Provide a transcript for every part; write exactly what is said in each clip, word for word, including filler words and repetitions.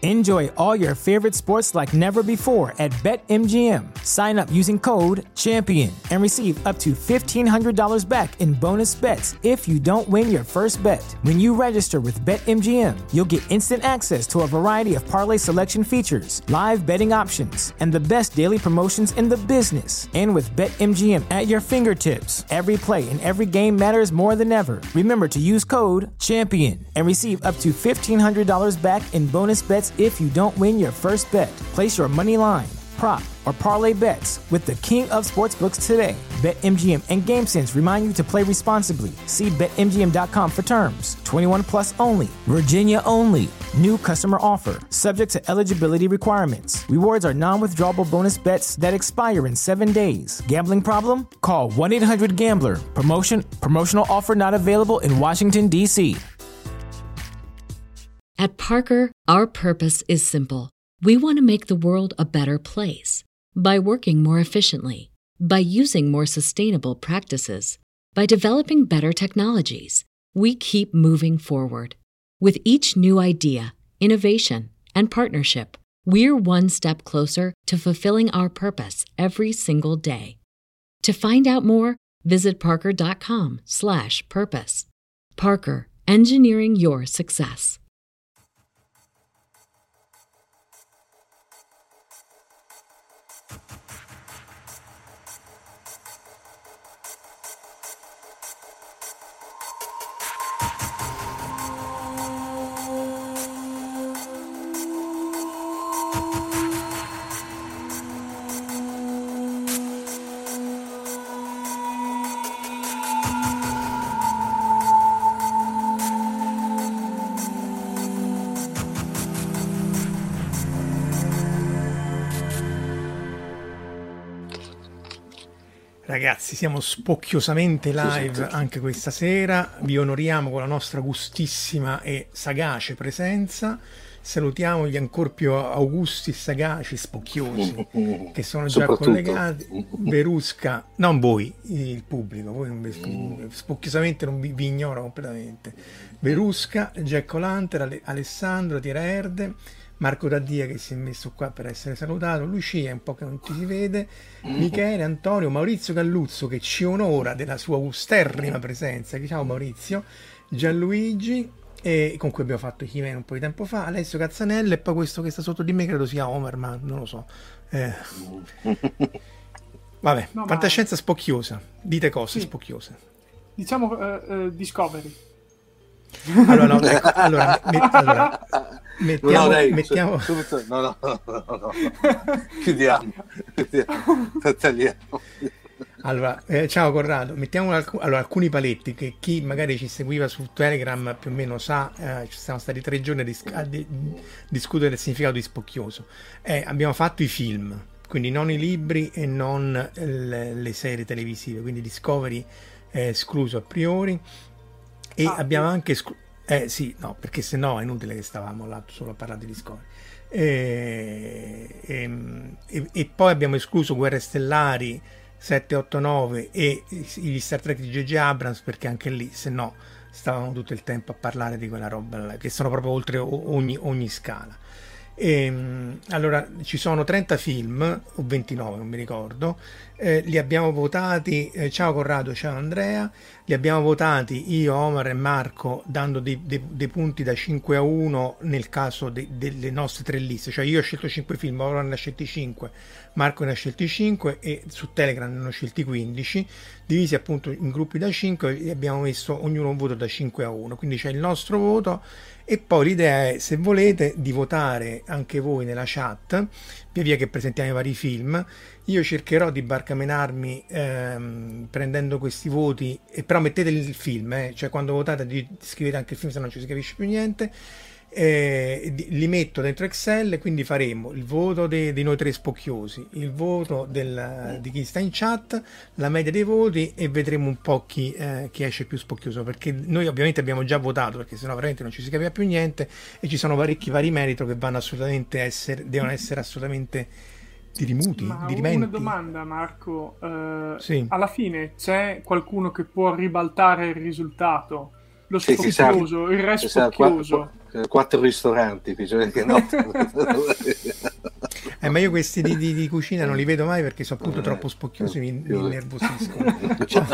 Enjoy all your favorite sports like never before at BetMGM. Sign up using code CHAMPION and receive up to fifteen hundred dollars back in bonus bets if you don't win your first bet. When you register with BetMGM, you'll get instant access to a variety of parlay selection features, live betting options, and the best daily promotions in the business. And with BetMGM at your fingertips, every play and every game matters more than ever. Remember to use code CHAMPION and receive up to fifteen hundred dollars back in bonus bets if you don't win your first bet. Place your money line, prop, or parlay bets with the king of sportsbooks today. BetMGM and GameSense remind you to play responsibly. See Bet M G M dot com for terms. twenty-one plus only. Virginia only. New customer offer. Subject to eligibility requirements. Rewards are non-withdrawable bonus bets that expire in seven days. Gambling problem? Call one eight hundred gambler. Promotion. Promotional offer not available in Washington, D C At Parker, our purpose is simple. We want to make the world a better place by working more efficiently, by using more sustainable practices, by developing better technologies. We keep moving forward. With each new idea, innovation, and partnership, we're one step closer to fulfilling our purpose every single day. To find out more, visit parker.com slash purpose. Parker, engineering your success. Ragazzi, siamo spocchiosamente live anche questa sera, vi onoriamo con la nostra gustissima e sagace presenza, salutiamo gli ancor più augusti e sagaci spocchiosi che sono già collegati. Verusca, non voi, il pubblico, voi non vi, spocchiosamente non vi, vi ignoro completamente. Verusca, Jack O'Lantern, Alessandro, Tira Erde, Marco Daddia che si è messo qua per essere salutato, Lucia un po' che non ti si vede, Michele, Antonio, Maurizio Galluzzo che ci onora della sua usterrima presenza, ciao Maurizio, Gianluigi e con cui abbiamo fatto Chimene un po' di tempo fa, Alessio Cazzanello e poi questo che sta sotto di me credo sia Homer, ma non lo so. Eh. Vabbè, no, fantascienza ma... spocchiosa, dite cose sì. spocchiose. Diciamo uh, uh, Discovery. Allora, no, ecco, allora, me, allora mettiamo, no, dai, mettiamo... Subito, no, no, no, no, no. chiudiamo, chiudiamo, tagliamo. Allora, eh, ciao Corrado, mettiamo alc- allora, alcuni paletti che chi magari ci seguiva su Telegram più o meno sa, eh, ci siamo stati tre giorni a, dis- a di- discutere del significato di spocchioso. Eh, abbiamo fatto i film, quindi non i libri e non le, le serie televisive, quindi Discovery è escluso a priori. E ah, abbiamo anche escluso, eh sì, no, perché sennò è inutile che stavamo là solo a parlare di Discovery. E, e, e, e poi abbiamo escluso Guerre Stellari sette otto nove e gli Star Trek di J J Abrams, perché anche lì sennò stavamo tutto il tempo a parlare di quella roba là, che sono proprio oltre ogni, ogni scala. E, allora ci sono trenta film o ventinove, non mi ricordo, eh, li abbiamo votati, eh, ciao Corrado, ciao Andrea, li abbiamo votati io, Omar e Marco dando dei, dei, dei punti da cinque a uno nel caso de, delle nostre tre liste, cioè io ho scelto cinque film, Omar ne ha scelti cinque, Marco ne ha scelti cinque e su Telegram ne hanno scelti quindici, divisi appunto in gruppi da cinque e abbiamo messo ognuno un voto da cinque a uno, quindi c'è il nostro voto. E poi l'idea è, se volete, di votare anche voi nella chat via via che presentiamo i vari film. Io cercherò di barcamenarmi ehm, prendendo questi voti, e però mettete il film, eh, cioè quando votate di scrivete anche il film, se no non ci si capisce più niente. Eh, li metto dentro Excel e quindi faremo il voto dei, dei noi tre spocchiosi, il voto del, di chi sta in chat, la media dei voti e vedremo un po' chi, eh, chi esce più spocchioso, perché noi ovviamente abbiamo già votato, perché sennò veramente non ci si capiva più niente e ci sono parecchi vari merito che vanno assolutamente essere, devono essere assolutamente dirimuti, Ma dirimenti. Una domanda, Marco, uh, sì. Alla fine c'è qualcuno che può ribaltare il risultato lo Sì, ci sa- spocchioso, il re ci sa spocchioso. quattro, quattro ristoranti, cioè che no. Eh, ma io questi di, di- di cucina non li vedo mai perché sono appunto Eh, troppo spocchiosi, mi, mi più- innervosiscono. Ciao.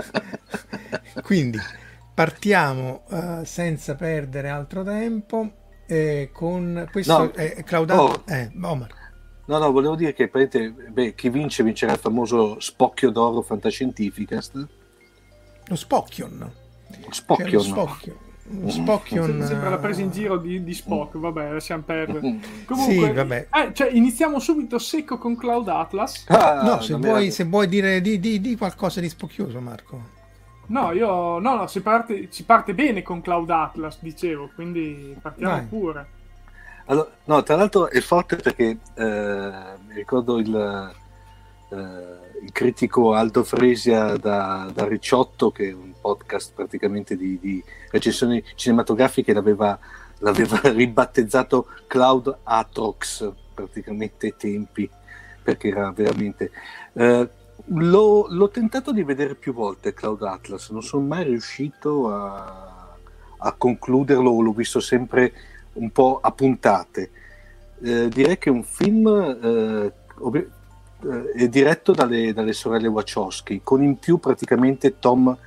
Quindi partiamo eh, senza perdere altro tempo eh, con questo No. eh, Cloud Oh. eh, Omar. No, no, volevo dire che praticamente, beh, chi vince vincerà il famoso Spocchio d'Oro Fantascientificast. Lo Spocchion. Spocchio, Cioè, lo no? Spocchion. Lo Spocchion. Se- Sembra la presa in eh, giro di, di Spock, vabbè, lasciamo perdere. Sì, Comunque, vabbè. eh, cioè, iniziamo subito secco con Cloud Atlas. Ah, No, se non vuoi, era- se vuoi dire di, di- di qualcosa di spocchioso, Marco. No, io no, no, si parte, si parte bene con Cloud Atlas, dicevo, quindi partiamo Vai. pure. Allora, no, tra l'altro è forte perché eh, mi ricordo il, eh, il critico Aldo Fresia da, da Ricciotto, che è un podcast praticamente di, di recensioni cinematografiche, l'aveva, l'aveva ribattezzato Cloud Atrox praticamente ai tempi, perché era veramente... eh, l'ho, l'ho tentato di vedere più volte Cloud Atlas, non sono mai riuscito a, a concluderlo, l'ho visto sempre un po' a puntate. Eh, direi che è un film eh, ovvi- eh, è diretto dalle, dalle sorelle Wachowski, con in più praticamente Tom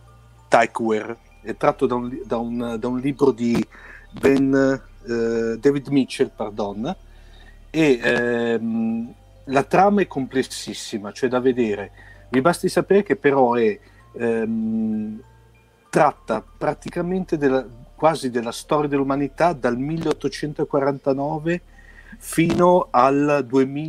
Tykwer, è tratto da un, li- da un, da un libro di Ben, eh, David Mitchell, pardon, e ehm, la trama è complessissima, cioè da vedere. Vi basti sapere che però è ehm, tratta praticamente della, quasi della storia dell'umanità dal milleottocentoquarantanove fino al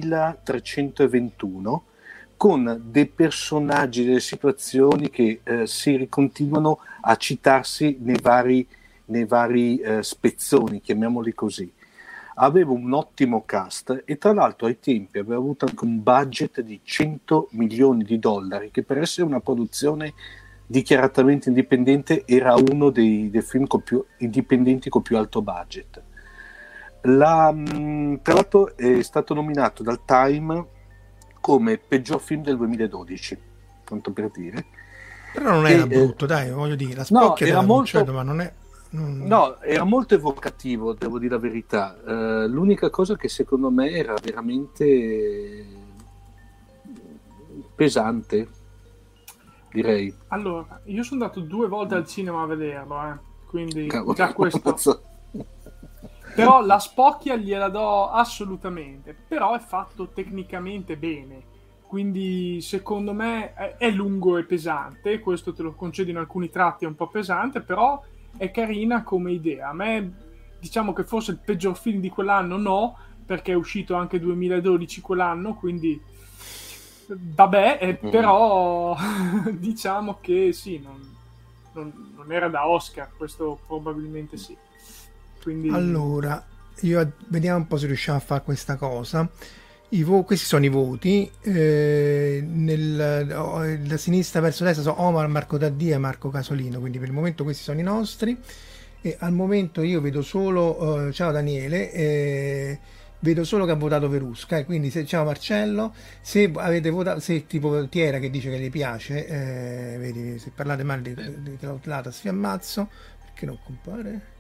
duemilatrecentoventuno, con dei personaggi, delle situazioni che eh, si ricontinuano a citarsi nei vari, nei vari eh, spezzoni, chiamiamoli così. Aveva un ottimo cast e tra l'altro ai tempi aveva avuto anche un budget di cento milioni di dollari, che per essere una produzione dichiaratamente indipendente era uno dei, dei film con più indipendenti con più alto budget. La, mh, tra l'altro è stato nominato dal Time come peggior film del duemiladodici, tanto per dire. Però non era E, brutto, eh, dai, voglio dire, la no, spocchia te era la molto- concedo, ma non è... non- No, era molto evocativo, devo dire la verità. Eh, l'unica cosa che secondo me era veramente pesante, direi. Allora, io sono andato due volte al cinema a vederlo, eh, quindi Cavolo, già questo. cazzo. Però la spocchia gliela do assolutamente, però è fatto tecnicamente bene, quindi secondo me è, è lungo e pesante, questo te lo concedo in alcuni tratti, è un po' pesante, però è carina come idea. A me, diciamo che forse il peggior film di quell'anno no, perché è uscito anche duemiladodici quell'anno, quindi vabbè, eh, Mm. però diciamo che sì, non, non- non era da Oscar, questo probabilmente sì. Quindi Allora, io vediamo un po' se riusciamo a fare questa cosa. I vo- questi sono i voti. eh, nel- oh, da sinistra verso destra sono Omar, Marco Daddia e Marco Casolino. Quindi per il momento questi sono i nostri. E al momento io vedo solo. eh, ciao Daniele. eh, vedo solo che ha votato Verusca. E quindi se, ciao Marcello. Se avete votato, se tipo Tiera che dice che le piace, eh, vedi, se parlate male di, di Cloud Atlas vi ammazzo. Perché non compare?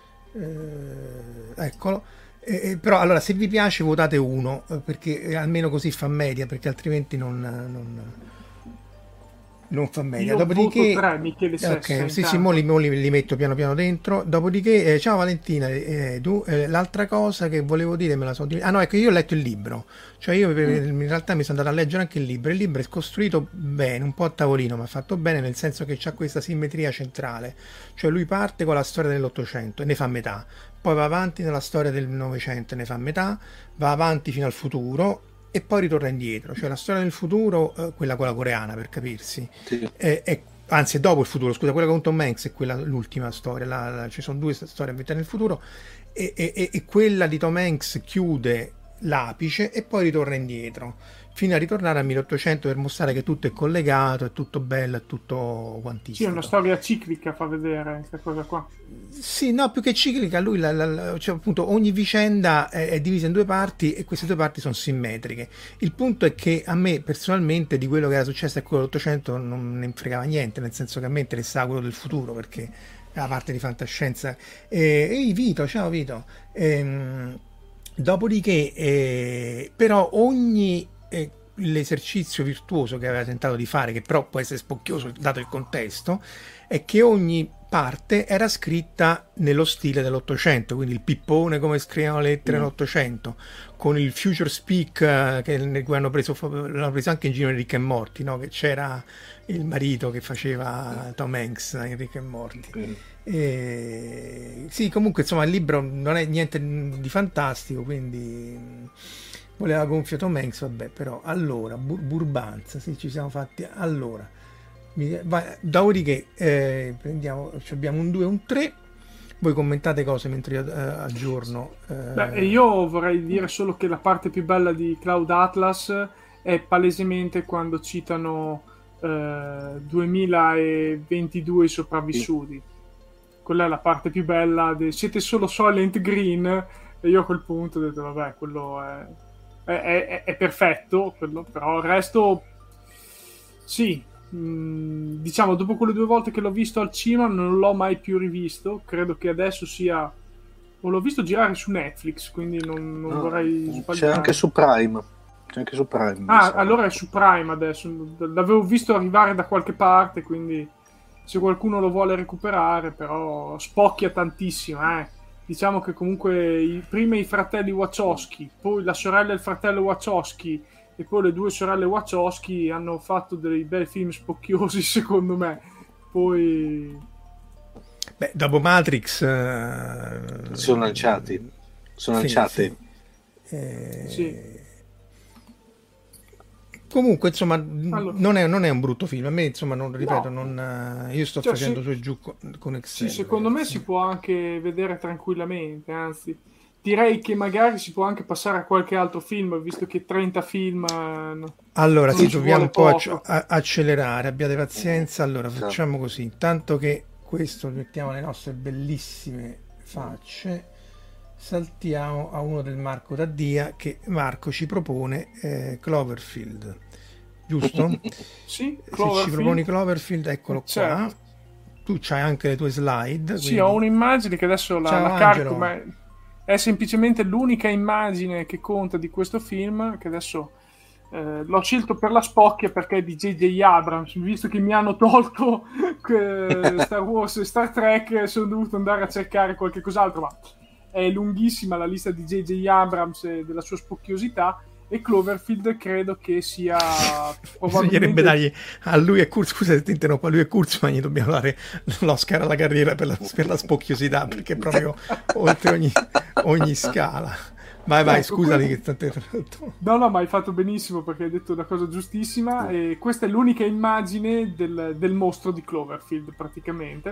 Eh, eccolo. Eh, eh, però allora se vi piace votate uno eh, perché eh, almeno così fa media, perché altrimenti non, non, non fa media. io Dopodiché voto tre, Michele Sessa. ok, sì, sì, intanto. mo li, mo li- li metto piano piano dentro. Dopodiché, eh, ciao Valentina, eh, tu, eh, l'altra cosa che volevo dire me la sono dimenticata. Ah no, ecco, io ho letto il libro, cioè io per- in realtà mi sono andato a leggere anche il libro. Il libro è costruito bene, un po' a tavolino, ma fatto bene nel senso che c'ha questa simmetria centrale, cioè lui parte con la storia dell'Ottocento e ne fa metà, poi va avanti nella storia del Novecento e ne fa metà, va avanti fino al futuro e poi ritorna indietro, cioè la storia del futuro, eh, quella quella coreana per capirsi, Sì. è, è- anzi è dopo il futuro, scusa, quella con Tom Hanks è quella, l'ultima storia, la- la- ci sono due storie ambientate nel futuro e, e- e- e quella di Tom Hanks chiude l'apice e poi ritorna indietro fino a ritornare al milleottocento per mostrare che tutto è collegato, è tutto bello, è tutto Sì, è quantistico. una storia ciclica, fa vedere questa cosa qua. Sì, no, più che ciclica, lui la- la- la- cioè, appunto ogni vicenda è, è divisa in due parti e queste due parti sono simmetriche. Il punto è che a me personalmente di quello che era successo a quello dell'Ottocento non ne fregava niente, nel senso che a me interessava quello del futuro perché la parte di fantascienza. E, ehi Vito, ciao Vito. Ehm, dopodiché, eh, però ogni eh, l'esercizio virtuoso che aveva tentato di fare, che però può essere spocchioso dato il contesto, è che ogni parte era scritta nello stile dell'Ottocento, quindi il pippone come scrivevano le lettere mm. nell'Ottocento, con il future speak eh, che nel cui hanno preso, l'hanno preso anche in giro in Rick e Morty, no? Che c'era il marito che faceva Tom Hanks in Rick e Morty. Mm. E, sì, comunque insomma il libro non è niente di fantastico, quindi voleva gonfio Tom Hanks, vabbè, però allora bur- Burbanza, sì, ci siamo fatti allora. Dopodiché eh, prendiamo, abbiamo un due e un tre, voi commentate cose mentre io eh, aggiorno. Eh. Beh, io vorrei dire solo che la parte più bella di Cloud Atlas è palesemente quando citano eh, duemilaventidue i sopravvissuti. Quella è la parte più bella. De... Siete solo Soylent Green, e io a quel punto ho detto vabbè, quello è, è, è, è perfetto, quello, però il resto sì. Mm, diciamo, dopo quelle due volte che l'ho visto al cinema non l'ho mai più rivisto. Credo che adesso sia, o l'ho visto girare su Netflix, quindi non, non no, vorrei sbagliare. C'è anche su Prime, c'è anche su Prime. Ah, allora è su Prime adesso. L'avevo visto arrivare da qualche parte, quindi se qualcuno lo vuole recuperare, però spocchia tantissimo, eh. Diciamo che comunque i, prima i fratelli Wachowski, poi la sorella e il fratello Wachowski e poi le due sorelle Wachowski hanno fatto dei bei film spocchiosi, secondo me. Poi beh, dopo Matrix uh... sono lanciati sono sì, lanciati sì. Eh... sì. Comunque insomma allora. non, è, non è un brutto film, a me insomma non ripeto, no. non, io sto cioè, facendo su e giù con, con Excel. Sì, secondo me si può anche vedere tranquillamente, anzi direi che magari si può anche passare a qualche altro film, visto che trenta film. Allora, sì, dobbiamo un po' acc- accelerare, abbiate pazienza. Allora, facciamo così: intanto che questo mettiamo le nostre bellissime facce, saltiamo a uno del Marco Daddia, che Marco ci propone eh, Cloverfield, giusto? Sì, se ci proponi Cloverfield, eccolo certo. qua. Tu c'hai anche le tue slide. Sì, quindi... ho un'immagine che adesso la, la carico, ma è semplicemente l'unica immagine che conta di questo film, che adesso eh, l'ho scelto per la spocchia perché è di J J Abrams, visto che mi hanno tolto Star Wars e Star Trek, sono dovuto andare a cercare qualche cos'altro, ma è lunghissima la lista di J J Abrams e della sua spocchiosità, e Cloverfield credo che sia probabilmente... Bisognerebbe dargli a lui e Kurz, scusa se ti interrompo, a lui e Kurtzman gli dobbiamo dare l'Oscar alla carriera per la, per la spocchiosità, perché è proprio oltre ogni, ogni scala. Vai vai, ecco, scusami quindi... che ti ho interrotto. No no, ma hai fatto benissimo perché hai detto una cosa giustissima, e questa è l'unica immagine del, del mostro di Cloverfield praticamente,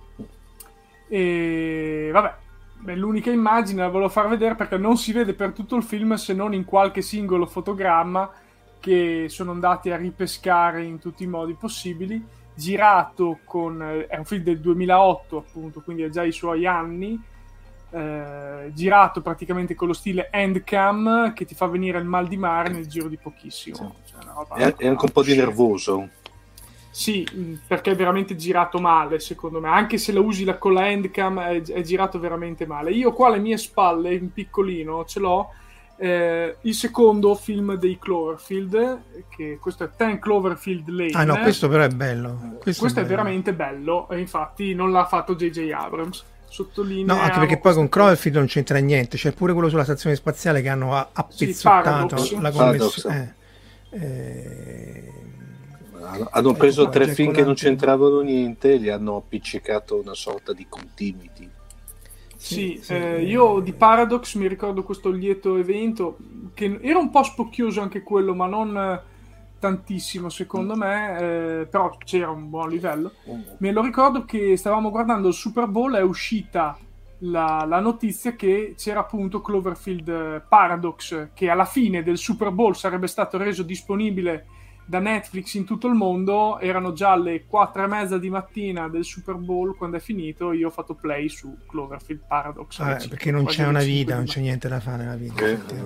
e vabbè, è l'unica immagine, la volevo far vedere perché non si vede per tutto il film se non in qualche singolo fotogramma che sono andati a ripescare in tutti i modi possibili, girato con, è un film del duemilaotto appunto, quindi ha già i suoi anni, eh, girato praticamente con lo stile handcam che ti fa venire il mal di mare nel giro di pochissimo. Sì. Cioè, una roba è, è anche un po' di nervoso. Sì, perché è veramente girato male, secondo me. Anche se la usi la, con la handcam è, è girato veramente male. Io qua alle mie spalle, in piccolino, ce l'ho eh, il secondo film dei Cloverfield, che questo è ten Cloverfield Lane. Ah no, questo però è bello. Questo, questo è, è bello. Veramente bello, e infatti non l'ha fatto J J Abrams. Sottolineo. No, anche perché poi con Cloverfield non c'entra niente. C'è pure quello sulla stazione spaziale che hanno appezzottato sì, la connessione. Eh, eh, hanno preso ecco qua, tre film che non c'entravano niente e li hanno appiccicato una sorta di continuity. Sì, sì, eh, io di Paradox mi ricordo questo lieto evento che era un po' spocchioso anche quello, ma non tantissimo secondo me, eh, però c'era un buon livello. Me lo ricordo che stavamo guardando il Super Bowl, è uscita la, la notizia che c'era appunto Cloverfield Paradox, che alla fine del Super Bowl sarebbe stato reso disponibile da Netflix in tutto il mondo. Erano già le quattro e mezza di mattina del Super Bowl quando è finito, io ho fatto play su Cloverfield Paradox. Ah, c- perché non c'è una vita, non c'è niente da fare nella vita.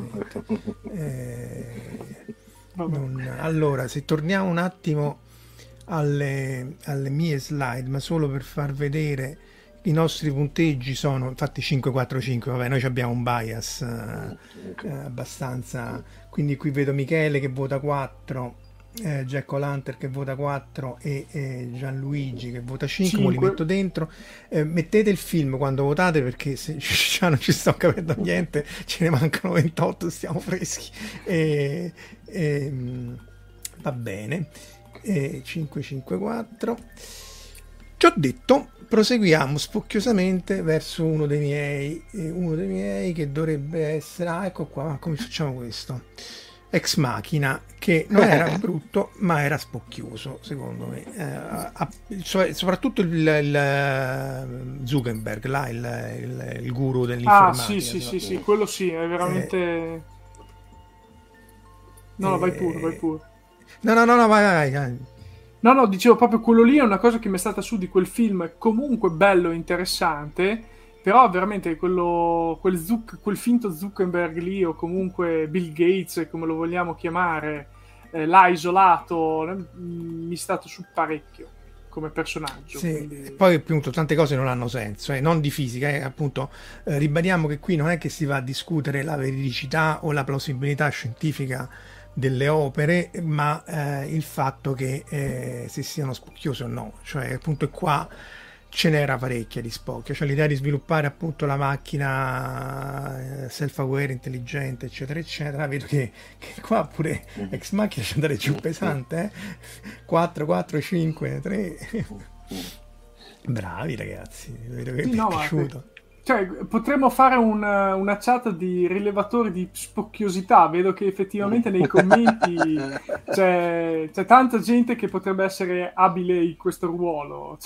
eh, non... Allora, se torniamo un attimo alle, alle mie slide, ma solo per far vedere i nostri punteggi sono infatti cinque quattro cinque, vabbè, noi abbiamo un bias eh, eh, abbastanza, quindi qui vedo Michele che vota quattro, eh, Jack O'Lantern che vota quattro e eh, Gianluigi che vota cinque, mo li metto dentro. Eh, mettete il film quando votate, perché se già non ci sto capendo niente, ce ne mancano ventotto, stiamo freschi. E, e, va bene, e cinque cinque quattro. Ci ho detto, proseguiamo spocchiosamente verso uno dei miei, eh, uno dei miei che dovrebbe essere, ah, ecco qua, come facciamo questo? Ex Machina, che non era brutto ma era spocchioso secondo me, eh, a, cioè, soprattutto il, il Zuckerberg là, il, il, il guru dell'informatica. Ah sì sì sì, sì, quello sì, è veramente eh, no, no, vai pure, vai pure. No, no, no, no, vai, vai, vai. No, no, dicevo proprio quello lì è una cosa che mi è stata su di quel film, comunque bello e interessante, però veramente quello, quel, Zuc, quel finto Zuckerberg lì, o comunque Bill Gates, come lo vogliamo chiamare, eh, l'ha isolato, eh, mi è stato su parecchio come personaggio. Sì, quindi... poi appunto tante cose non hanno senso, eh, non di fisica, eh, appunto eh, ribadiamo che qui non è che si va a discutere la veridicità o la plausibilità scientifica delle opere, ma eh, il fatto che eh, se siano spocchiose o no, cioè appunto qua ce n'era parecchia di spocchio, cioè l'idea di sviluppare appunto la macchina eh, self-aware, intelligente, eccetera eccetera. Vedo che, che qua pure Ex Machina c'è andare giù pesante, eh? quattro quattro cinque tre. Bravi ragazzi, vedo che sì, vi è no, piaciuto. Cioè, potremmo fare un, una chat di rilevatori di spocchiosità. Vedo che effettivamente nei commenti c'è, c'è tanta gente che potrebbe essere abile in questo ruolo.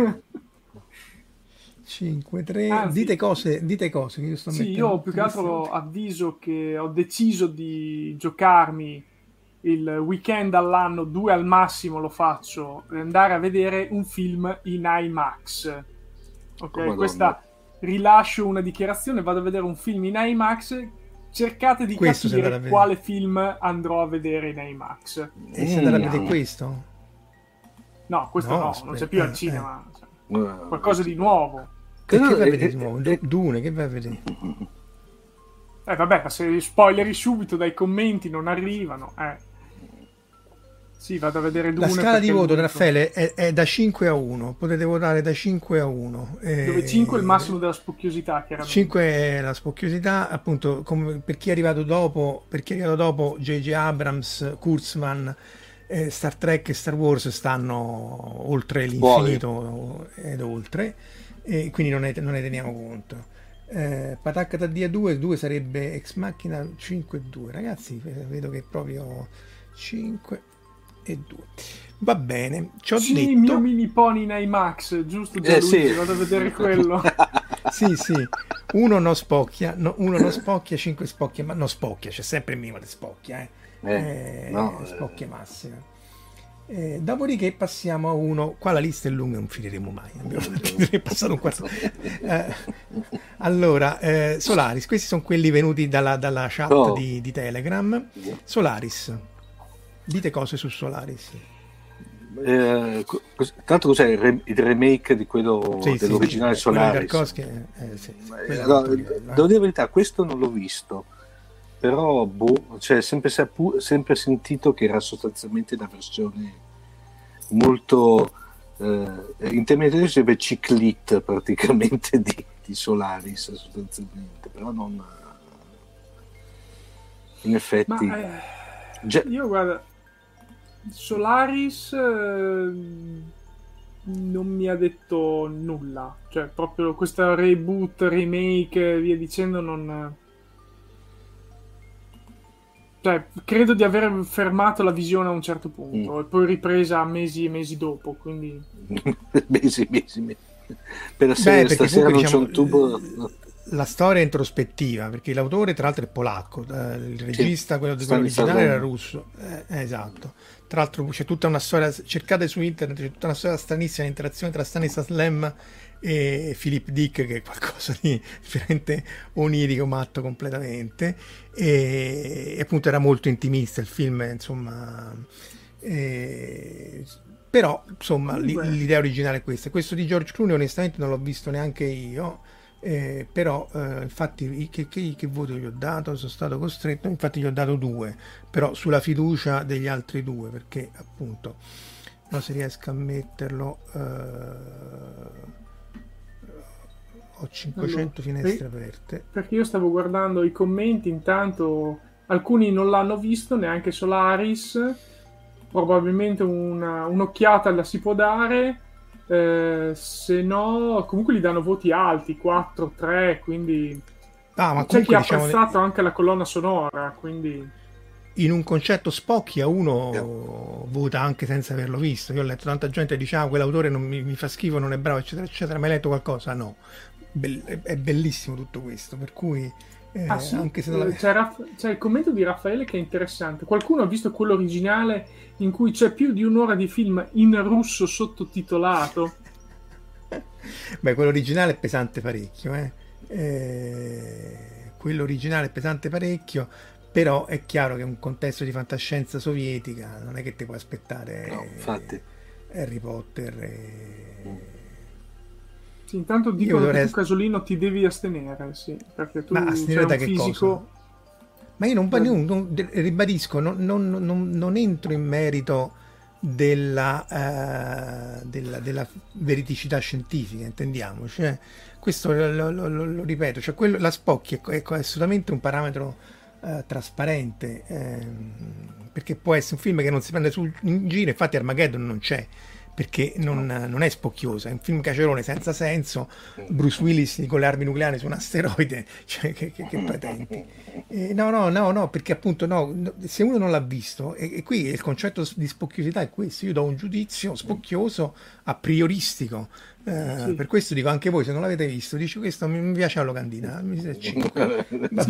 cinque tre. Anzi, dite cose, dite cose che io sto sì, mettendo. io più che altro avviso che ho deciso di giocarmi il weekend all'anno, due al massimo lo faccio, per andare a vedere un film in IMAX. Ok, oh, questa... rilascio una dichiarazione, vado a vedere un film in IMAX, cercate di questo capire quale film andrò a vedere in IMAX. E se andate a vedere questo? No, questo no, no, aspetta, non c'è più eh, al cinema. eh. Cioè, qualcosa di nuovo. Che, che eh, vai a vedere eh, di nuovo? eh, Dune, che vai a vedere? Eh vabbè, se spoileri subito dai commenti non arrivano, eh. Sì, vado a vedere Dune. La scala di voto, Raffaele, è, è da cinque a uno. Potete votare da cinque a uno. Dove cinque è il massimo della spocchiosità, chiaramente. cinque è la spocchiosità, appunto, come per chi è arrivato dopo, per chi è arrivato dopo J J Abrams, Kurtzman, eh, Star Trek e Star Wars stanno oltre l'infinito ed oltre, e quindi non ne, non ne teniamo conto. Eh, Patacca da D a due, due sarebbe Ex Machina cinque e due. Ragazzi, vedo che è proprio cinque e due. Va bene, ci ho sì, detto... il mio mini pony in IMAX, giusto Gianluigi? Eh, sì. Vado a vedere quello. sì, sì, uno non spocchia, no, uno non spocchia, cinque spocchia, ma non spocchia, c'è sempre il minimo di spocchia, eh. Eh, Eh, no, spocchia massima. Eh, dopodiché passiamo a uno, qua la lista è lunga, non finiremo mai, è passato un quarto. Eh, allora, eh, Solaris, questi sono quelli venuti dalla, dalla chat oh. di, di Telegram. Solaris, dite cose su Solaris. Eh, cos- tanto cos'è il, re- il remake di quello sì, dell'originale sì, Solaris? Eh, sì, eh, no, devo dire la verità, questo non l'ho visto, però boh, cioè, sempre, sapu- sempre sentito che era sostanzialmente una versione molto eh, in termini di sarebbe ciclit praticamente di, di Solaris sostanzialmente, però non in effetti. Ma, eh, già... io guarda, Solaris eh, non mi ha detto nulla, cioè proprio questa reboot, remake, via dicendo, non... Cioè, credo di aver fermato la visione a un certo punto mm. e poi ripresa mesi e mesi dopo, quindi... mesi, mesi, mesi. Per la serie, Beh, stasera non diciamo, c'è un tubo... La storia è introspettiva, perché l'autore tra l'altro è polacco, il regista, sì, quello di quello originale, era russo, eh, esatto. Tra l'altro c'è tutta una storia, cercate su internet, c'è tutta una storia stranissima, l'interazione tra Stanislas Lem e Philip Dick, che è qualcosa di veramente onirico, matto completamente, e, e appunto era molto intimista il film, insomma, e, però insomma l- Beh. l'idea originale è questa. Questo di George Clooney onestamente non l'ho visto neanche io, eh, però eh, infatti che, che, che voto gli ho dato? Sono stato costretto, infatti gli ho dato due, però sulla fiducia degli altri due, perché appunto non se riesco a metterlo, eh, ho cinquecento Allora, finestre eh, aperte. Perché io stavo guardando i commenti, intanto alcuni non l'hanno visto, neanche Solaris, probabilmente una- un'occhiata la si può dare, eh, se no comunque gli danno voti alti, quattro, tre, quindi Ah, ma c'è chi comunque ha diciamo apprezzato anche la colonna sonora, quindi in un concetto spocchia uno Yeah. vota anche senza averlo visto. Io ho letto tanta gente che dice ah, quell'autore non mi, mi fa schifo, non è bravo, eccetera eccetera. Ma hai letto qualcosa? No. Bell- è, è bellissimo tutto questo, per cui eh, ah sì, anche se non eh, la... c'è, Raff- c'è il commento di Raffaele che è interessante. Qualcuno ha visto quello originale in cui c'è più di un'ora di film in russo sottotitolato? Beh, quello originale è pesante parecchio, eh. Eh, quello originale è pesante parecchio, però è chiaro che in un contesto di fantascienza sovietica non è che ti puoi aspettare No, infatti. Harry Potter e... Sì, intanto Io dicono dovrei... che tu, Casolino, ti devi astenere, sì, perché tu Ma sei astenere da un che fisico... cosa? Ma io non, non, non ribadisco, non, non, non, non entro in merito della, uh, della, della veridicità scientifica, intendiamo. Cioè, questo lo, lo, lo, lo ripeto, cioè quello, la spocchia è, è assolutamente un parametro uh, trasparente, ehm, perché può essere un film che non si prende sul, in giro, infatti Armageddon non c'è, perché non, non è spocchiosa, è un film caciarone senza senso, Bruce Willis con le armi nucleari su un asteroide, cioè che, che, che pretenti? Eh, no, no, no, no, perché appunto no, se uno non l'ha visto, e, e qui il concetto di spocchiosità è questo, io do un giudizio spocchioso a prioristico, eh, Sì. per questo dico anche voi se non l'avete visto, dici questo mi, mi piace la locandina, mi dice cinque.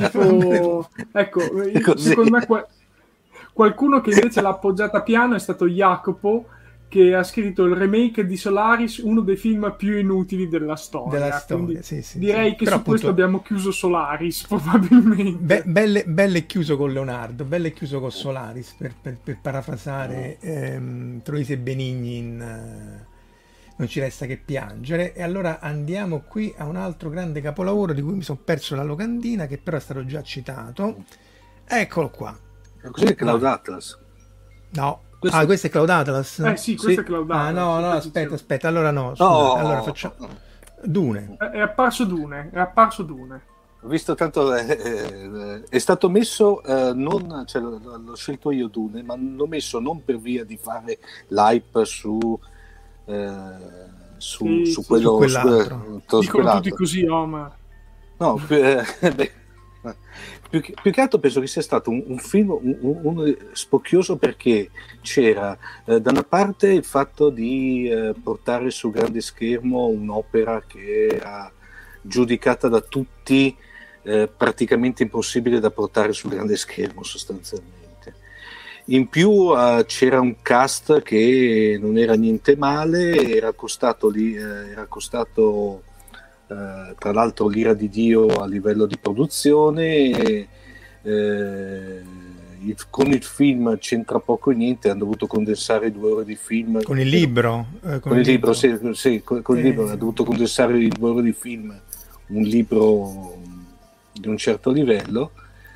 Tipo, ecco, io- secondo me qua- qualcuno che invece l'ha appoggiata piano è stato Jacopo, che ha scritto il remake di Solaris, uno dei film più inutili della storia. Della storia, Quindi sì, sì, direi sì. che Però su questo appunto- abbiamo chiuso Solaris, probabilmente. Be- belle, belle chiuso con Leonardo, belle chiuso con Solaris, per, per, per parafrasare ehm, Troisi e Benigni in eh, Non ci resta che piangere. E allora andiamo qui a un altro grande capolavoro di cui mi sono perso la locandina, che però è stato già citato. Eccolo qua. Cos'è Cloud Atlas? No. Questo- Ah, questo è Cloud Atlas? Eh sì, questo è Cloud Ah Atlas, no, no, sì, aspetta, sì. aspetta, allora no, scusate, No. allora facciamo Dune. È è apparso Dune, è apparso Dune. Ho visto tanto, eh, eh, è stato messo, eh, non, cioè, l- l'ho scelto io Dune, ma l'ho messo non per via di fare l'hype su, eh, su, Sì, su sì, quello, su quell'altro. su, su Dicono tutti quell'altro. così, Omar. No, più, eh, beh, più, che, più che altro penso che sia stato un, un film un, un- un spocchioso perché c'era eh, da una parte il fatto di eh, portare su grande schermo un'opera che era giudicata da tutti eh, praticamente impossibile da portare sul grande schermo sostanzialmente. In più eh, c'era un cast che non era niente male, era costato, lì, eh, era costato eh, tra l'altro l'ira di Dio a livello di produzione, e, eh, il- con il film c'entra poco e niente, hanno dovuto condensare due ore di film. Con il libro. eh, Con il libro, sì, sì, con, con il Eh. libro ha dovuto condensare i due ore di film, un libro di un certo livello,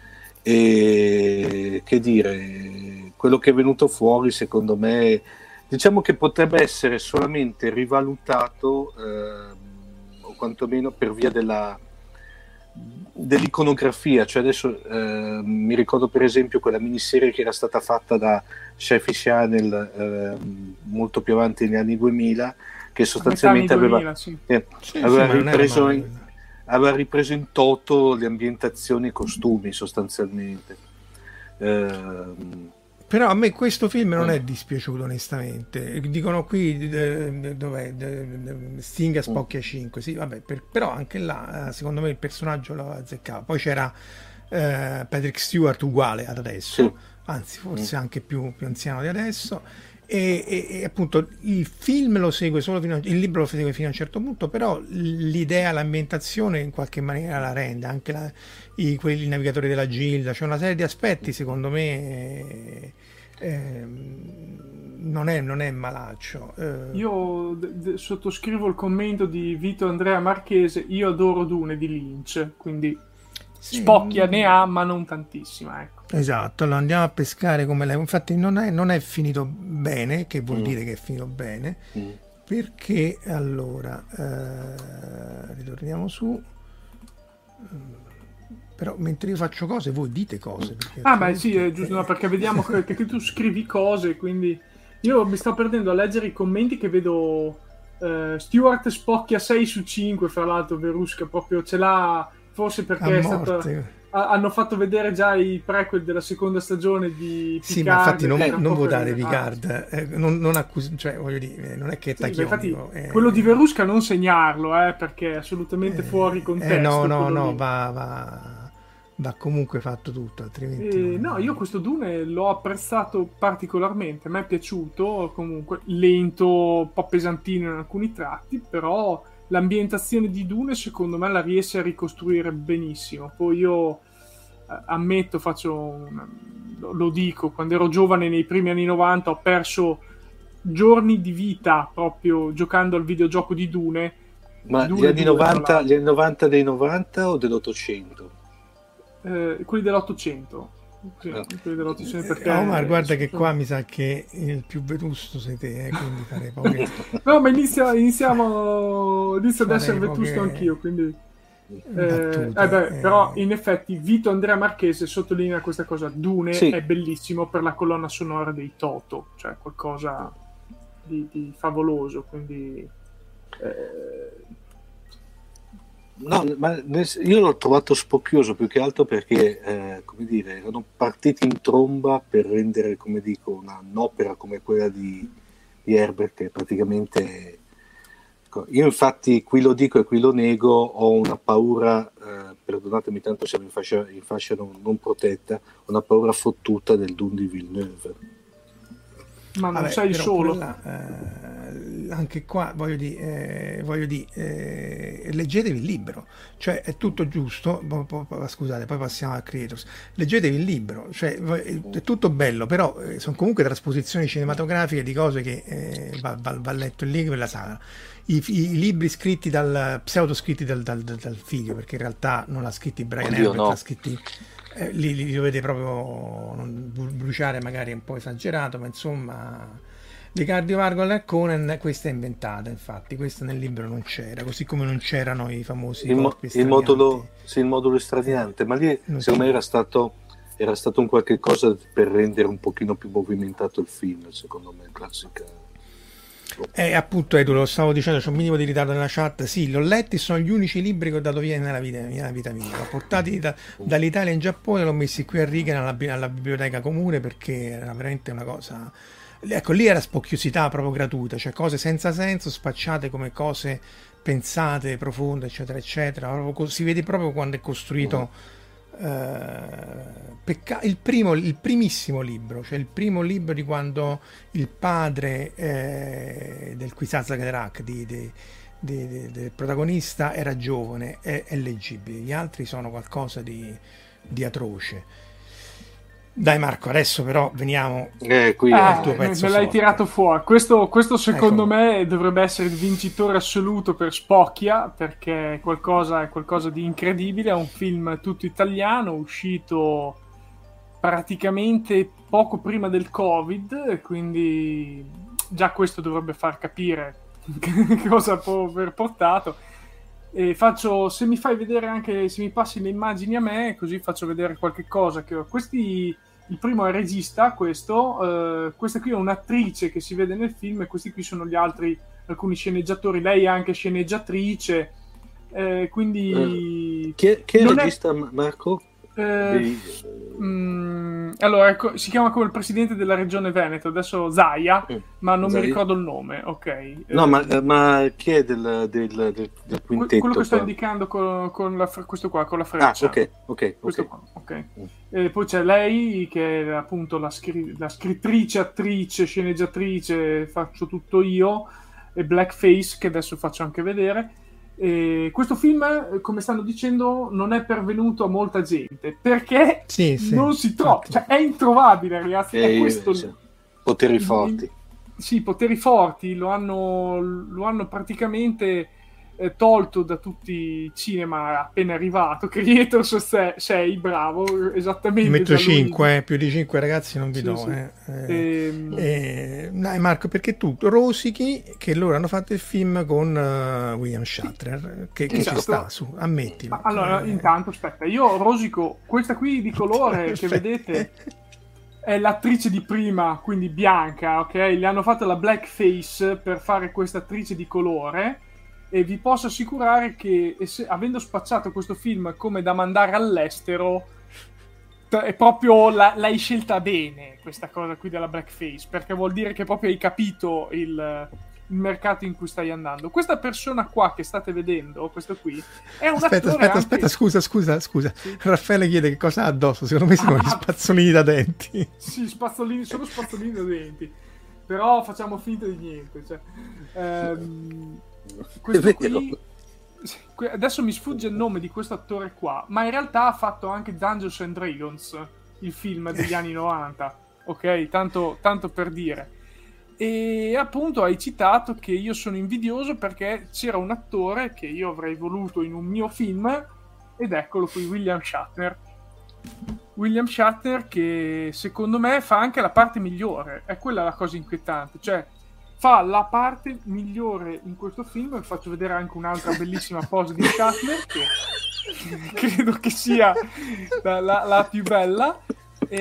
e che dire, quello che è venuto fuori secondo me, diciamo che potrebbe essere solamente rivalutato, ehm, o quantomeno per via della dell'iconografia, cioè adesso eh, mi ricordo per esempio quella miniserie che era stata fatta da Sci-Fi Channel eh, molto più avanti negli anni duemila, che sostanzialmente A metà anni aveva, duemila, sì. eh, Sì, aveva, sì, ma non era ripreso male in, quella. aveva ripreso in toto le ambientazioni e i costumi sostanzialmente. Ehm, Però a me questo film non è dispiaciuto onestamente. Dicono qui eh, dov'è eh, Sting a spocchia cinque, sì, vabbè, per- però anche là eh, secondo me il personaggio lo azzeccava. Poi c'era eh, Patrick Stewart uguale ad adesso, Sì. anzi forse anche più, più anziano di adesso. E, e- e appunto il film lo segue solo fino a, il libro lo segue fino a un certo punto, però l'idea, l'ambientazione in qualche maniera la rende, anche la, i, quelli navigatori della Gilda, c'è una serie di aspetti secondo me eh, eh, non, è, non è malaccio. Eh. Io d- d- sottoscrivo il commento di Vito Andrea Marchese, io adoro Dune di Lynch, quindi Sì. spocchia ne ha, ma non tantissima, ecco. Esatto, allora andiamo a pescare come lei. Infatti non è, non è finito bene, che vuol Mm. dire che è finito bene, Mm. perché allora eh, ritorniamo su. Però mentre io faccio cose voi dite cose, perché Ah, beh, altrimenti- sì, è giusto, no, perché vediamo che, che tu scrivi cose, quindi io mi sto perdendo a leggere i commenti che vedo. eh, Stuart spocchia sei su cinque, fra l'altro Verusca proprio ce l'ha, forse perché a è stato, morte. ha- hanno fatto vedere già i prequel della seconda stagione di Picard. Sì, ma infatti non, e non un po' votare per- Picard, eh, non, non accus- cioè voglio dire, non è che è Sì, beh, tachionico. infatti, eh. quello di Verusca non segnarlo, eh, perché è assolutamente fuori contesto. Eh, no, no, quello no, lì. va, va, va comunque fatto tutto, altrimenti... Eh, non- no, io questo Dune l'ho apprezzato particolarmente, mi è piaciuto, comunque lento, un po' pesantino in alcuni tratti, però l'ambientazione di Dune secondo me la riesce a ricostruire benissimo. Poi io eh, ammetto, faccio un- lo, lo dico, quando ero giovane nei primi anni novanta ho perso giorni di vita proprio giocando al videogioco di Dune. Ma Dune gli anni, due, novanta, tra l'altro. gli anni novanta dei novanta o dell'ottocento? Eh, quelli dell'Ottocento. Sì, Ah. quelli dell'Ottocento perché... Eh, Omar, guarda che qua mi sa che il più vetusto sei te, eh, quindi fare poche... No, ma inizia, iniziamo inizio ad Farei essere vetusto poche anch'io, quindi... Eh, battute, eh beh, eh. però in effetti Vito Andrea Marchese sottolinea questa cosa. Dune Sì. è bellissimo per la colonna sonora dei Toto, cioè qualcosa di, di favoloso, quindi... eh, No, ma nel- io l'ho trovato spocchioso più che altro perché, eh, come dire, erano partiti in tromba per rendere, come dico, una, un'opera come quella di, di Herbert, che praticamente... ecco, io infatti qui lo dico e qui lo nego, ho una paura, eh, perdonatemi tanto siamo in fascia, in fascia non, non protetta, una paura fottuta del Dune di Villeneuve. ma non Vabbè, sei però solo. quella, eh, anche qua voglio dire, eh, voglio dire eh, leggetevi il libro, cioè è tutto giusto. po- po- po- scusate, poi passiamo a Creators. Leggetevi il libro, cioè vo- è tutto bello, però eh, sono comunque trasposizioni cinematografiche di cose che eh, va, va- va letto il libro e la saga. I, i libri scritti dal pseudo scritti dal, dal- dal figlio, perché in realtà non l'ha scritti Brian Oddio, Herbert, no. l'ha scritti eh, li, li dovete proprio non bru- bruciare, magari è un po' esagerato, ma insomma di Cardiovargo e Conan questa è inventata, infatti questa nel libro non c'era, così come non c'erano i famosi Il, mo- corpi il stranianti. modulo, sì, il modulo estraniante, ma lì Non secondo me c'era. era stato, era stato un qualche cosa per rendere un pochino più movimentato il film, secondo me, classica. Eh, appunto Edu, lo stavo dicendo, c'è un minimo di ritardo nella chat. Sì, l'ho letti, sono gli unici libri che ho dato via nella vita, nella vita mia. L'ho portati da- dall'Italia in Giappone, l'ho messi qui a Riga alla, bi- alla biblioteca comune perché era veramente una cosa. Ecco, lì era spocchiosità proprio gratuita, cioè cose senza senso, spacciate come cose pensate, profonde, eccetera, eccetera. Proprio co- si vede proprio quando è costruito. eh, pecca- il primo, il primissimo libro, cioè il primo libro di quando il padre eh, del Kwisatz Haderach di, di- di- di- del protagonista era giovane, è, è leggibile. Gli altri sono qualcosa di, di atroce. Dai Marco, adesso però veniamo. Eh, qui Ah, il tuo me pezzo me l'hai forte. tirato fuori. Questo, questo secondo Ecco. me dovrebbe essere il vincitore assoluto per Spocchia, perché è qualcosa, è qualcosa di incredibile. È un film tutto italiano, uscito praticamente poco prima del Covid, quindi già questo dovrebbe far capire che cosa può aver portato. E faccio, se mi fai vedere anche, se mi passi le immagini a me, così faccio vedere qualche cosa che ho. Questi, il primo è il regista, questo, eh, questa qui è un'attrice che si vede nel film, e questi qui sono gli altri, alcuni sceneggiatori. Lei è anche sceneggiatrice, eh, quindi chi è, chi è il non è- regista, Marco? eh, Di- mm, allora, ecco, si chiama come il presidente della regione Veneto, adesso Zaia, Mm. ma non Zaia. mi ricordo il nome, ok. No, Eh, ma, ma chi è del, del, del, del que- quintetto? quello che sto qua? indicando con, con la, fre- questo qua, con la Ah, freccia. ok, ok, Questo ok. qua, ok. E poi c'è lei che è appunto la, scri- la scrittrice, attrice, sceneggiatrice, faccio tutto io, e Blackface che adesso faccio anche vedere. E questo film, come stanno dicendo, non è pervenuto a molta gente perché sì, sì, non si trova, cioè è introvabile, ragazzi. E è questo sì. Poteri forti. Sì, poteri forti, lo hanno, lo hanno praticamente eh, tolto da tutti i cinema appena arrivato. Creators sei, bravo, esattamente. Mi metto cinque, eh, più di cinque ragazzi non vi sì, do. Sì. Eh. Ehm... Eh, dai Marco, perché tu rosichi che loro hanno fatto il film con uh, William Shatner, che, che esatto. ci sta, su, ammettilo. Ma allora, eh... intanto, aspetta, io rosico questa qui di colore che vedete... è l'attrice di prima, quindi bianca, ok? Le hanno fatto la blackface per fare questa attrice di colore e vi posso assicurare che se, avendo spacciato questo film come da mandare all'estero, è proprio la, l'hai scelta bene questa cosa qui della blackface, perché vuol dire che proprio hai capito il, il mercato in cui stai andando. Questa persona qua che state vedendo, questo qui, è un aspetta, attore aspetta, anche... aspetta, scusa, scusa, scusa. Sì. Raffaele chiede che cosa ha addosso. Secondo me sono ah, gli spazzolini da denti. Sì, spazzolini, sono spazzolini da denti. Però facciamo finta di niente. Cioè, ehm, questo qui, adesso mi sfugge il nome di questo attore qua, ma in realtà ha fatto anche Dungeons and Dragons, il film degli anni novanta. Ok, tanto, tanto per dire. E appunto hai citato che io sono invidioso perché c'era un attore che io avrei voluto in un mio film ed eccolo qui, William Shatner. William Shatner che secondo me fa anche la parte migliore, è quella la cosa inquietante, cioè fa la parte migliore in questo film. Vi faccio vedere anche un'altra bellissima pose di Shatner che credo che sia la, la, la più bella. E...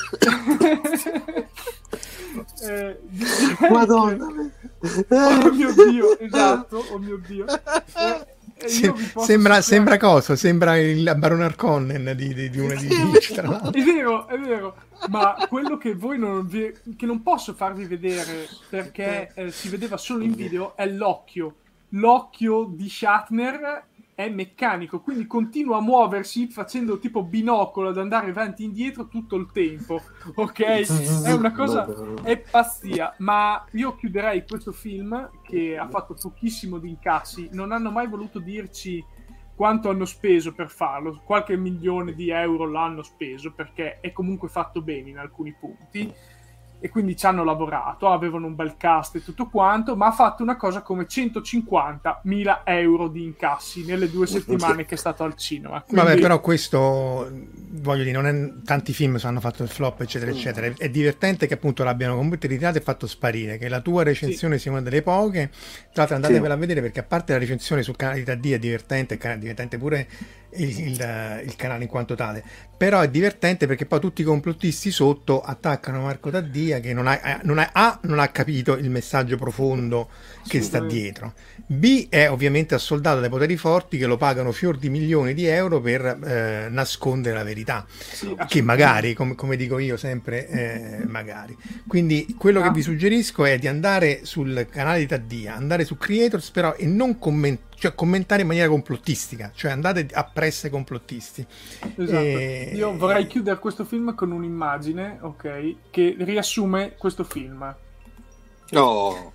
eh, Madonna, oh mio Dio, esatto, oh mio Dio. Eh, Se, sembra, associare... sembra cosa? Sembra il Baron Harkonnen di, di, di una di Lynch, tra l'altro. È vero, è vero, ma quello che voi non vi, che non posso farvi vedere perché eh, si vedeva solo in video è l'occhio. L'occhio di Shatner è meccanico, quindi continua a muoversi facendo tipo binocolo ad andare avanti e indietro tutto il tempo, ok? È una cosa, è pazzia, ma io chiuderei questo film che ha fatto pochissimo di incassi, non hanno mai voluto dirci quanto hanno speso per farlo, qualche milione di euro l'hanno speso perché è comunque fatto bene in alcuni punti e quindi ci hanno lavorato, avevano un bel cast e tutto quanto, ma ha fatto una cosa come centocinquantamila euro di incassi nelle due settimane che è stato al cinema. Quindi... Vabbè, però questo, voglio dire, non è, tanti film hanno fatto il flop, eccetera, eccetera. È divertente che appunto l'abbiano comunque ritirato e fatto sparire, che la tua recensione sì. sia una delle poche. Tra l'altro andatevela sì. a vedere perché a parte la recensione sul canale di Taddia è divertente, è divertente pure il, il, il canale in quanto tale, però è divertente perché poi tutti i complottisti sotto attaccano Marco Taddia che non ha, non ha, A, non ha capito il messaggio profondo che sta dietro, B è ovviamente assoldato dai poteri forti che lo pagano fior di milioni di euro per eh, nascondere la verità, sì, che magari, com- come dico io sempre, eh, magari. Quindi quello ah. che vi suggerisco è di andare sul canale di Taddia, andare su Creators però e non commentare, cioè commentare in maniera complottistica, cioè andate a presse complottisti. Esatto. E... io vorrei chiudere questo film con un'immagine, ok, che riassume questo film. Oh.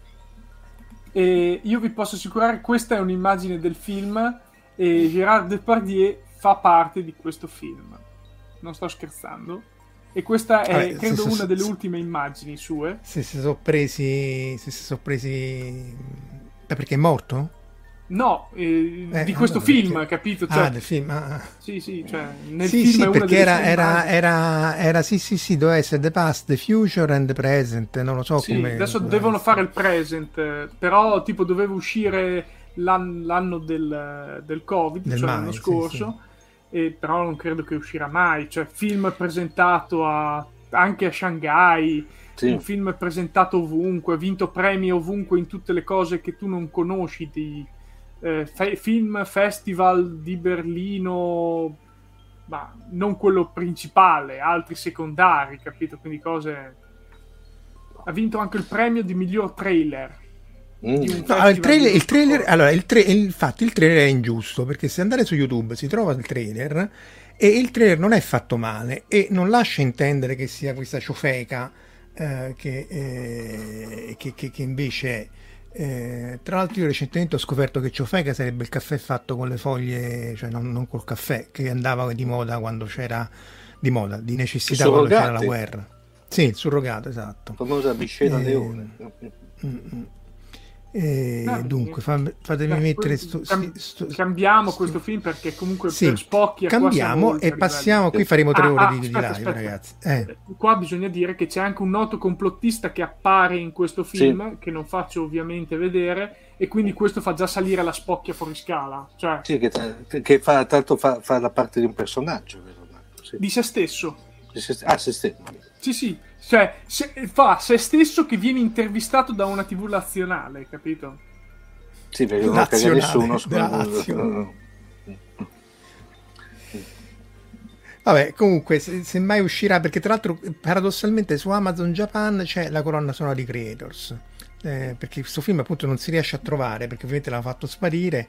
E io vi posso assicurare questa è un'immagine del film e Gérard Depardieu fa parte di questo film. Non sto scherzando. E questa è, Vabbè, credo, una so, delle so, ultime immagini sue. Se si sono presi... Se si sono presi... perché è morto? No, eh, eh, di questo allora, film, perché... capito? Cioè, ah, del film. Ah. Sì, sì, cioè, nel sì, film sì, è una perché era, era, era, era, era, sì, sì, sì, doveva essere the past, the future and the present, non lo so sì, come... adesso devono fare il present, però tipo doveva uscire l'anno, l'anno del, del Covid, del cioè mai, l'anno scorso, sì, sì. E, però non credo che uscirà mai, cioè film presentato a, anche a Shanghai, sì. Un film presentato ovunque, ha vinto premi ovunque in tutte le cose che tu non conosci di... Eh, fe- film festival di Berlino, ma non quello principale, altri secondari, capito? Quindi cose. Ha vinto anche il premio di miglior trailer. Mm. No, il trailer, il trailer allora il tra- infatti il trailer è ingiusto perché se andare su YouTube si trova il trailer e il trailer non è fatto male e non lascia intendere che sia questa ciofeca eh, che, eh, che, che, che invece è Eh, tra l'altro io recentemente ho scoperto che ciofè, che sarebbe il caffè fatto con le foglie, cioè non, non col caffè, che andava di moda quando c'era, di moda, di necessità quando c'era la guerra. Sì, il surrogato, esatto. La famosa miscela eh, leone. Mm-mm. E no, dunque fa, fatemi beh, mettere sto, cam- sto, cambiamo sto, questo film perché comunque sì, per Spocchia cambiamo e passiamo qui faremo tre ah, ore ah, di, aspetta, di live aspetta. ragazzi eh. Qua bisogna dire che c'è anche un noto complottista che appare in questo film, sì. che non faccio ovviamente vedere, e quindi questo fa già salire la Spocchia fuori scala, cioè sì, che, che fa tanto fa, fa la parte di un personaggio, vero? Sì. Di se stesso. Ah, se stesso. Sì, sì, cioè se, fa se stesso che viene intervistato da una tivù nazionale, capito? Sì, perché non caga nessuno. Scusa. Vabbè, comunque, se, se mai uscirà, perché tra l'altro paradossalmente su Amazon Japan c'è la colonna sonora di Creators, eh, perché questo film appunto non si riesce a trovare, perché ovviamente l'ha fatto sparire,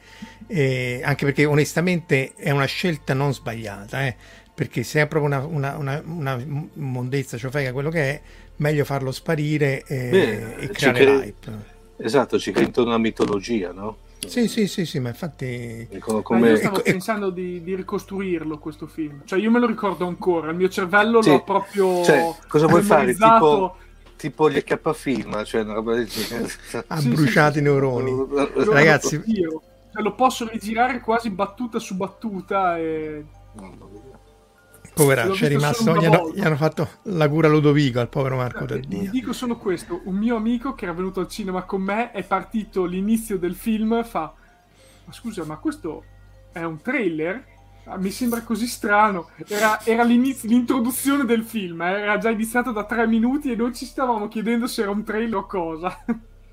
eh, anche perché onestamente è una scelta non sbagliata, eh, perché se è proprio una, una, una, una mondezza ciofeca quello che è, meglio farlo sparire eh, Beh, e creare cre- hype. Esatto, ci crea una mitologia, no? Sì, sì, sì, sì, ma infatti... Come... Ma io stavo ecco, pensando ecco... Di, di ricostruirlo questo film, cioè io me lo ricordo ancora, il mio cervello sì. l'ho proprio... Cioè, cosa vuoi fare? Tipo, tipo gli H film, cioè una roba del genere. Ha sì, bruciato sì, i neuroni. Lo, Ragazzi... Lo, cioè, lo posso rigirare quasi battuta su battuta e... Poveraccio, è rimasto, gli hanno, gli hanno fatto la cura Ludovico al povero Marco eh, Daddio. Vi dico solo questo, un mio amico che era venuto al cinema con me è partito l'inizio del film, fa ma scusa, ma questo è un trailer? Ah, mi sembra così strano, era, era l'introduzione del film, eh? Era già iniziato da tre minuti e noi ci stavamo chiedendo se era un trailer o cosa.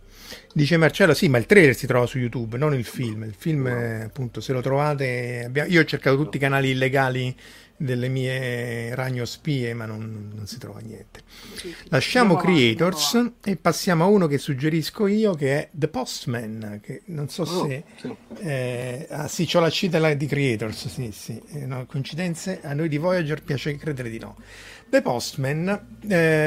Dice Marcello, sì, ma il trailer si trova su YouTube, non il film. Il film, eh, appunto, se lo trovate... Abbiamo... Io ho cercato tutti i canali illegali delle mie ragnospie, ma non, non si trova niente. Lasciamo Creators e passiamo a uno che suggerisco io, che è The Postman, che non so oh, se... Sì. Eh, ah sì, c'ho la cita di Creators, sì, sì. Eh, no, coincidenze? A noi di Voyager piace credere di no. The Postman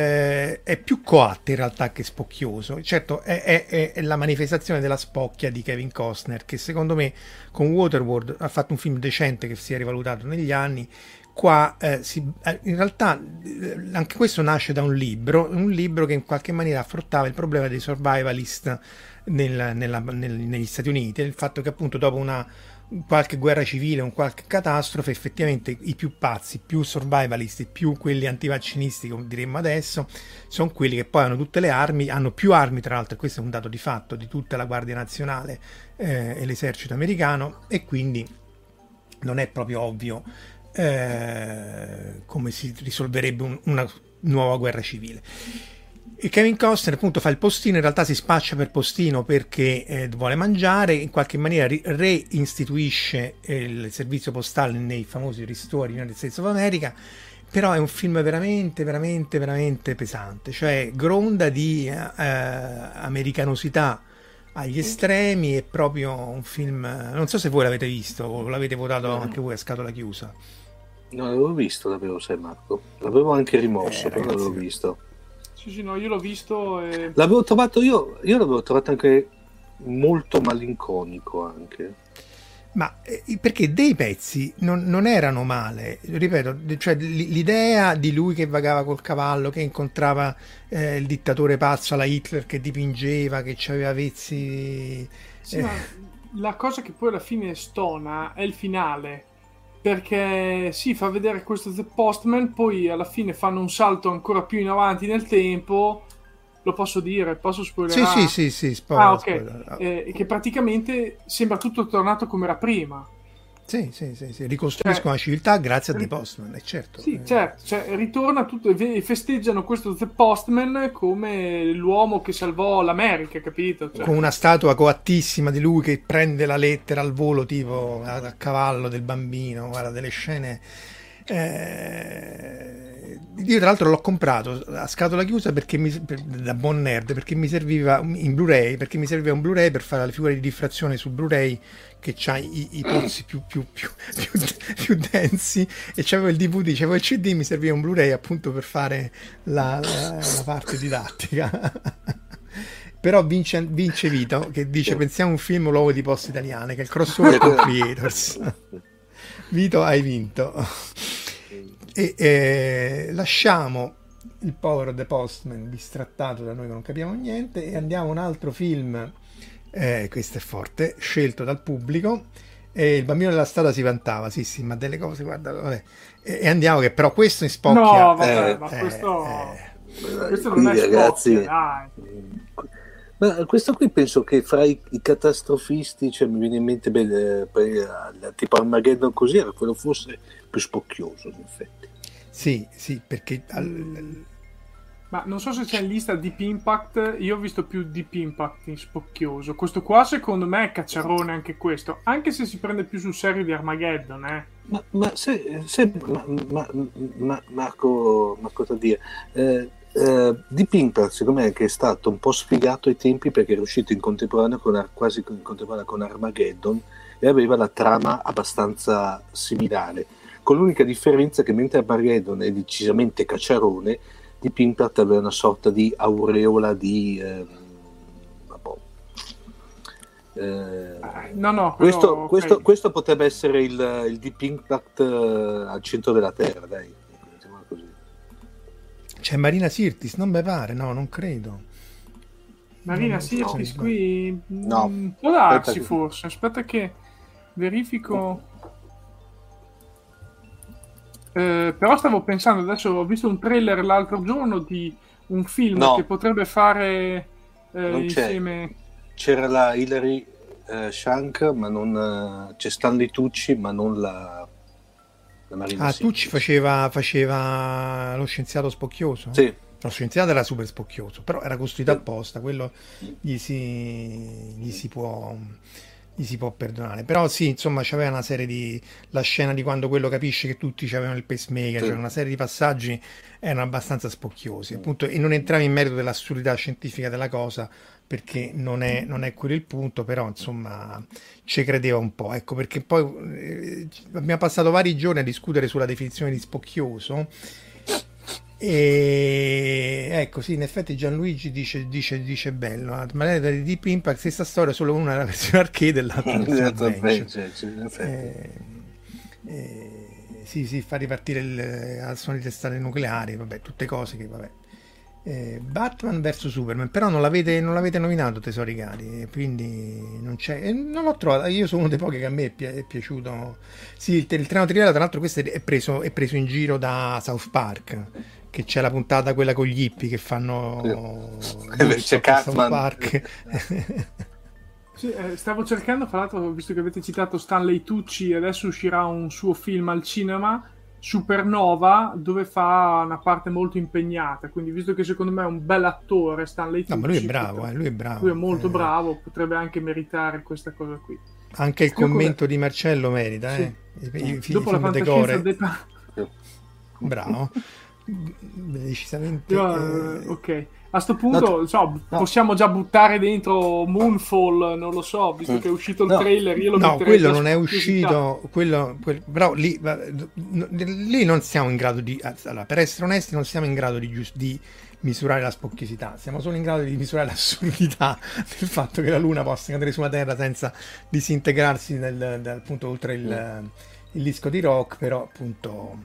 eh, è più coatto in realtà che spocchioso. Certo, è, è, è la manifestazione della spocchia di Kevin Costner, che secondo me con Waterworld ha fatto un film decente che si è rivalutato negli anni. Qua eh, si, in realtà anche questo nasce da un libro, un libro che in qualche maniera affrontava il problema dei survivalist nel, nella, nel, negli Stati Uniti, il fatto che appunto dopo una qualche guerra civile, un qualche catastrofe, effettivamente i più pazzi, più survivalisti, più quelli antivaccinisti, come diremmo adesso, sono quelli che poi hanno tutte le armi, hanno più armi tra l'altro, e questo è un dato di fatto di tutta la Guardia Nazionale eh, e l'esercito americano, e quindi non è proprio ovvio eh, come si risolverebbe un, una nuova guerra civile. E Kevin Costner appunto fa il postino, in realtà si spaccia per postino perché eh, vuole mangiare, in qualche maniera ri- reinstituisce eh, il servizio postale nei famosi ristori United States of America, però è un film veramente, veramente, veramente pesante, cioè gronda di eh, americanosità agli estremi, è proprio un film, non so se voi l'avete visto o l'avete votato anche voi a scatola chiusa. No, l'avevo visto davvero, sai Marco, l'avevo anche rimosso, eh, però ragazzi, l'avevo visto. Sì, sì, no, io l'ho visto e... L'avevo trovato io, io l'avevo trovato anche molto malinconico anche. Ma eh, perché dei pezzi non, non erano male, ripeto, cioè l'idea di lui che vagava col cavallo, che incontrava eh, il dittatore pazzo alla Hitler, che dipingeva, che aveva vezzi... Sì, eh. ma la cosa che poi alla fine stona è il finale. Perché sì, fa vedere questo The Postman, poi alla fine fanno un salto ancora più in avanti nel tempo. Lo posso dire? Posso spoilerare? Sì, sì, sì, sì, spoiler, ah, ok. Spoiler. Eh, che praticamente sembra tutto tornato come era prima. Sì, sì, sì, sì. Ricostruiscono cioè, la civiltà grazie a The Postman, è certo. Sì, certo, cioè, ritorna tutto e festeggiano questo The Postman come l'uomo che salvò l'America, capito? Cioè, con una statua coattissima di lui che prende la lettera al volo, tipo a, a cavallo del bambino, guarda, delle scene... Eh... Io tra l'altro l'ho comprato a scatola chiusa perché mi, per, da buon nerd, perché mi serviva in Blu-ray, perché mi serviva un Blu-ray per fare la figura di diffrazione su Blu-ray che c'ha i, i pozzi più, più, più, più, più densi, e c'avevo il D V D, c'avevo il C D, mi serviva un Blu-ray appunto per fare la, la, la parte didattica. però vince, vince Vito che dice pensiamo un film l'uovo di poste italiane, che è il crossover con Creators. Vito, hai vinto. E eh, lasciamo il povero The Postman bistrattato da noi che non capiamo niente e andiamo a un altro film, eh, questo è forte, scelto dal pubblico. E il bambino della strada si vantava, sì sì, ma delle cose, guarda, vabbè. E, e andiamo che però questo in spocchia. No, vabbè, eh, ma eh, questo, eh, questo qui, non è ragazzi, spocchia, dai. Ma questo qui penso che fra i, i catastrofisti, cioè mi viene in mente beh, eh, tipo Armageddon così, era quello forse più spocchioso in effetti. Sì, sì, perché al, Mm. Ma non so se c'è in lista Deep Impact, io ho visto più Deep Impact in spocchioso. Questo qua secondo me è cacciarone anche questo, anche se si prende più sul serio di Armageddon, eh. Ma, ma, se, se, ma, ma, ma Marco, Marco Taddia, eh, eh, Deep Impact secondo me che è stato un po' sfigato ai tempi perché è uscito in contemporanea con Ar- quasi in contemporanea con Armageddon e aveva la trama abbastanza similare, con l'unica differenza che mentre Armageddon è decisamente cacciarone, Deep Impact aveva una sorta di aureola di eh, vabbè. Eh, No, no, questo, però, ok. questo, questo potrebbe essere il, il Deep Impact eh, al centro della Terra, dai, diciamo così. c'è Marina Sirtis, non mi pare, no, non credo. Marina No, Sirtis no. qui No. mm, può darsi Aspetta. forse, aspetta che verifico. Eh, però stavo pensando, adesso ho visto un trailer l'altro giorno di un film No. che potrebbe fare eh, Non c'è. insieme. C'era la Hilary eh, Shank, ma non eh, c'è Stanley Tucci, ma non la, la Marina Ah, Sirtis. Tucci faceva, faceva lo scienziato spocchioso? Sì. Lo scienziato era super spocchioso, però era costruito apposta, quello gli si, gli si può gli si può perdonare. Però sì, insomma, c'aveva una serie di la scena di quando quello capisce che tutti avevano il pacemaker, Sì. c'era una serie di passaggi erano abbastanza spocchiosi, appunto, e non entrava in merito dell'assurdità scientifica della cosa perché non è, non è quello il punto, però insomma ci credeva un po', ecco, perché poi eh, abbiamo passato vari giorni a discutere sulla definizione di spocchioso. E ecco, sì, in effetti Gianluigi dice, dice, dice bello, la maniera di Deep Impact, stessa storia, solo una è la versione arcade e l'altra la versione Esatto, adventure. cioè, cioè, in effetti. Eh, eh, sì, sì, fa ripartire il, al suono di testate nucleari, vabbè, tutte cose che, vabbè. Eh, Batman versus Superman, però non l'avete, non l'avete nominato, tesori cari, e quindi non c'è, e non l'ho trovato. Io sono uno dei pochi che a me è, pi- è piaciuto. Sì, il, il treno trivela, tra l'altro, questo è preso, è preso in giro da South Park, che c'è la puntata quella con gli hippie che fanno C'è Woodstock a South Cartman. Park. Sì, eh, stavo cercando, fra l'altro, visto che avete citato Stanley Tucci, adesso uscirà un suo film al cinema, Supernova, dove fa una parte molto impegnata, quindi visto che secondo me è un bel attore Stanley Tucci, No, ma lui è bravo, potrebbe- eh, lui è bravo. lui è molto Eh, bravo, potrebbe anche meritare questa cosa qui. Anche il Io come- commento di Marcello merita, Sì. eh. I, i, i Dopo la film fantascienza decore. dei... Bravo. Decisamente. Io, eh, eh, ok, a sto punto No, so, no. possiamo già buttare dentro Moonfall, non lo so, visto che è uscito il No. trailer, io lo No, metterei quello già non è su curiosità. uscito, quello, quel- però lì, va- n- lì non siamo in grado di, allora, per essere onesti, non siamo in grado di, gius- di misurare la spocchiosità, siamo solo in grado di misurare l'assurdità del fatto che la Luna possa cadere sulla Terra senza disintegrarsi dal, dal punto oltre il, il disco di rock, però appunto...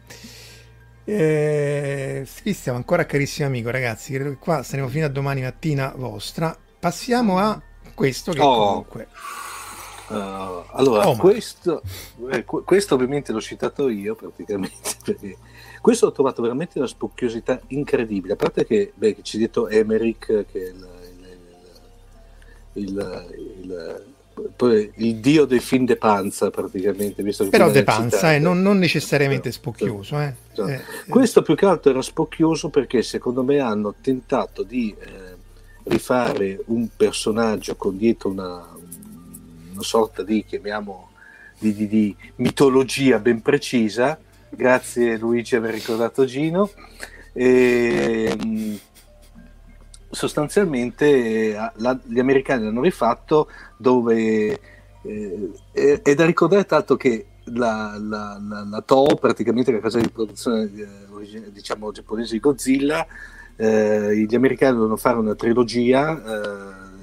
Eh, qui stiamo ancora carissimo amico, ragazzi, credo che qua staremo fino a domani mattina vostra. Passiamo a questo che Oh. comunque... Uh, allora, Oh, ma- questo, eh, que- questo ovviamente l'ho citato io praticamente, perché questo ho trovato veramente una spocchiosità incredibile, a parte che, beh, che ci ha detto Emmerich che è il, il, il, il, il, il dio del film de panza praticamente, visto che Però tu de l'hai panza, citato. eh, non, non necessariamente spocchioso. Eh. Esatto. Eh, Questo più che altro era spocchioso perché secondo me hanno tentato di eh, rifare un personaggio con dietro una, una sorta di, chiamiamo, di, di, di mitologia ben precisa. Grazie Luigi aver ricordato Gino. E, mh, sostanzialmente eh, la, gli americani l'hanno rifatto dove eh, è, è da ricordare tanto che la, la, la, la Toho, praticamente la casa di produzione eh, diciamo giapponese di Godzilla, eh, gli americani dovevano fare una trilogia eh,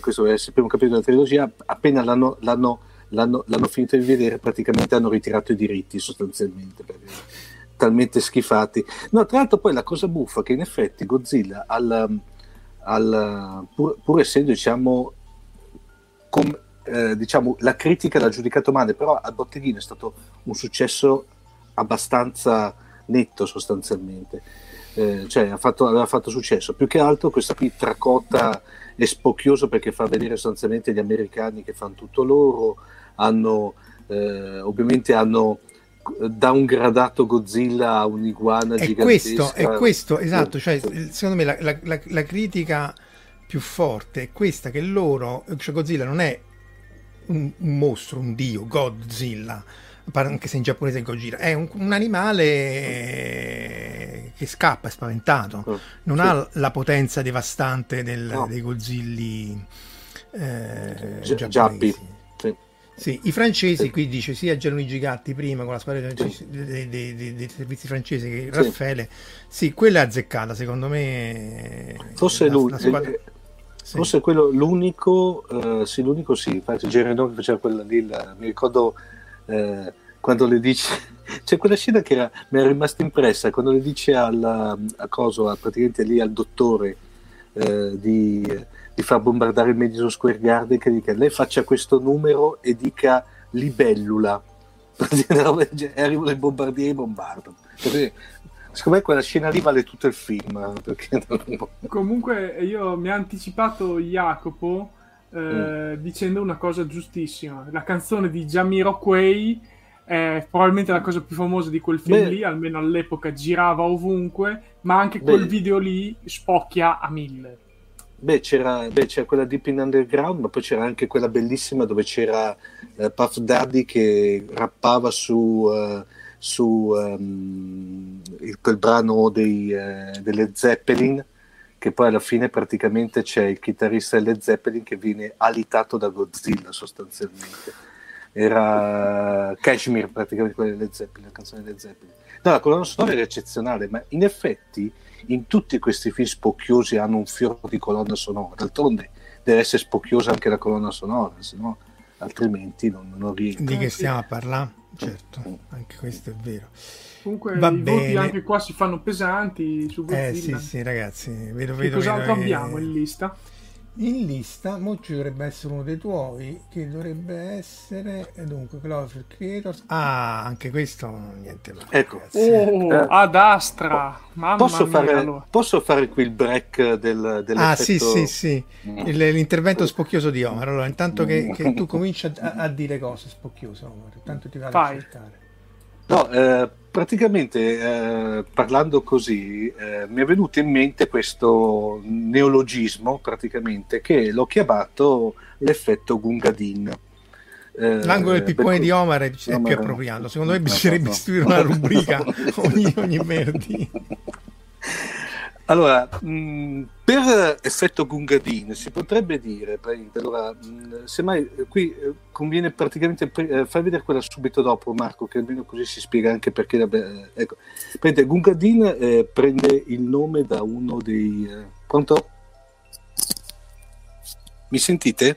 questo deve essere il primo capitolo della trilogia, appena l'hanno, l'hanno, l'hanno, l'hanno finito di vedere praticamente hanno ritirato i diritti sostanzialmente, perché talmente schifati. No, tra l'altro poi la cosa buffa è che in effetti Godzilla al, al, pur, pur essendo diciamo, com, eh, diciamo la critica l'ha giudicato male, però al botteghino è stato un successo abbastanza netto sostanzialmente, eh, cioè ha fatto, aveva fatto successo, più che altro questa qui tracotta è spocchioso perché fa vedere sostanzialmente gli americani che fanno tutto loro, hanno eh, ovviamente hanno downgradato Godzilla a un'iguana è gigantesca. Questo, è questo, esatto, cioè, secondo me la, la, la, la critica più forte è questa, che loro, cioè Godzilla non è un, un mostro, un dio, Godzilla, anche se in giapponese è Gojira, è un, un animale che scappa, è spaventato, non sì. ha la potenza devastante del, no. dei Godzilli eh, Gi- giapponesi. Sì. Sì, i francesi, sì. qui dice sia Gianluigi Gigatti prima con la squadra sì. dei, dei, dei, dei servizi francesi che Raffaele, sì. sì, quella è azzeccata, secondo me. Forse la, lui, la squadra... eh, sì. forse quello l'unico, uh, sì, l'unico sì, infatti Gerenot che faceva quella lì, la, mi ricordo eh, quando le dice, c'è quella scena che era, mi è rimasta impressa, quando le dice al, a coso, a, praticamente lì al dottore eh, di... di far bombardare il Madison Square Garden, che dica lei faccia questo numero e dica libellula e arrivano i bombardieri e bombardano. Secondo me quella scena lì vale tutto il film, perché... Comunque io mi ha anticipato Jacopo eh, mm. dicendo una cosa giustissima, la canzone di Jamiroquai è probabilmente la cosa più famosa di quel film. Beh, lì, almeno all'epoca girava ovunque, ma anche quel beh, video lì spocchia a mille. Beh c'era, beh, c'era quella Deep in Underground, ma poi c'era anche quella bellissima dove c'era uh, Puff Daddy che rappava su, uh, su um, il, quel brano dei, uh, delle Zeppelin, che poi alla fine praticamente c'è il chitarrista delle Zeppelin che viene alitato da Godzilla sostanzialmente. Era Kashmir praticamente, quella delle Zeppelin, la canzone delle Zeppelin. No, la colonna sonora era eccezionale, ma in effetti in tutti questi film spocchiosi hanno un fiore di colonna sonora, d'altronde deve essere spocchiosa anche la colonna sonora, se no altrimenti non, non rientra. Di che stiamo a parlare? Certo, anche questo è vero. Comunque Va i bene. voti anche qua si fanno pesanti su Godzilla. Eh sì, sì ragazzi, vedo, che vedo, cos'altro vedo abbiamo che... in lista? In lista, mo ci dovrebbe essere uno dei tuoi, che dovrebbe essere, dunque, Clover Creators. Ah, anche questo, niente male. Ecco. Oh, eh, ad Astra, mamma posso mia. Fare, allora. Posso fare qui il break del, dell'effetto... Ah, sì, sì, sì, mm. il, l'intervento spocchioso di Omar. Allora, intanto che, che tu cominci a, a dire cose spocchiose, Omar, intanto ti vado Vai. a cercare. No, eh, praticamente eh, parlando così eh, mi è venuto in mente questo neologismo praticamente che l'ho chiamato l'effetto Gungadin. Eh, L'angolo del pippone per... di Omar è, è no, più no, appropriato. Secondo me no, bisognerebbe no, no. istituire una rubrica ogni, ogni venerdì. Allora, mh, per effetto Gungadin si potrebbe dire, allora, mh, semmai qui eh, conviene praticamente pre- eh, fai vedere quella subito dopo, Marco, che almeno così si spiega anche perché. Eh, ecco, prende, Gungadin eh, prende il nome da uno dei. Eh, pronto? Mi sentite?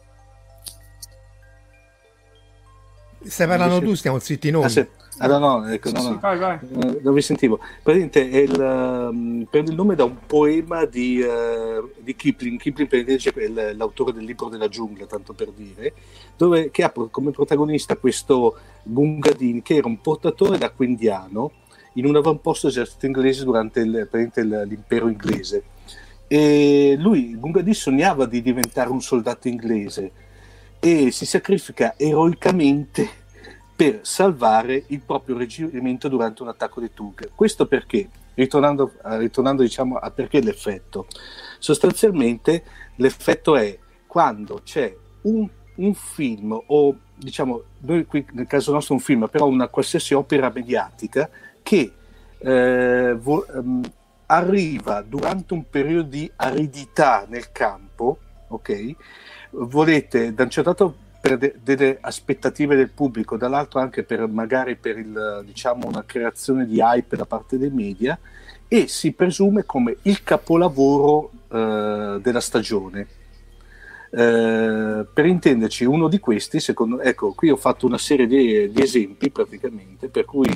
Stai parlando tu, stiamo zitti noi. Ah, se... ah no, no, ecco, no, Sì, no. sì, vai, vai. Eh, non vi sentivo. Praticamente è il, um, prende il nome da un poema di, uh, di Kipling. Kipling è l'autore del Libro della giungla, tanto per dire, dove, che ha come protagonista questo Gungadin, che era un portatore d'acqua indiano in un avamposto esercito inglese durante il, il, l'impero inglese. E lui, Gungadin, sognava di diventare un soldato inglese e si sacrifica eroicamente per salvare il proprio reggimento durante un attacco di Tug. Questo perché, ritornando, ritornando diciamo a perché l'effetto, sostanzialmente l'effetto è quando c'è un, un film o diciamo, noi qui nel caso nostro un film, però una qualsiasi opera mediatica che eh, vo- um, arriva durante un periodo di aridità nel campo, ok? Volete da un certo lato per de- delle aspettative del pubblico, dall'altro anche per magari per il, diciamo, una creazione di hype da parte dei media, e si presume come il capolavoro eh, della stagione. Eh, per intenderci, uno di questi, secondo ecco, qui ho fatto una serie di, di esempi praticamente, per cui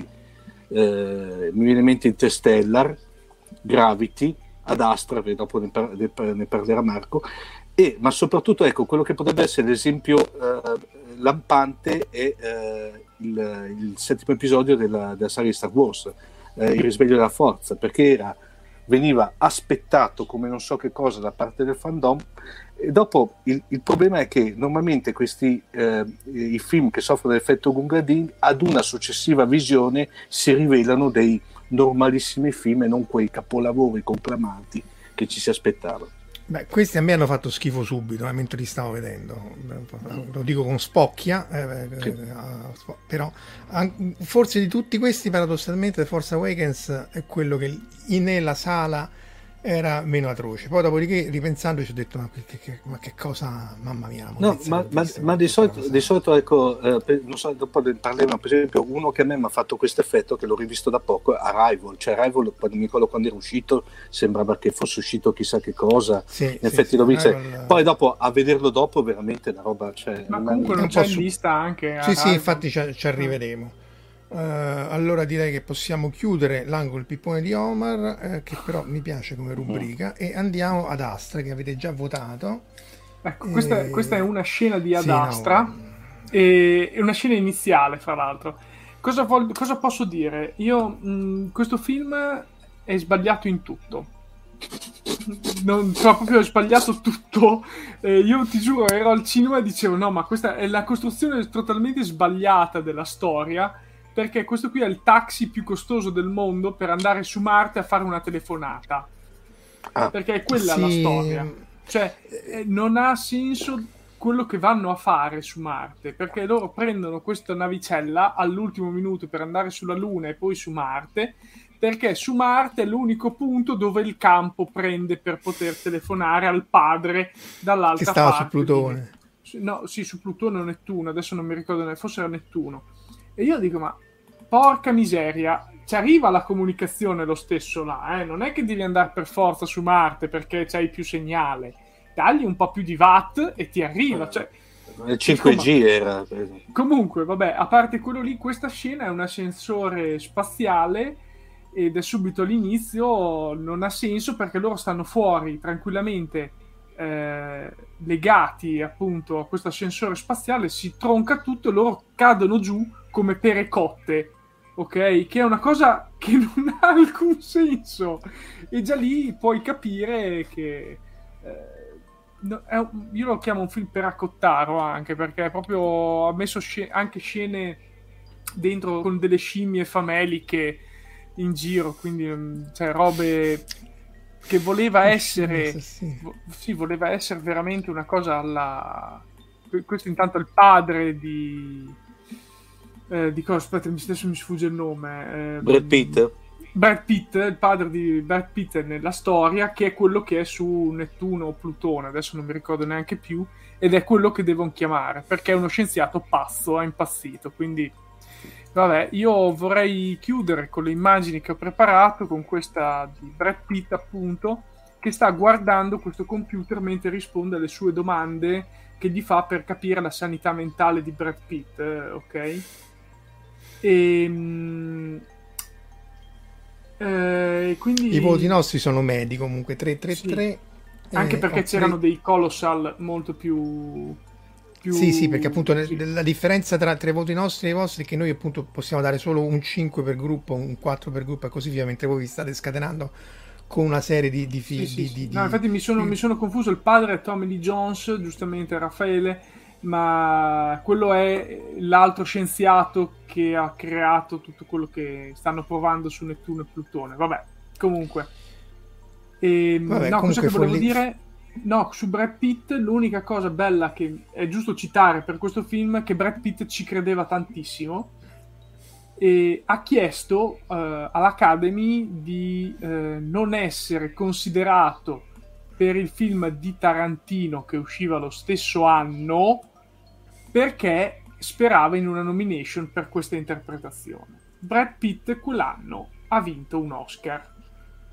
eh, mi viene in mente Interstellar, Gravity, Ad Astra, che dopo ne, par- ne parlerà Marco, e, ma soprattutto ecco, quello che potrebbe essere l'esempio eh, lampante è eh, il, il settimo episodio della, della saga di Star Wars, eh, Il risveglio della forza, perché era, veniva aspettato come non so che cosa da parte del fandom. E dopo il, il problema è che normalmente questi eh, i film che soffrono dell'effetto Gunga Din ad una successiva visione si rivelano dei normalissimi film e non quei capolavori conclamati che ci si aspettava. Beh, questi a me hanno fatto schifo subito, eh, mentre li stavo vedendo, lo dico con spocchia, eh, sì. eh, però an- forse di tutti questi paradossalmente The Force Awakens è quello che in, nella sala era meno atroce. Poi dopodiché ripensando ci ho detto ma che, che, ma che cosa, mamma mia, no, ma, ma, ma di solito, di solito ecco, eh, per, non so, dopo parleremo, per esempio uno che a me mi ha fatto questo effetto, che l'ho rivisto da poco, Arrival, cioè Arrival, quando mi ricordo quando era uscito sembrava che fosse uscito chissà che cosa, sì, in sì, effetti sì, l'ho visto, Arrival... poi dopo a vederlo dopo veramente una roba, cioè, ma comunque non c'è in su... lista anche sì Arrival. Sì, infatti ci, ci arriveremo. Uh, allora direi che possiamo chiudere l'angolo pippone di Omar, eh, che però mi piace come rubrica, e andiamo ad Astra, che avete già votato. Ecco, e... questa, questa è una scena di Ad sì, Astra, no. e è una scena iniziale, fra l'altro. Cosa, vol- cosa posso dire? Io, mh, questo film è sbagliato in tutto. Non, cioè, proprio sbagliato tutto. Eh, io ti giuro, ero al cinema e dicevo no, ma questa è la costruzione totalmente sbagliata della storia, perché questo qui è il taxi più costoso del mondo per andare su Marte a fare una telefonata, ah, perché è quella sì. la storia, cioè eh, non ha senso quello che vanno a fare su Marte, perché loro prendono questa navicella all'ultimo minuto per andare sulla Luna e poi su Marte, perché su Marte è l'unico punto dove il campo prende per poter telefonare al padre dall'altra che stava parte. Su Plutone. Di... No, sì, su Plutone o Nettuno, adesso non mi ricordo, forse era Nettuno. E io dico, ma porca miseria, ci arriva la comunicazione lo stesso là, eh? Non è che devi andare per forza su Marte perché c'hai più segnale, tagli un po' più di watt e ti arriva, cioè... Il cinque G insomma, era... Comunque, vabbè, a parte quello lì, questa scena è un ascensore spaziale ed è subito all'inizio, non ha senso perché loro stanno fuori tranquillamente eh, legati appunto a questo ascensore spaziale, si tronca tutto e loro cadono giù come pere cotte, ok? Che è una cosa che non ha alcun senso, e già lì puoi capire che eh, no, è un, io lo chiamo un film per accottaro, anche perché proprio ha messo sc- anche scene dentro con delle scimmie fameliche in giro, quindi cioè robe che voleva essere vo- sì, voleva essere veramente una cosa alla... Questo intanto è il padre di eh, di cosa, aspetta, mi stesso mi sfugge il nome, eh, Brad Pitt Brad Pitt, il padre di Brad Pitt nella storia, che è quello che è su Nettuno o Plutone, adesso non mi ricordo neanche più, ed è quello che devono chiamare, perché è uno scienziato pazzo, è impazzito, quindi vabbè, io vorrei chiudere con le immagini che ho preparato, con questa di Brad Pitt appunto, che sta guardando questo computer mentre risponde alle sue domande che gli fa per capire la sanità mentale di Brad Pitt, eh, ok? E eh, quindi i voti nostri sono medi comunque tre tre tre, sì. Anche perché c'erano dei colossal molto più, più... sì sì perché appunto sì. la differenza tra, tra i voti nostri e i vostri è che noi appunto possiamo dare solo un cinque per gruppo, un quattro per gruppo e così via, mentre voi vi state scatenando con una serie di, di, fi- sì, di, sì, di, sì. di No, infatti mi sono, mi sono confuso, il padre è Tommy Lee Jones, giustamente Raffaele, ma quello è l'altro scienziato che ha creato tutto quello che stanno provando su Nettuno e Plutone. Vabbè, comunque. E, Vabbè, no, cosa che volevo folli... dire? No, su Brad Pitt l'unica cosa bella che è giusto citare per questo film è che Brad Pitt ci credeva tantissimo e ha chiesto uh, all'Academy di uh, non essere considerato per il film di Tarantino che usciva lo stesso anno, perché sperava in una nomination per questa interpretazione. Brad Pitt quell'anno ha vinto un Oscar.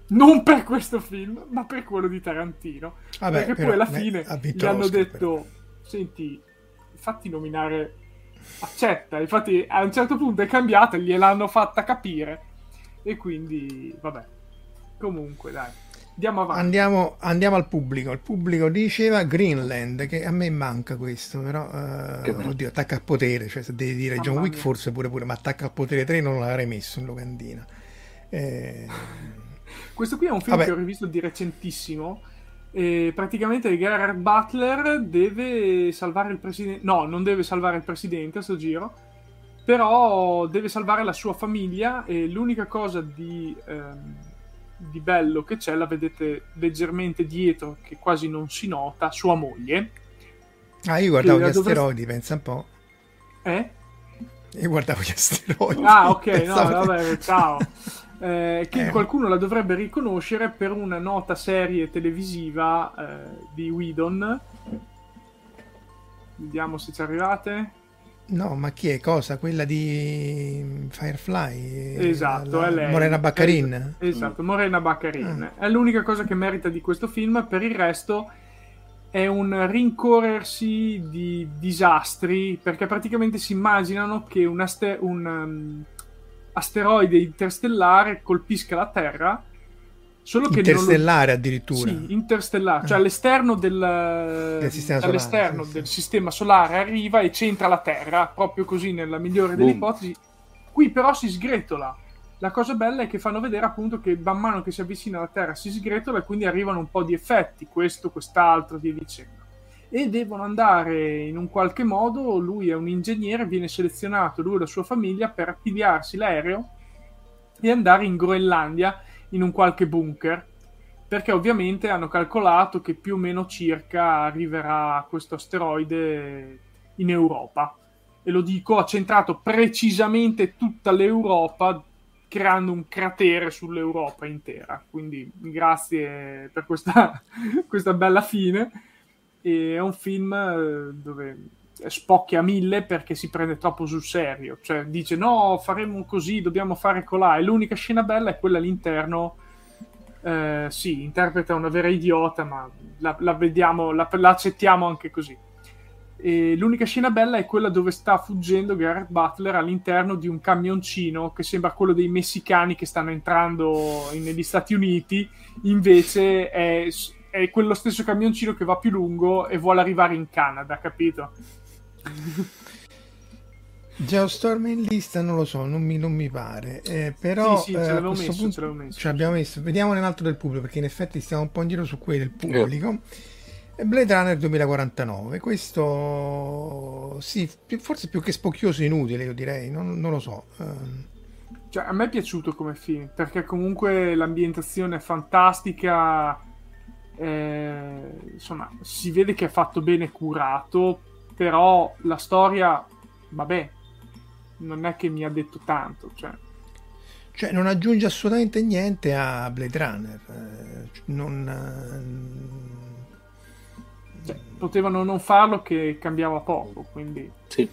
non per questo film, ma per quello di Tarantino. Vabbè, perché poi alla fine gli hanno Oscar, detto però. Senti, fatti nominare, accetta, infatti a un certo punto è cambiata, gliel'hanno fatta capire e quindi vabbè, comunque dai, andiamo avanti. Andiamo, andiamo al pubblico. Il pubblico diceva Greenland, che a me manca questo, però uh, oddio, Attacca al potere, cioè se devi dire Mamma John Wick mia. Forse pure pure, ma Attacca al potere tre non l'avrei messo in locandina. Eh... questo qui è un film Vabbè. che ho rivisto di recentissimo. E praticamente Gerard Butler deve salvare il presidente, no, non deve salvare il presidente a sto giro, però deve salvare la sua famiglia e l'unica cosa di, ehm, di bello che c'è, la vedete leggermente dietro, che quasi non si nota, sua moglie. Ah, io guardavo gli asteroidi, dovresti... pensa un po'. Eh? Io guardavo gli asteroidi. Ah, ok, pensavo... no, vabbè, ciao. Eh, che eh. qualcuno la dovrebbe riconoscere per una nota serie televisiva eh, di Whedon. Vediamo se ci arrivate. No, ma chi è? Cosa? Quella di Firefly? Esatto, la, è lei. Morena Baccarin. Esatto, Morena Baccarin. Ah. È l'unica cosa che merita di questo film, per il resto è un rincorrersi di disastri, perché praticamente si immaginano che un, aste- un um, asteroide interstellare colpisca la Terra, solo che interstellare non lo... addirittura. Sì, interstellare, cioè all'esterno del, del sistema all'esterno solare, sì, del sì. sistema solare arriva e centra la Terra, proprio così nella migliore delle Boom. ipotesi. Qui però si sgretola. La cosa bella è che fanno vedere appunto che man mano che si avvicina alla Terra si sgretola e quindi arrivano un po' di effetti, questo, quest'altro, via dicendo. E devono andare in un qualche modo, lui è un ingegnere, viene selezionato, lui e la sua famiglia, per pigliarsi l'aereo e andare in Groenlandia in un qualche bunker, perché ovviamente hanno calcolato che più o meno circa arriverà questo asteroide in Europa. E lo dico, ha centrato precisamente tutta l'Europa, creando un cratere sull'Europa intera. Quindi grazie per questa, questa bella fine. E è un film dove spocchia mille perché si prende troppo sul serio, cioè dice no, faremo così, dobbiamo fare colà, e l'unica scena bella è quella all'interno. Eh, sì, interpreta una vera idiota, ma la, la vediamo, la, la accettiamo anche così. E l'unica scena bella è quella dove sta fuggendo Gerard Butler all'interno di un camioncino che sembra quello dei messicani che stanno entrando in, negli Stati Uniti, invece è, è quello stesso camioncino che va più lungo e vuole arrivare in Canada, capito? Geostorm in lista non lo so, non mi, non mi pare, eh, però sì, sì, eh, ce a l'avevo questo messo, punto ce l'avevo messo. ce l'abbiamo messo. Vediamo nell'altro del pubblico, perché in effetti stiamo un po' indietro su quelli del pubblico. Eh. Blade Runner duemilaquarantanove, questo sì, forse più che spocchioso inutile, io direi, non, non lo so. Cioè, a me è piaciuto come film, perché comunque l'ambientazione è fantastica, eh, insomma, si vede che è fatto bene, curato, però la storia, vabbè, non è che mi ha detto tanto, cioè. Cioè non aggiunge assolutamente niente a Blade Runner, eh, non... Cioè, potevano non farlo che cambiava poco, quindi... Sì.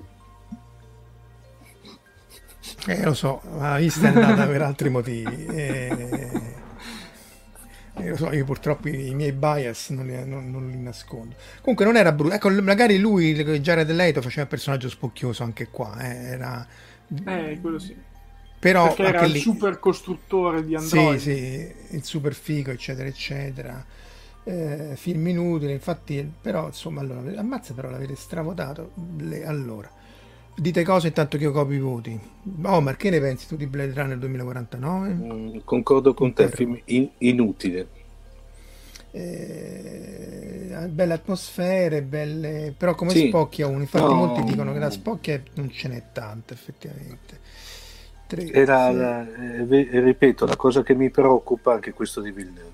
Eh, lo so, la vista è andata per altri motivi. Eh, eh, lo so, io purtroppo i, i miei bias non li, non, non li nascondo. Comunque non era brutto. Ecco, magari lui, Jared Leto, faceva un personaggio spocchioso anche qua. Eh, era... eh quello sì. Però perché era il lì... super costruttore di Android. Sì, sì, il super figo, eccetera, eccetera. Eh, film inutili, infatti, però insomma, allora, ammazza però l'avete stravotato. Le, allora, dite cose intanto che io copio i voti. Omar, che ne pensi tu di Blade Runner duemilaquarantanove? Mm, concordo con te, film in, inutile. Eh, belle atmosfere, belle, però come sì. spocchia uno. Infatti, no. molti dicono che la spocchia non ce n'è tanto, effettivamente. Tre, Era, la, eh, ripeto, la cosa che mi preoccupa anche questo di Villeneuve.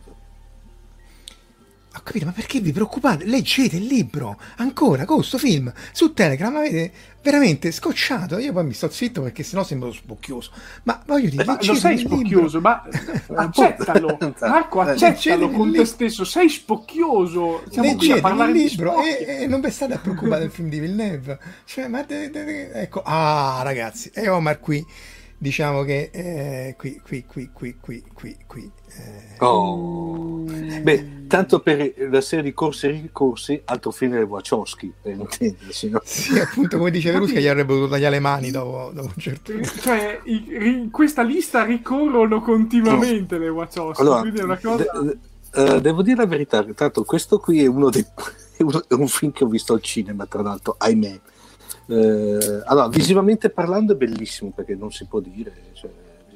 Ho capito, ma perché vi preoccupate? Leggete il libro ancora con questo film su Telegram, avete veramente scocciato. Io poi mi sto zitto perché sennò sembro spocchioso. Ma voglio dire, ma lo sei spocchioso, ma accettalo, Marco, accettalo con te stesso. Sei spocchioso. Siamo leggete qui a parlare il di libro e, e non vi state a preoccupare del film di Villeneuve. Cioè, ma de, de, de, ecco, ah ragazzi, e Omar qui diciamo che eh, qui, qui, qui, qui, qui, qui, qui eh. Oh. Beh, tanto per la serie di corsi e ricorsi, altro film delle Wachowski, per intendersi, no? Sì, appunto, come dice Verusca, gli avrebbe dovuto tagliare le mani dopo, dopo un certo punto. Cioè, in questa lista ricorrono continuamente le Wachowski, allora, quindi è una cosa... de- Uh, devo dire la verità, tanto questo qui è uno dei è, uno, è un film che ho visto al cinema, tra l'altro, ahimè. Uh, allora, visivamente parlando è bellissimo, perché non si può dire, cioè,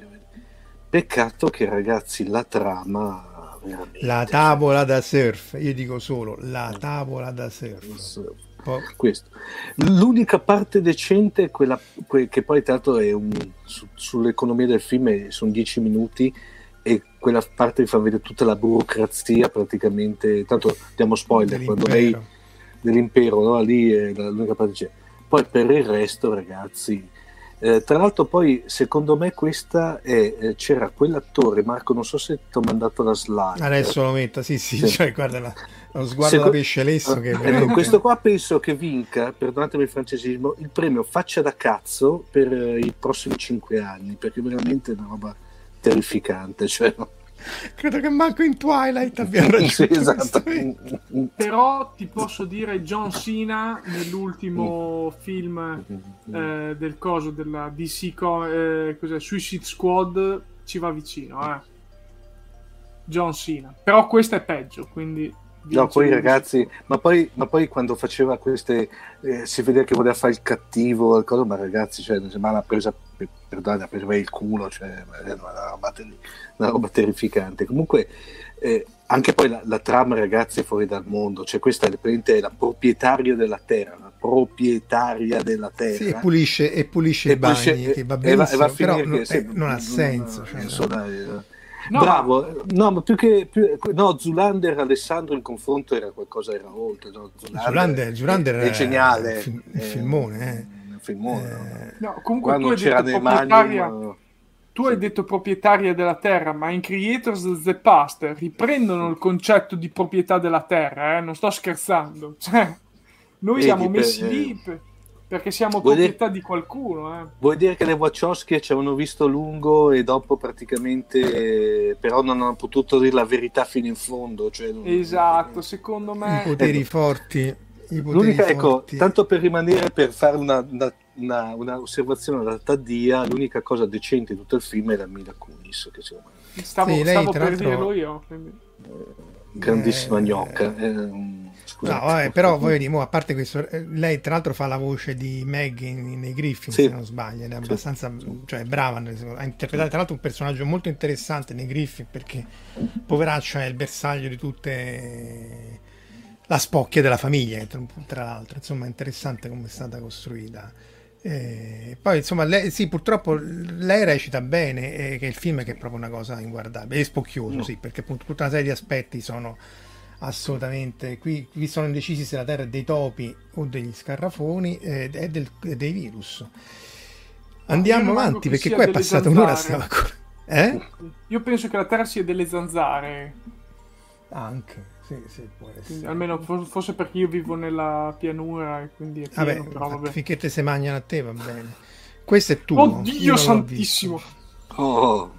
peccato che, ragazzi, la trama veramente, la tavola da surf, io dico solo la tavola da surf. Oh. Questo. L'unica parte decente è quella que, che poi tra l'altro è un, su, sull'economia del film sono dieci minuti, e quella parte fa vedere tutta la burocrazia praticamente, tanto diamo spoiler dell'impero. Quando lei dell'impero, no? Lì è l'unica parte c'è. Poi per il resto, ragazzi, eh, tra l'altro poi secondo me questa è, eh, c'era quell'attore, Marco, non so se ti ho mandato la slide adesso lo metto, sì sì, sì. Cioè, guarda la, lo sguardo Seco- da pesce lesso che eh, veramente... questo qua penso che vinca, perdonatemi il francesismo, il premio faccia da cazzo per eh, i prossimi cinque anni, perché veramente è una roba terrificante, cioè credo che manco in Twilight abbia raggiunto sì, esatto. Però ti posso dire, John Cena nell'ultimo film eh, del coso della D C eh, cos'è, Suicide Squad ci va vicino, eh. John Cena, però questo è peggio, quindi no, poi ragazzi, ma poi, ma poi quando faceva queste eh, si vedeva che voleva fare il cattivo, cosa, ma ragazzi, cioè, ma l'ha presa perdone, per il culo, cioè è una roba, ter- una roba terrificante. Comunque eh, anche poi la, la trama, ragazzi, è fuori dal mondo, cioè questa è, è la proprietaria della terra, la proprietaria della terra. Sì, e pulisce, e pulisce e i pulisce, bagni, e, che va benissimo, va, va però che, non, sì, eh, non ha senso. Non, cioè, so, dai, no, bravo, no, ma più che più, no, Zoolander Alessandro in confronto era qualcosa, era oltre, no? Zoolander, Zoolander è, è geniale, è un è, filmone, eh. filmone, eh, no, comunque quando tu hai detto proprietaria, mani, tu sì. hai detto proprietaria della terra, ma in Creators of the Past riprendono il concetto di proprietà della terra, eh? Non sto scherzando, cioè noi Vedi, siamo messi per, lì per, perché siamo proprietà dire, di qualcuno, eh. Vuoi dire che le Wachowski ci avevano visto lungo e dopo praticamente eh, però non hanno potuto dire la verità fino in fondo, cioè, non, esatto, non, secondo me i poteri ecco, forti i poteri l'unica, forti. Ecco, tanto per rimanere, per fare una, una, una, una osservazione da Taddia, l'unica cosa decente di tutto il film è la Mila Kunis, che secondo me stavo, sì, lei, stavo per dirlo io, quindi. grandissima eh, gnocca eh, no, vabbè, però voglio dire, a parte questo, lei tra l'altro fa la voce di Meg in, nei Griffin, sì. se non sbaglio, ed è abbastanza sì. cioè brava a interpretare tra l'altro un personaggio molto interessante nei Griffin, perché poveraccio è il bersaglio di tutte la spocchia della famiglia, tra l'altro, insomma è interessante come è stata costruita. E poi insomma lei, sì, purtroppo lei recita bene, e che il film è che è proprio una cosa inguardabile, è spocchioso, no. Sì, perché appunto tutta una serie di aspetti sono assolutamente, qui, qui sono indecisi se la terra è dei topi o degli scarrafoni, eh, è, del, è dei virus. Andiamo avanti perché qua è passata un'ora, stava ancora eh? Io penso che la terra sia delle zanzare anche. Sì, sì, può essere. Almeno forse perché io vivo nella pianura e quindi è pieno, vabbè, però vabbè. Finché te se mangiano a te va bene. Questo è tuo. Oddio santissimo. Oh.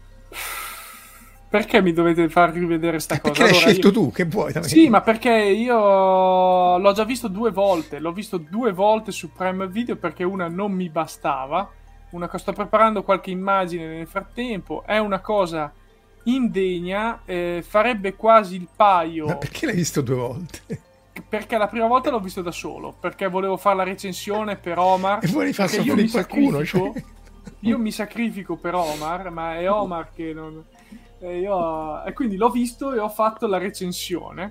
Perché mi dovete far rivedere sta perché cosa? Perché allora, l'hai scelto io... tu, che vuoi? Sì, ma perché io l'ho già visto due volte. L'ho visto due volte su Prime Video perché una non mi bastava. Una sto preparando qualche immagine nel frattempo. È una cosa indegna, eh, farebbe quasi il paio. Ma perché l'hai visto due volte? Perché la prima volta l'ho visto da solo, perché volevo fare la recensione per Omar e volevi far soffrire qualcuno, cioè... io mi sacrifico per Omar, ma è Omar che non e, io... e quindi l'ho visto e ho fatto la recensione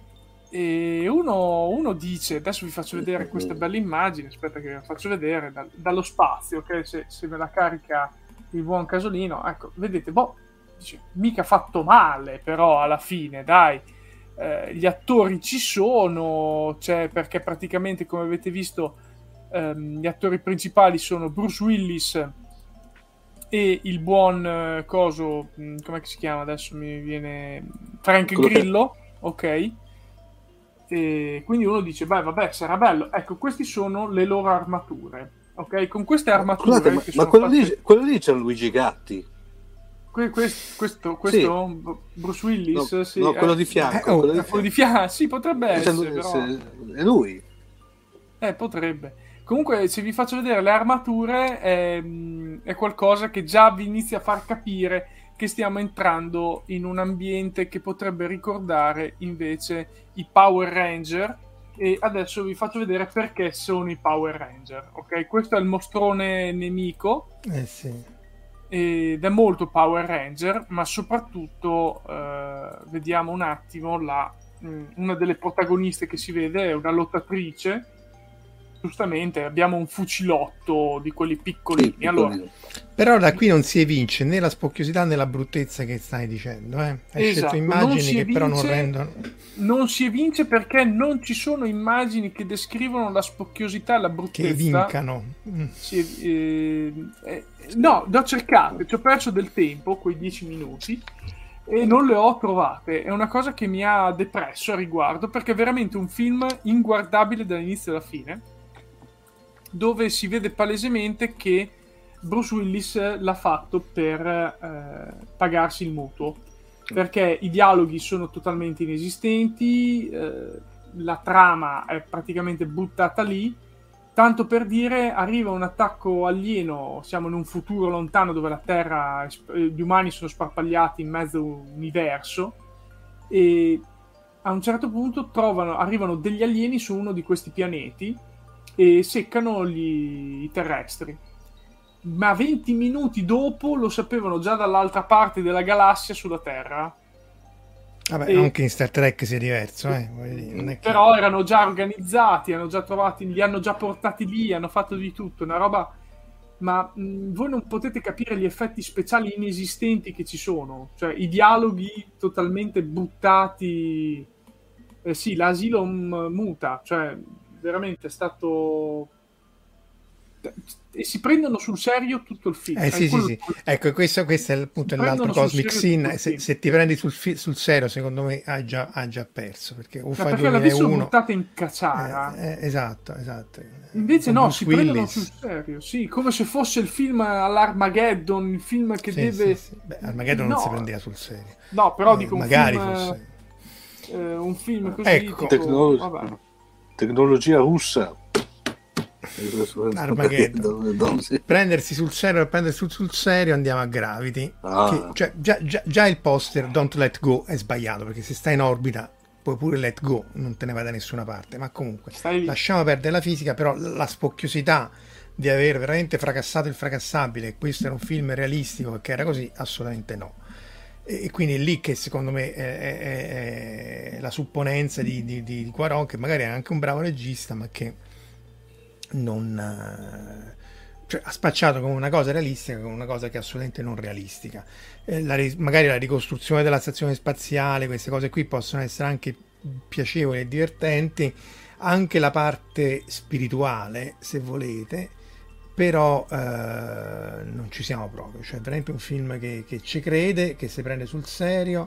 e uno, uno dice, adesso vi faccio vedere questa bella immagine, aspetta che la faccio vedere da, dallo spazio, ok, se, se me la carica il buon Casolino, ecco, vedete, boh, dice, mica fatto male però alla fine, dai, eh, gli attori ci sono, cioè, perché praticamente come avete visto ehm, gli attori principali sono Bruce Willis e il buon eh, coso, come si chiama adesso, mi viene Frank Quello Grillo, che... ok, e quindi uno dice beh vabbè sarà bello, ecco questi sono le loro armature, ok? Con queste armature. Scusate, ma, che ma sono quello, fatte... lì, quello lì c'è Luigi Gatti. Que- questo, questo, questo Sì. Bruce Willis, No, sì, no, quello eh, di fianco. Eh, oh, quello di eh, quello di fianco, sì, potrebbe Se- essere, però... se- è lui. Eh, potrebbe. Comunque, se vi faccio vedere le armature, ehm, è qualcosa che già vi inizia a far capire che stiamo entrando in un ambiente che potrebbe ricordare invece i Power Ranger. E adesso vi faccio vedere perché sono i Power Ranger. Ok, questo è il mostrone nemico. Eh sì. Ed è molto Power Ranger, ma soprattutto eh, vediamo un attimo la, mh, una delle protagoniste che si vede è una lottatrice. Giustamente abbiamo un fucilotto di quelli piccolini. Sì, allora, piccolino. Però da qui non si evince né la spocchiosità né la bruttezza che stai dicendo, eh? Hai esatto, scelto non immagini si che però non evince- rendono... non si evince perché non ci sono immagini che descrivono la spocchiosità e la bruttezza. che vincano. Mm. Sì, eh, eh, no, le ho cercate, ci ho perso del tempo, quei dieci minuti, e non le ho trovate. È una cosa che mi ha depresso a riguardo, perché è veramente un film inguardabile dall'inizio alla fine, dove si vede palesemente che Bruce Willis l'ha fatto per eh, pagarsi il mutuo, perché i dialoghi sono totalmente inesistenti, eh, la trama è praticamente buttata lì. Tanto per dire, arriva un attacco alieno, siamo in un futuro lontano dove la Terra, gli umani sono sparpagliati in mezzo a un universo, e a un certo punto trovano, arrivano degli alieni su uno di questi pianeti e seccano gli, i terrestri. Ma venti minuti dopo lo sapevano già dall'altra parte della galassia sulla Terra. Vabbè, E- anche in Star Trek sia diverso, eh? voglio dire, non è che- Però erano già organizzati, hanno già trovati, li hanno già portati lì, hanno fatto di tutto, una roba. Ma mh, voi non potete capire gli effetti speciali inesistenti che ci sono, cioè i dialoghi totalmente buttati. Eh sì, l'asilo m- muta, cioè veramente è stato. E si prendono sul serio tutto il film. Eh È sì, sì, quello- sì. Ecco, questo, questo è il punto Si dell'altro prendono sul Cosmic serio tutto Sin. il Se, film. se ti prendi sul, fi- sul serio, secondo me hai già, hai già perso, perché o Ma fai perché l'ha visto duemilauno... buttata in cacciara. Eh, eh, esatto, esatto. Invece Con no, Bruce si prendono Willis. sul serio, sì, come se fosse il film all'Armageddon, il film che Sì, deve... sì, sì. Beh, Armageddon No. non si prendeva sul serio. No, però Eh, dico un magari film... fosse... eh, un film così, Ecco. tipo, Tecnolo- vabbè. Tecnologia russa. Armageddon. Sì. Prendersi sul serio e prendersi sul, sul serio andiamo a Gravity. Ah. Che, cioè, già, già, già il poster Don't Let Go è sbagliato, perché se stai in orbita puoi pure let go, non te ne vai da nessuna parte. Ma comunque, Stai lì. lasciamo perdere la fisica, però la spocchiosità di aver veramente fracassato il fracassabile, e questo era un film realistico perché era così, assolutamente no. E quindi è lì che secondo me è, è- è la supponenza di, di, di Cuarón, che magari è anche un bravo regista, ma che non eh, cioè, ha spacciato come una cosa realistica come una cosa che è assolutamente non realistica. Eh, la ri- magari la ricostruzione della stazione spaziale, queste cose qui possono essere anche piacevoli e divertenti, anche la parte spirituale, se volete, però eh, non ci siamo proprio. Cioè, è veramente un film che, che ci crede, che si prende sul serio.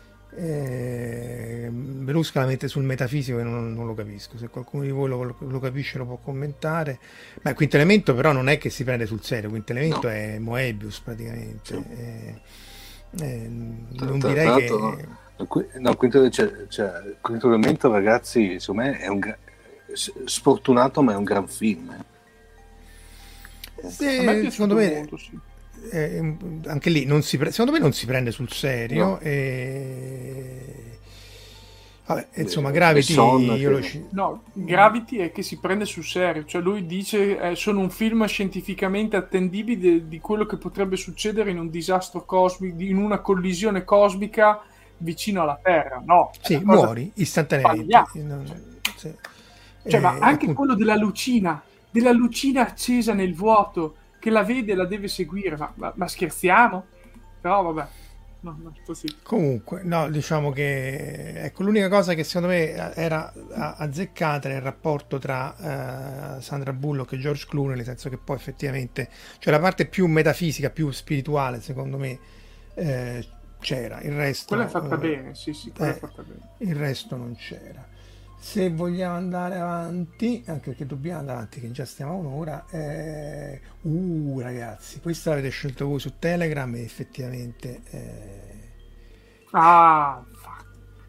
Eh, Belusca la mette sul metafisico e non, non lo capisco. Se qualcuno di voi lo, lo capisce lo può commentare. Ma Quinto Elemento però non è che si prende sul serio. Quinto Elemento No. è Moebius praticamente. Sì. Eh, eh, Tra- non tra direi l'altro, che no, qui- no, quinto, cioè, cioè, quinto elemento, ragazzi, secondo me è un gra- s- sfortunato, ma è un gran film. eh. sì, A me è piaciuto secondo me molto, sì. eh, anche lì non si pre- secondo me non si prende sul serio. No. E... Vabbè, insomma, Eh, Gravity Besson io che- lo ci- No, Gravity è che si prende sul serio, cioè lui dice eh, sono un film scientificamente attendibile di, di quello che potrebbe succedere in un disastro cosmico, in una collisione cosmica vicino alla Terra. No, è sì, una cosa- muori istantaneamente. sbagliata. Non- sì. Cioè, ma Eh, anche appunto, quello della lucina, della lucina accesa nel vuoto, che la vede e la deve seguire, ma, ma- ma scherziamo? Però vabbè, no, no, così. comunque, no, diciamo che ecco, l'unica cosa che secondo me era a- azzeccata era il rapporto tra eh, Sandra Bullock e George Clooney, nel senso che poi effettivamente, cioè la parte più metafisica, più spirituale, secondo me eh, c'era, il resto Quella è fatta eh, bene, sì, sì, quella eh, è fatta bene. il resto non c'era. Se vogliamo andare avanti, anche perché dobbiamo andare avanti, che già stiamo a un'ora. Eh, uh, ragazzi, questo l'avete scelto voi su Telegram e effettivamente. Eh... Ah, fuck.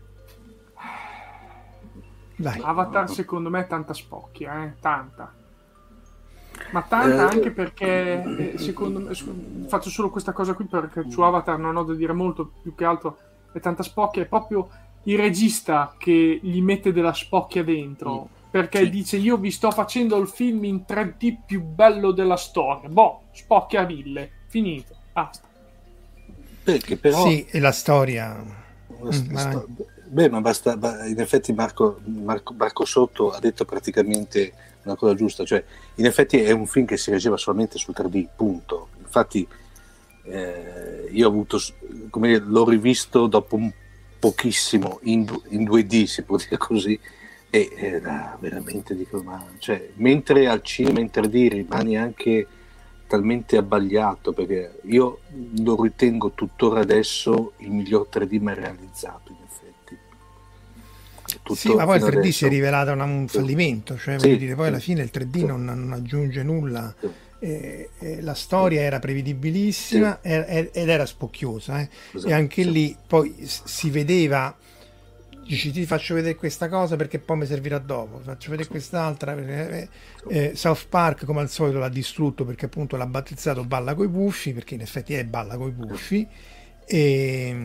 Dai. Avatar secondo me è tanta spocchia, eh? Tanta. Ma tanta anche perché, eh, secondo me, faccio solo questa cosa qui perché su Avatar non ho da dire molto, più che altro è tanta spocchia, è proprio il regista che gli mette della spocchia dentro, perché Sì. dice io vi sto facendo il film in tre D più bello della storia, boh, spocchia a mille, finito, basta. Perché però... Sì, e la storia. La st- Mm, sto- beh, ma basta, ba- in effetti Marco, Marco, Marco Sotto ha detto praticamente una cosa giusta, cioè in effetti è un film che si reggeva solamente sul tre D, punto. Infatti eh, io ho avuto, come dire, l'ho rivisto dopo un pochissimo in, in due D, si può dire così, e era veramente dico, ma cioè, mentre al cinema in tre D rimani anche talmente abbagliato, perché io lo ritengo tuttora adesso il miglior tre D mai realizzato, in effetti. Tutto, sì, ma poi il tre D adesso, si è rivelato una, un fallimento, cioè sì, voglio dire, poi sì, alla fine il tre D sì, non, non aggiunge nulla. sì, E, e la storia era prevedibilissima sì, e- e- ed era spocchiosa, eh. esatto, E anche sì, lì poi s- si vedeva, dici ti faccio vedere questa cosa perché poi mi servirà dopo, ti faccio vedere sì, quest'altra perché- eh, eh, South Park come al solito l'ha distrutto perché appunto l'ha battezzato Balla coi Puffi, perché in effetti è Balla coi Puffi. E,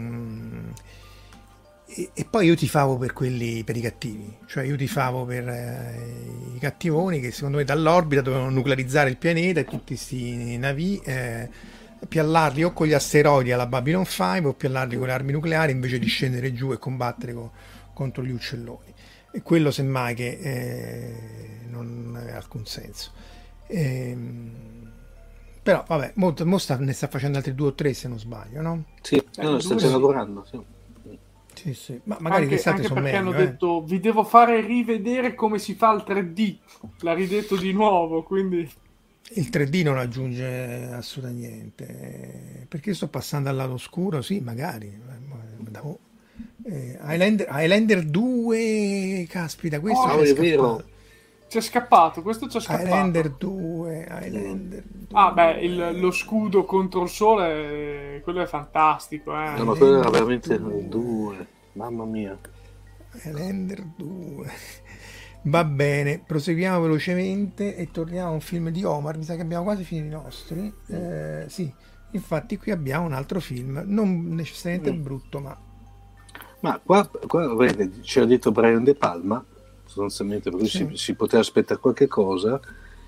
e, e poi io tifavo per quelli, per i cattivi, cioè io tifavo per eh, i cattivoni che secondo me dall'orbita dovevano nuclearizzare il pianeta e tutti questi navi, eh, piallarli o con gli asteroidi alla Babylon cinque o piallarli con le armi nucleari invece di scendere giù e combattere co- contro gli uccelloni. E quello semmai che eh, non aveva alcun senso. Ehm, però vabbè, mo, mo sta- ne sta facendo altri due o tre se non sbaglio, no? sì, Eh, no, sta due già sì. lavorando, sì. Sì, sì. Ma magari Anche, quest'altri anche sono perché meglio, hanno eh. detto vi devo fare rivedere come si fa il tre D, l'ha ridetto di nuovo, quindi Il tre D non aggiunge assolutamente niente. eh, Perché sto passando al lato oscuro? Sì, magari. eh, da- oh, eh, Highlander, Highlander due, caspita, questo Oh, Ah, c'è è vero. scappato. c'è scappato, questo c'è scappato. Highlander due, Highlander Ah beh, due. il- lo scudo contro il sole, eh, quello è fantastico, No, eh. ma quello era Highlander veramente due. due, mamma mia. Highlander due. Va bene, proseguiamo velocemente e torniamo a un film di Omar. Mi sa che abbiamo quasi finito i nostri. Eh, sì, infatti qui abbiamo un altro film, non necessariamente Mm. brutto, ma Ma qua, qua vede, c'era detto Brian De Palma, sostanzialmente, per cui sì. si, si poteva aspettare qualche cosa.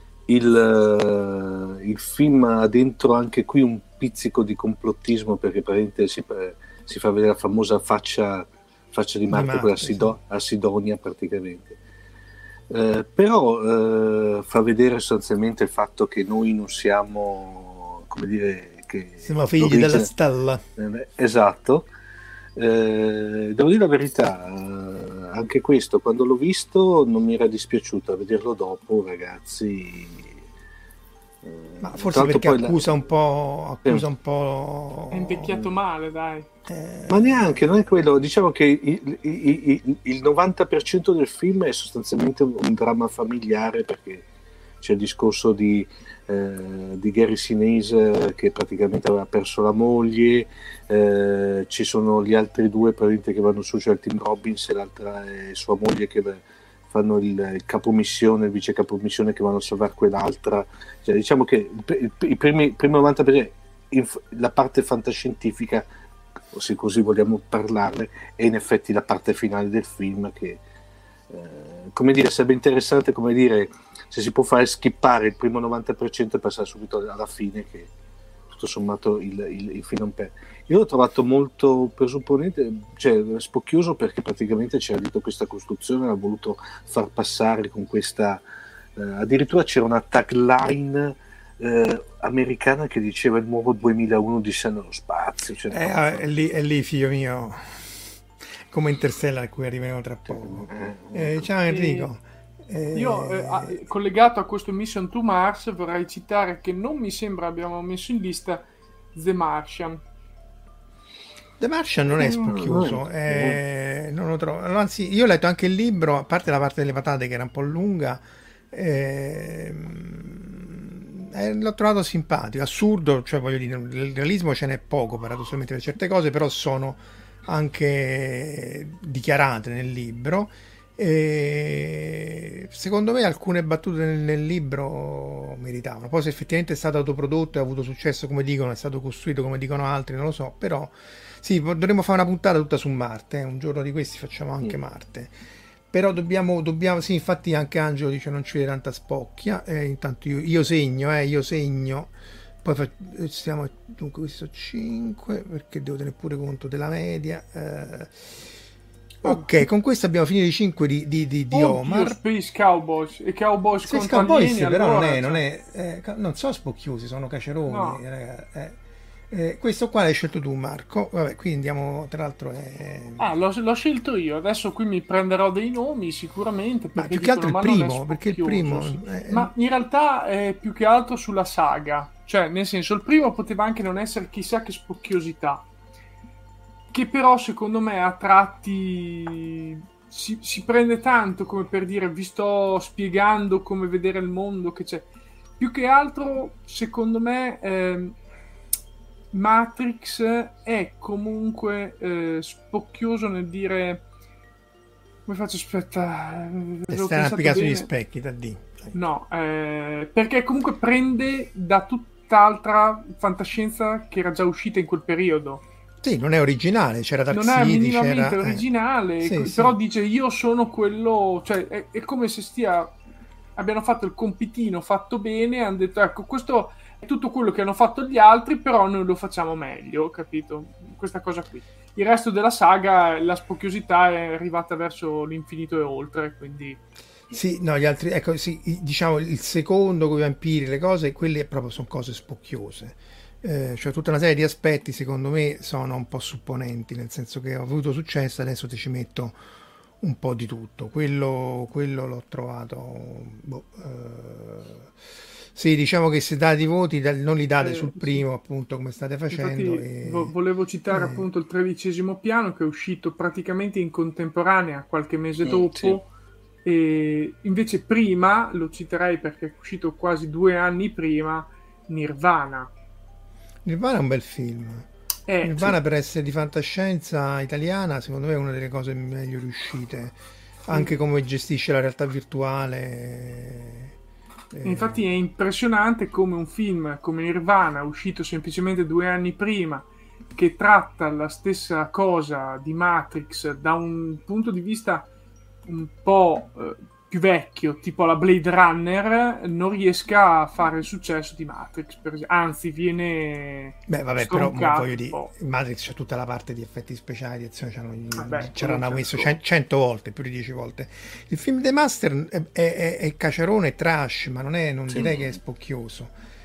Il, eh, il film ha dentro anche qui un pizzico di complottismo, perché praticamente si, si fa vedere la famosa faccia, faccia di Di Marte, quella a, Marte, Sido- a Sidonia praticamente. Eh, però eh, fa vedere sostanzialmente il fatto che noi non siamo, come dire, che Siamo figli l'origine- della stella. eh, esatto. Eh, devo dire la verità, eh, anche questo quando l'ho visto non mi era dispiaciuto, a vederlo dopo, ragazzi. eh, Ma tra forse l'altro perché poi la- accusa un po', accusa Sì. un po'. È invecchiato male, dai. eh, Ma neanche, non è quello. Diciamo che il, il- il- il novanta per cento del film è sostanzialmente un, un dramma familiare, perché c'è il discorso di, eh, di Gary Sinise che praticamente aveva perso la moglie, eh, ci sono gli altri due praticamente che vanno su, cioè il Tim Robbins e l'altra è sua moglie che fanno il, il capomissione, il vice capomissione che vanno a salvare quell'altra. Cioè, diciamo che il, il, i primi, il primo novanta per cento inf- la parte fantascientifica, se così vogliamo parlarne, è in effetti la parte finale del film che eh, come dire, sarebbe interessante, come dire, se si può fare skippare il primo novanta per cento e passare subito alla fine, che tutto sommato il, il, il film non per... Io l'ho trovato molto presupponente, cioè spocchioso, perché praticamente c'era dietro questa costruzione, l'ha voluto far passare con questa eh, addirittura c'era una tagline eh, americana che diceva il nuovo duemilauno Odissea nello spazio, cioè, eh, no, è, lì, è lì, figlio mio, come Interstellar a cui arriveremo tra poco. Eh, ciao Enrico. Eh, Io, eh, a- collegato a questo Mission to Mars, vorrei citare che non mi sembra abbiamo messo in lista The Martian. The Martian non è spocchioso, mm. eh, non lo trovo. Anzi, io ho letto anche il libro, a parte la parte delle patate che era un po' lunga, eh, eh, l'ho trovato simpatico, assurdo, cioè voglio dire, il realismo ce n'è poco paradossalmente per certe cose, però sono anche dichiarate nel libro. E secondo me alcune battute nel, nel libro meritavano. Poi se effettivamente è stato autoprodotto e ha avuto successo come dicono, è stato costruito come dicono altri, non lo so, però sì, dovremmo fare una puntata tutta su Marte, eh? Un giorno di questi facciamo anche mm. Marte, però dobbiamo, dobbiamo sì, infatti anche Angelo dice non ci vede tanta spocchia, eh, intanto io, io segno, eh, io segno, poi fa, stiamo, dunque questi sono cinque, perché devo tenere pure conto della media, eh, ok, con questo abbiamo finito i cinque di, di, di, di oh, Omar. Dio, Space Cowboys e Cowboys Space contro Cowboys alieni, però allora, non è, cioè... non è eh, non sono spocchiosi, sono caceroni, no. raga, eh. Eh, questo qua l'hai scelto tu, Marco. Vabbè, qui andiamo, tra l'altro è... ah, l'ho, l'ho scelto io, adesso qui mi prenderò dei nomi sicuramente, ma più che altro il primo, perché il primo sì. è... ma in realtà è più che altro sulla saga, cioè nel senso il primo poteva anche non essere chissà che spocchiosità, che però secondo me a tratti si, si prende tanto come per dire vi sto spiegando come vedere il mondo che c'è, più che altro secondo me eh, Matrix è comunque eh, spocchioso nel dire come faccio aspetta stai applicando sugli specchi da D no eh, perché comunque prende da tutt'altra fantascienza che era già uscita in quel periodo. Sì, non è originale, c'era Dark non City, è minimamente c'era... originale, eh. sì, sì, però sì. dice io sono quello, cioè è, è come se stia abbiano fatto il compitino fatto bene e hanno detto ecco questo è tutto quello che hanno fatto gli altri, però noi lo facciamo meglio, capito? Questa cosa qui. Il resto della saga, la spocchiosità è arrivata verso l'infinito e oltre, quindi... Sì, no, gli altri, ecco, sì, diciamo il secondo con i vampiri, le cose, quelle proprio sono cose spocchiose. Eh, cioè tutta una serie di aspetti, secondo me, sono un po' supponenti, nel senso che ho avuto successo, adesso ti ci metto un po' di tutto. Quello, quello l'ho trovato... Boh, eh... Sì, diciamo che se date i voti non li date eh, sul primo, sì. Appunto, come state facendo. Infatti, e... volevo citare eh... appunto il tredicesimo piano che è uscito praticamente in contemporanea, qualche mese mm, dopo. Sì. E invece prima, lo citerei perché è uscito quasi due anni prima, Nirvana. Nirvana è un bel film. Eh, Nirvana sì. Per essere di fantascienza italiana, secondo me è una delle cose meglio riuscite. Anche come gestisce la realtà virtuale... Infatti è impressionante come un film come Nirvana, uscito semplicemente due anni prima, che tratta la stessa cosa di Matrix da un punto di vista un po' eh, più vecchio, tipo la Blade Runner, non riesca a fare il successo di Matrix, per esempio. Anzi viene beh vabbè però voglio dire Matrix c'è tutta la parte di effetti speciali di azione, ci hanno messo cento volte, più di dieci volte. Il film The Master è, è, è caciarone, è trash, ma non è, non sì. direi che è spocchioso.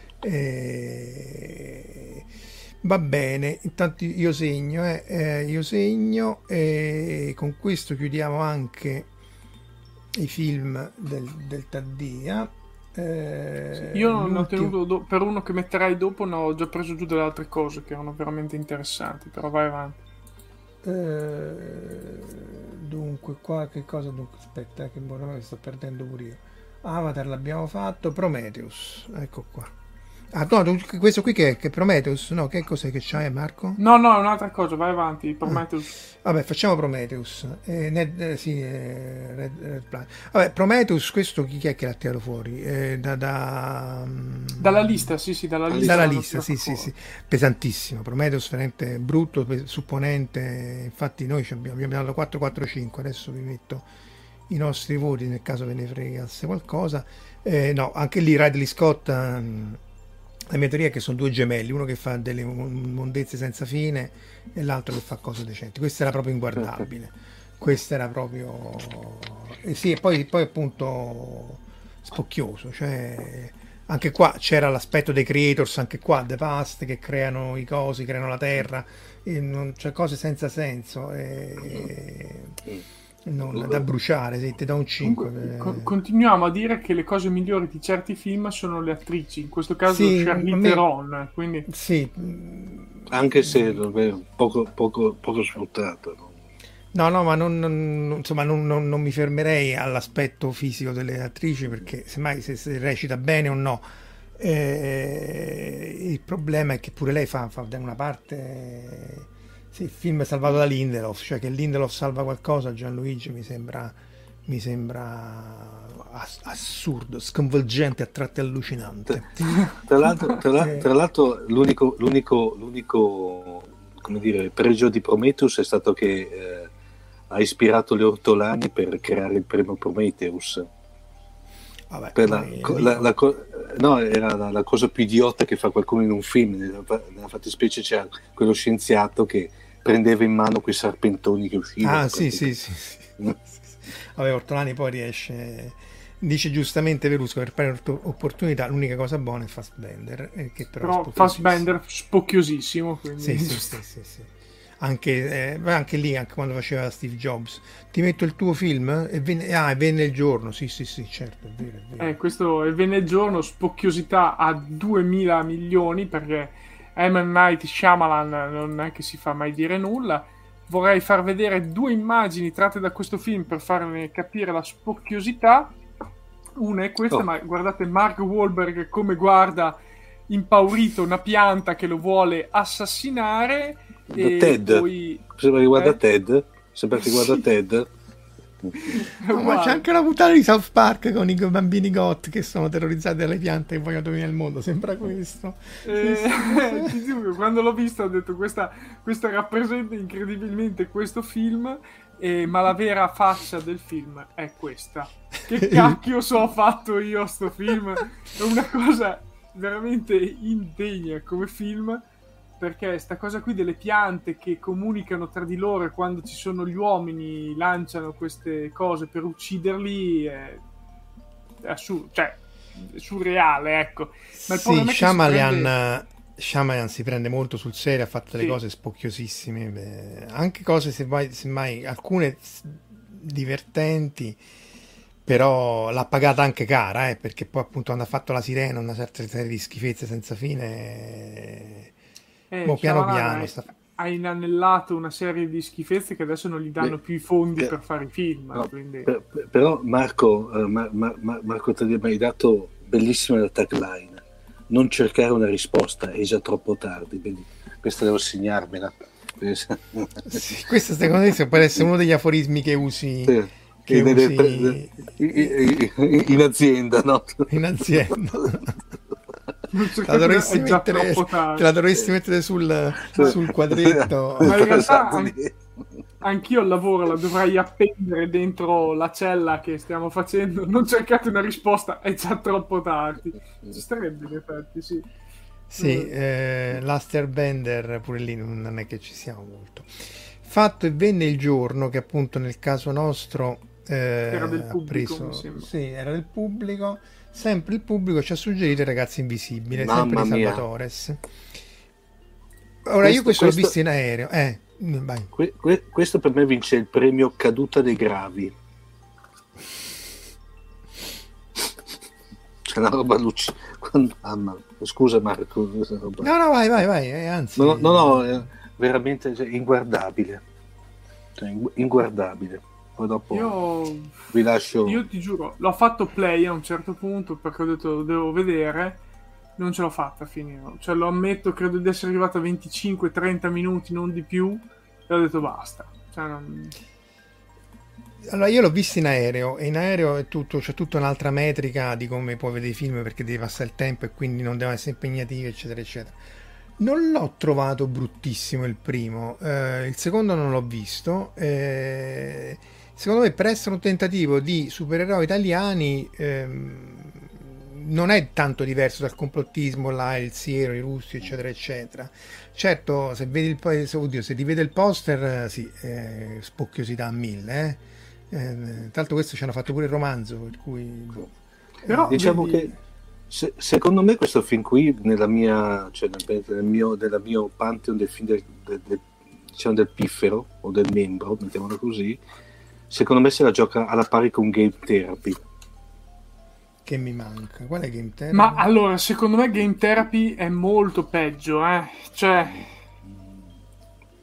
E... va bene, intanto io segno eh, eh, io segno e con questo chiudiamo anche i film del, del Taddia. Eh, sì, io non ho tenuto do- per uno che metterai dopo, ne ho già preso giù delle altre cose che erano veramente interessanti, però vai avanti. Eh, dunque qua che cosa dunque aspetta che buona, sto perdendo pure io. Avatar l'abbiamo fatto, Prometheus, ecco qua. Ah no, questo qui che è, che è Prometheus? No, che cos'è che c'hai Marco? No, no, è un'altra cosa, vai avanti, Prometheus. Ah, vabbè, facciamo Prometheus. Eh, Ned, eh, sì, eh, Red, Red Planet. Vabbè, Prometheus, questo chi è che l'ha tirato fuori? Eh, da, da, dalla lista, sì, sì, dalla lista. Dalla lista, sì, sì, sì. Pesantissimo. Prometheus veramente brutto, supponente. Infatti noi abbiamo, abbiamo dato quattro quattro cinque, adesso vi metto i nostri voti nel caso ve ne fregasse qualcosa. Eh, no, anche lì Ridley Scott... Um, la mia teoria è che sono due gemelli, uno che fa delle mondezze senza fine e l'altro che fa cose decenti. Questo era proprio inguardabile. Questo era proprio... E sì, e poi, poi appunto spocchioso. Cioè, anche qua c'era l'aspetto dei creators, anche qua, The Past, che creano i cosi, creano la terra, e non, cioè cose senza senso. E... non da bruciare, se ti da un cinque. Comunque, co- continuiamo a dire che le cose migliori di certi film sono le attrici, in questo caso sì, Charlize me... Theron, quindi sì, anche se è poco, poco, poco sfruttato, no? No, no, ma non, non- insomma, non, non- non mi fermerei all'aspetto fisico delle attrici, perché semmai se, se recita bene o no. Eh, il problema è che pure lei fa, fa da una parte. Sì, il film è salvato da Lindelof, cioè che Lindelof salva qualcosa, Gianluigi mi sembra, mi sembra ass- assurdo, sconvolgente, a tratti allucinante. Tra l'altro, tra l'al- Eh, tra l'altro l'unico, l'unico, l'unico come dire, pregio di Prometheus è stato che eh, ha ispirato le ortolani per creare il primo Prometheus. vabbè, Per la, poi co- lì- la- la co- no, era la, la cosa più idiota che fa qualcuno in un film. Nella, fa- nella fattispecie c'era quello scienziato che prendeva in mano quei serpentoni che uscivano. Ah, sì, sì, sì, sì. Vabbè, Ortolani poi riesce, dice giustamente Verusco, per fare orto- opportunità, l'unica cosa buona è Fassbender, eh, che però, Però è spocchiosissimo. Fassbender spocchiosissimo, quindi... Sì, sì, sì, sì, sì. Anche, eh, anche lì, anche quando faceva Steve Jobs, ti metto il tuo film e venne, ah, e venne il giorno, sì, sì, sì, certo, è vero, è vero. Eh, questo è venne il giorno, spocchiosità a duemila milioni, perché M. Night Shyamalan non è che si fa mai dire nulla. Vorrei far vedere due immagini tratte da questo film per farne capire la spocchiosità. Una è questa, Oh. ma guardate Mark Wahlberg come guarda impaurito una pianta che lo vuole assassinare. Da E Ted. poi... Sembra che guarda Eh? Ted. Sembra che guarda Sì. Ted. No, ma c'è anche una puntata di South Park con i bambini goth che sono terrorizzati dalle piante e vogliono dominare il mondo, sembra questo. Eh, Sì, sì, ti sì. giuro, quando l'ho visto ho detto questa, questa rappresenta incredibilmente questo film, eh, ma la vera faccia del film è questa. Che cacchio so ho fatto io a sto film? È una cosa veramente indegna come film, perché sta cosa qui delle piante che comunicano tra di loro e quando ci sono gli uomini lanciano queste cose per ucciderli è, è assurdo, cioè è surreale, ecco. Ma il Sì, problema è che si Shyamalan, prende- Shyamalan si prende molto sul serio, ha fatto delle Sì. cose spocchiosissime, beh, anche cose se vai, semmai alcune s- divertenti, però l'ha pagata anche cara, eh, perché poi appunto quando ha fatto La Sirena, una certa serie di schifezze senza fine, Eh, mo piano Shyamalan piano ha- sta... ha inanellato una serie di schifezze che adesso non gli danno Beh, più i fondi che- per fare i film. No, quindi... per- per- però Marco, eh, Ma- Ma- Ma- Marco Taddei mi hai dato bellissima la tagline: non cercare una risposta, è già troppo tardi. Quindi questa devo segnarmela. Sì, questo secondo me può essere uno degli aforismi che usi, Sì, che in, usi in- in- in azienda, no? in azienda. Non Te cercate la una- dovresti è già mettere, troppo tardi. te la dovresti mettere sul, sul quadretto. Ma in realtà Esatto, an- lì. anch'io al lavoro la dovrei appendere dentro la cella che stiamo facendo. Non cercate una risposta, è già troppo tardi. Ci starebbe in effetti, sì. Sì, eh, l'Aster Bender pure lì non è che ci siamo molto. Fatto e venne il giorno che appunto nel caso nostro eh, Era del ha pubblico, preso, mi sembra. sì, era del pubblico. Sempre il pubblico ci ha suggerito Il ragazzo invisibile, Mamma sempre di mia. Salvatores. Ora io Questo- questo l'ho questo- visto in aereo, eh, vai. Que- que- questo per me vince il premio Caduta dei Gravi. C'è una roba luci. Mamma, scusa Marco. questa roba- No, no, vai, vai, vai, eh, anzi. No, no, no, è veramente cioè, inguardabile. Cioè, ingu- inguardabile. Poi dopo Io, vi lascio. io ti giuro, l'ho fatto play a un certo punto perché ho detto lo devo vedere. Non ce l'ho fatta a finire. Cioè, lo ammetto, credo di essere arrivato a venticinque trenta minuti, non di più. E ho detto basta. Cioè, non... Allora, io l'ho visto in aereo e in aereo è tutto, c'è tutta un'altra metrica di come puoi vedere i film perché devi passare il tempo e quindi non devono essere impegnativi, eccetera, eccetera. Non l'ho trovato bruttissimo il primo, eh, il secondo non l'ho visto. eh, secondo me, per essere un tentativo di supereroi italiani, ehm, non è tanto diverso dal complottismo, là, il siero, i russi, eccetera, eccetera. Certo, se vedi il poi, se, oddio, se rivede il poster, eh, sì, eh, spocchiosità a mille, eh. Eh, tra l'altro questo ci hanno fatto pure il romanzo, per cui boh. Però Diciamo vedi- che se- secondo me questo film qui nella mia, cioè nel, nel mio, nella mio pantheon del film del, del- del- diciamo del piffero o del membro, mettiamolo così, secondo me se la gioca alla pari con Game Therapy. Che mi manca. Qual è Game Therapy? Ma allora, secondo me Game Therapy è molto peggio, eh. Cioè,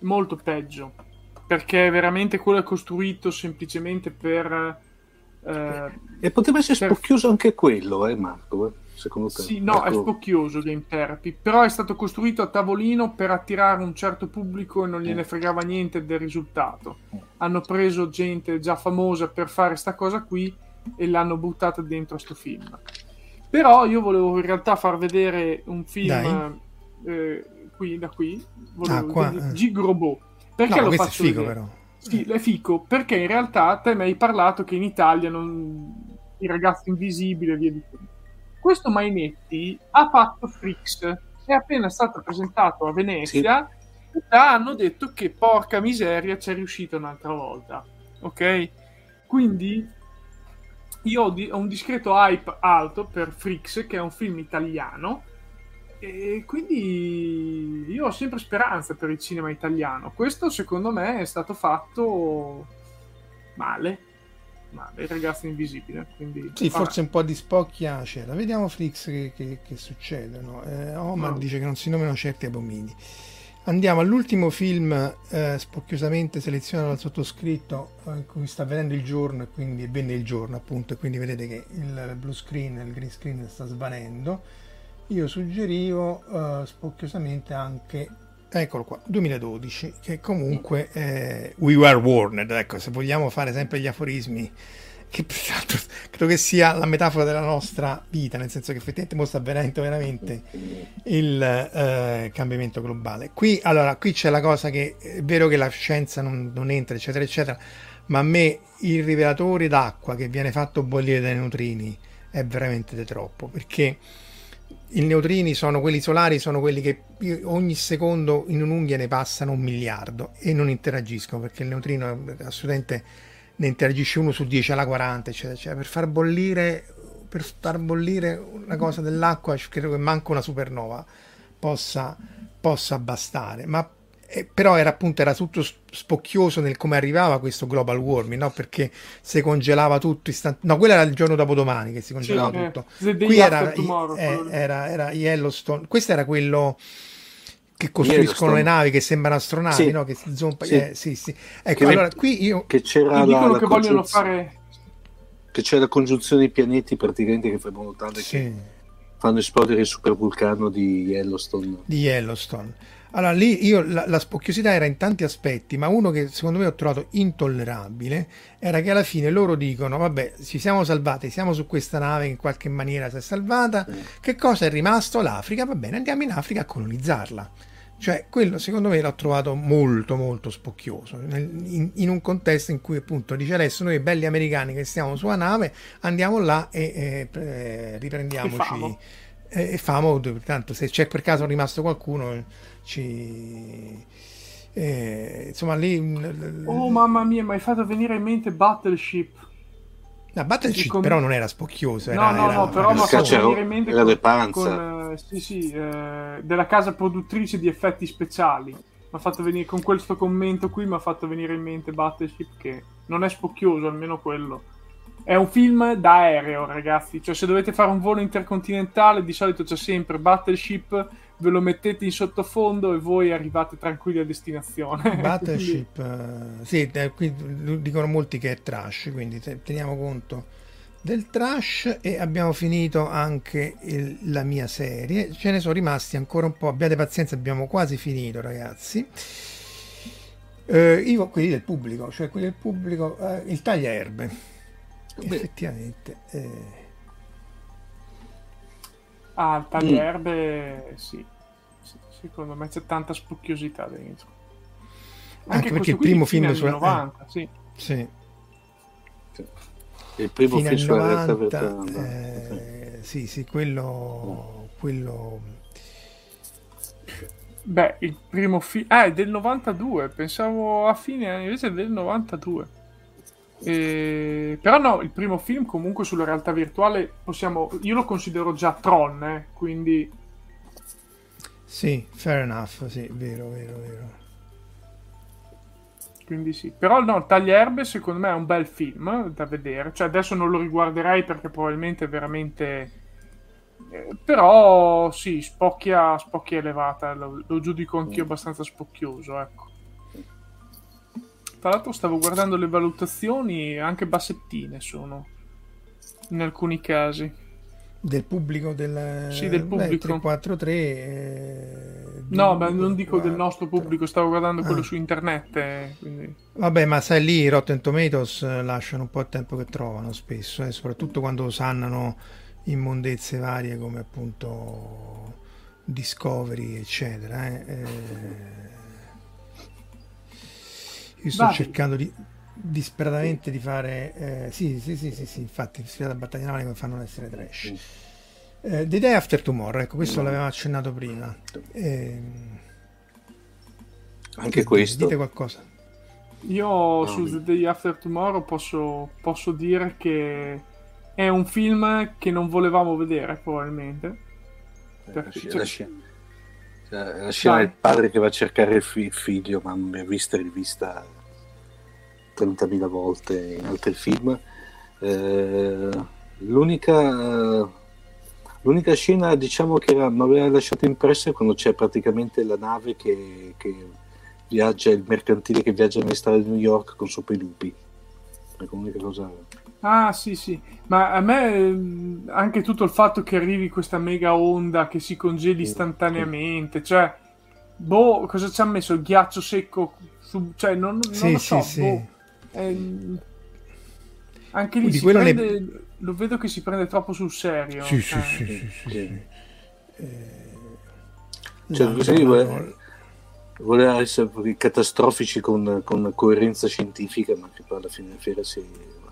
molto peggio, perché veramente quello è costruito semplicemente per eh, e poteva essere per... spocchioso anche quello, eh Marco, eh? Secondo te? Sì, no, ecco. È spocchioso Game Therapy, però è stato costruito a tavolino per attirare un certo pubblico e non gliene fregava niente del risultato. Hanno preso gente già famosa per fare sta cosa qui e l'hanno buttata dentro a sto film. Però io volevo in realtà far vedere un film eh, qui, da qui, volevo ah, qua, vedere, Gigrobot. Perché no, lo questo faccio è figo, vedere? però. Sì, è fico, perché in realtà te mi hai parlato che in Italia non... i ragazzi invisibili e via di così. Questo Mainetti ha fatto Freaks, è appena stato presentato a Venezia, sì. E hanno detto che porca miseria c'è riuscito un'altra volta, ok? Quindi io ho, di- ho un discreto hype alto per Freaks, che è un film italiano, e quindi io ho sempre speranza per il cinema italiano. Questo secondo me è stato fatto male. Ma il ragazzo invisibile, quindi sì, vabbè. Forse un po' di spocchia c'era. Vediamo Flix che, che, che succede, no? eh, Omar no. dice che non si nominano certi abomini. Andiamo all'ultimo film eh, spocchiosamente selezionato dal sottoscritto, eh, in cui sta vedendo il giorno, e quindi venne il giorno appunto, e quindi vedete che il blue screen, il green screen sta svanendo. Io suggerivo eh, spocchiosamente anche, eccolo qua, duemiladodici, che comunque eh, We Were Warned, ecco, se vogliamo fare sempre gli aforismi, che peraltro credo che sia la metafora della nostra vita, nel senso che effettivamente mostra veramente, veramente il eh, cambiamento globale. Qui, allora, qui c'è la cosa che è vero che la scienza non, non entra, eccetera, eccetera, ma a me il rivelatore d'acqua che viene fatto bollire dai neutrini è veramente di troppo, perché i neutrini sono quelli solari, sono quelli che ogni secondo in un'unghia ne passano un miliardo e non interagiscono, perché il neutrino assolutamente ne interagisce uno su dieci alla quaranta, eccetera, eccetera. Per far bollire per far bollire una cosa dell'acqua credo che manco una supernova possa, possa bastare, ma eh, però era appunto era tutto spocchioso nel come arrivava questo global warming, no? Perché si congelava tutto istant- no, quello era il giorno dopo domani che si congelava sì, tutto eh, qui era, tomorrow, eh, era, era Yellowstone, questo era quello che costruiscono le navi che sembrano astronavi, sì. No? Che si zompa- sì. Eh, sì, sì. Ecco, che allora qui io che c'era mi dicono la, che la vogliono fare che c'è la congiunzione dei pianeti praticamente che fa in modo tale sì. che fanno esplodere il supervulcano di Yellowstone. Di Yellowstone. Allora lì io la, la spocchiosità era in tanti aspetti, ma uno che secondo me ho trovato intollerabile era che alla fine loro dicono vabbè, ci siamo salvati, siamo su questa nave che in qualche maniera si è salvata, mm. che cosa è rimasto? L'Africa, va bene, andiamo in Africa a colonizzarla. Cioè quello secondo me l'ho trovato molto molto spocchioso in, in un contesto in cui appunto dice adesso noi belli americani che stiamo sulla nave andiamo là e eh, riprendiamoci e, e famo, tanto se c'è per caso rimasto qualcuno ci eh, insomma lì oh mamma mia, mi hai fatto venire in mente Battleship. La Battleship con... però non era spocchioso, no, era, no, era, no, però mi ha fatto venire in mente con, con, con, sì, sì, eh, della casa produttrice di effetti speciali. Mi ha fatto venire con questo commento qui, mi ha fatto venire in mente Battleship, che non è spocchioso, almeno quello. È un film da aereo, ragazzi. Cioè, se dovete fare un volo intercontinentale, di solito c'è sempre Battleship, ve lo mettete in sottofondo e voi arrivate tranquilli a destinazione. Battleship, uh, sì, eh, qui dicono molti che è trash, quindi te, teniamo conto del trash. E abbiamo finito anche il, la mia serie, ce ne sono rimasti ancora un po', abbiate pazienza, abbiamo quasi finito, ragazzi. Uh, io quelli del pubblico, cioè quelli del pubblico, uh, il tagliaerbe, Beh. effettivamente. Eh. Ah, il tagliaerbe, mm. sì. Secondo me c'è tanta spocchiosità dentro. Anche, Anche perché il primo film sulla novanta, eh, sì. sì. Il primo fino film sulla novanta, eh, sì, sì, quello, quello. Beh, il primo film ah, è del novantadue, pensavo a fine, invece è del novantadue. E... però no, il primo film comunque sulla realtà virtuale possiamo, io lo considero già Tron, eh, quindi sì, fair enough, sì, vero, vero, vero. Quindi sì, però no, Taglierbe secondo me è un bel film da vedere, cioè adesso non lo riguarderei perché probabilmente è veramente... Eh, però sì, spocchia, spocchia elevata, lo, lo giudico anch'io abbastanza spocchioso, ecco. Tra l'altro stavo guardando le valutazioni, anche bassettine sono, in alcuni casi. Del pubblico del, sì, del pubblico. tre quattro tre eh, no, ma non dico del nostro pubblico, stavo guardando quello ah. su internet. Eh, quindi... Vabbè, ma sai lì i Rotten Tomatoes lasciano un po' il tempo che trovano spesso, eh, soprattutto quando sannano immondezze varie come appunto Discovery, eccetera. Eh. Eh, io sto Vai. cercando di disperatamente di fare eh, sì sì sì sì sì infatti sfida da battaglia navale come fanno ad essere trash. eh, The Day After Tomorrow, ecco, questo no. l'avevamo accennato prima. eh, anche questo dite qualcosa. Io no. su The Day After Tomorrow posso, posso dire che è un film che non volevamo vedere probabilmente. Perché, la, cioè, scena, cioè, la scena del padre che va a cercare il, fi- il figlio, ma mi ha vista e rivista trentamila volte in altri film. Eh, l'unica l'unica scena, diciamo, che mi aveva lasciato impressa è quando c'è praticamente la nave che, che viaggia, il mercantile che viaggia nelle strade di New York con sopra i lupi. È l'unica cosa. Ah sì sì, ma a me anche tutto il fatto che arrivi questa mega onda che si congeli istantaneamente, cioè boh, cosa ci ha messo il ghiaccio secco su, cioè non, non sì, lo so, sì, boh. sì. Eh, anche lì si prende, ne... lo vedo che si prende troppo sul serio. Sì, sì, eh. sì, sì, sì, sì. Eh, cioè, no, così no, vuole, no. voleva essere catastrofici con, con coerenza scientifica, ma che poi alla fine della fiera si...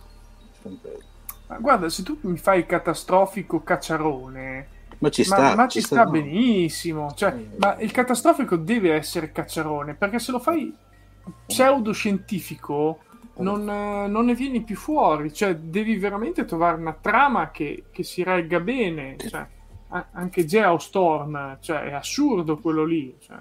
Ma guarda, se tu mi fai il catastrofico cacciarone, ma ci sta, ma, ma ci, ci sta, sta no. benissimo, cioè, eh. ma il catastrofico deve essere cacciarone, perché se lo fai pseudoscientifico non, non ne vieni più fuori, cioè devi veramente trovare una trama che, che si regga bene, cioè, a, anche Geostorm, cioè è assurdo quello lì, cioè.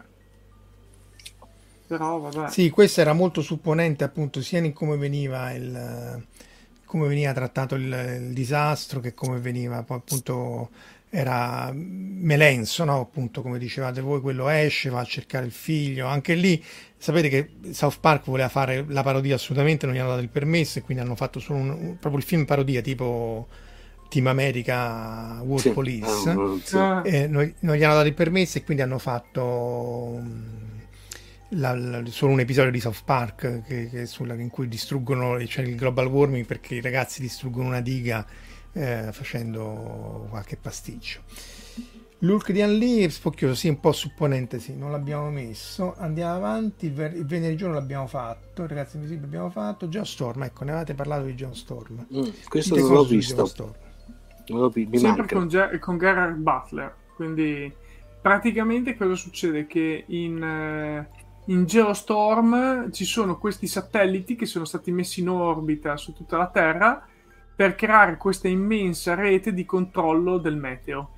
Però vabbè. Sì, questo era molto supponente appunto sia in come veniva il come veniva trattato il, il disastro, che come veniva poi appunto era melenso, no? Appunto come dicevate voi, quello esce, va a cercare il figlio, anche lì sapete che South Park voleva fare la parodia, assolutamente non gli hanno dato il permesso e quindi hanno fatto solo un, un, proprio il film parodia tipo Team America World sì. Police oh, sì. e non, non gli hanno dato il permesso e quindi hanno fatto La, la, solo un episodio di South Park che, che sulla, in cui distruggono, cioè il global warming, perché i ragazzi distruggono una diga eh, facendo qualche pasticcio. L'Hulk di Ang Lee, spocchioso, sì, un po' supponente, sì, non l'abbiamo messo. Andiamo avanti, il, ver- il venerdì giorno l'abbiamo fatto, il Ragazzi Invisibili abbiamo fatto, Geostorm, ecco, ne avevate parlato di Geostorm. Mm, questo non l'ho visto. Non l'ho, mi sempre con, Ger- con Gerard Butler, quindi praticamente cosa succede? Che in... Eh... in Geostorm ci sono questi satelliti che sono stati messi in orbita su tutta la Terra per creare questa immensa rete di controllo del meteo.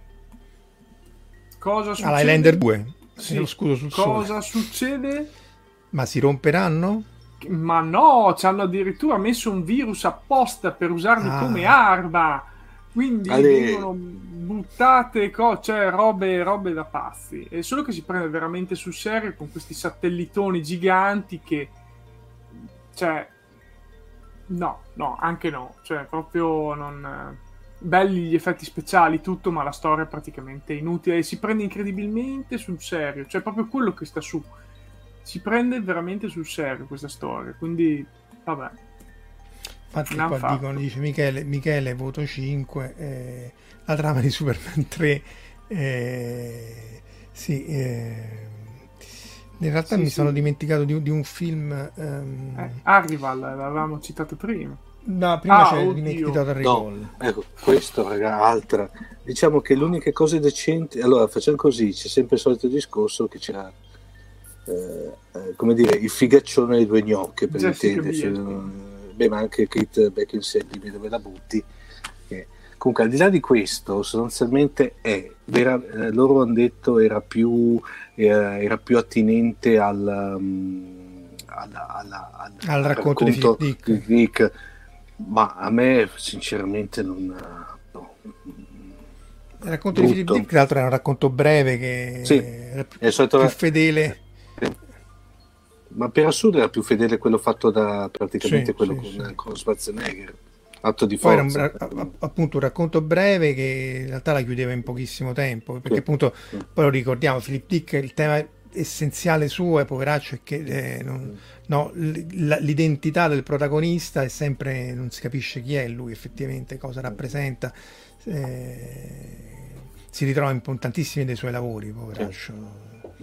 Cosa succede? All'Highlander due, sì. Lo scudo sul Cosa sole. succede? Ma si romperanno? Ma no, ci hanno addirittura messo un virus apposta per usarli ah. come arma. Quindi Ale... vengono buttate co- cioè robe, robe da pazzi. È solo che si prende veramente sul serio con questi satellitoni giganti che, cioè, no, no, anche no, cioè proprio non... belli gli effetti speciali, tutto, ma la storia è praticamente inutile e si prende incredibilmente sul serio, cioè proprio quello che sta su. Si prende veramente sul serio questa storia, quindi vabbè. Infatti qua fatto. dicono, dice Michele, Michele voto cinque, eh, la trama di Superman tre, eh, sì, eh, in realtà sì, mi sì. sono dimenticato di, di un film... Um... Eh, Arrival, l'avevamo citato prima. No, prima ah, c'è il dimenticato Arrival. No, ecco, questo, raga, altra. Diciamo che l'unica cosa decente... Allora, facciamo così, c'è sempre il solito discorso che c'era, eh, eh, come dire, il figaccione dei due gnocche, per intenderci. Beh, ma anche Kate Beckinsale, dove la butti. Eh, comunque, al di là di questo, sostanzialmente è vera, eh, loro hanno detto era più eh, era più attinente al, um, alla, alla, al, al racconto, racconto di Philip Dick. Dick, ma a me sinceramente non no. Il racconto Brutto. di Philip Dick, tra l'altro, era un racconto breve che sì, era più, è solito... più fedele. ma per assurdo era più fedele quello fatto da praticamente Sì, quello sì, con, sì. con Schwarzenegger, atto di Poi era un, forza. ra- appunto un racconto breve che in realtà la chiudeva in pochissimo tempo, perché Sì, appunto sì. poi lo ricordiamo, Philip Dick, il tema essenziale suo è poveraccio è che eh, non- no, l- la- l'identità del protagonista è sempre, non si capisce chi è lui effettivamente, cosa rappresenta, eh, si ritrova in tantissimi dei suoi lavori, poveraccio.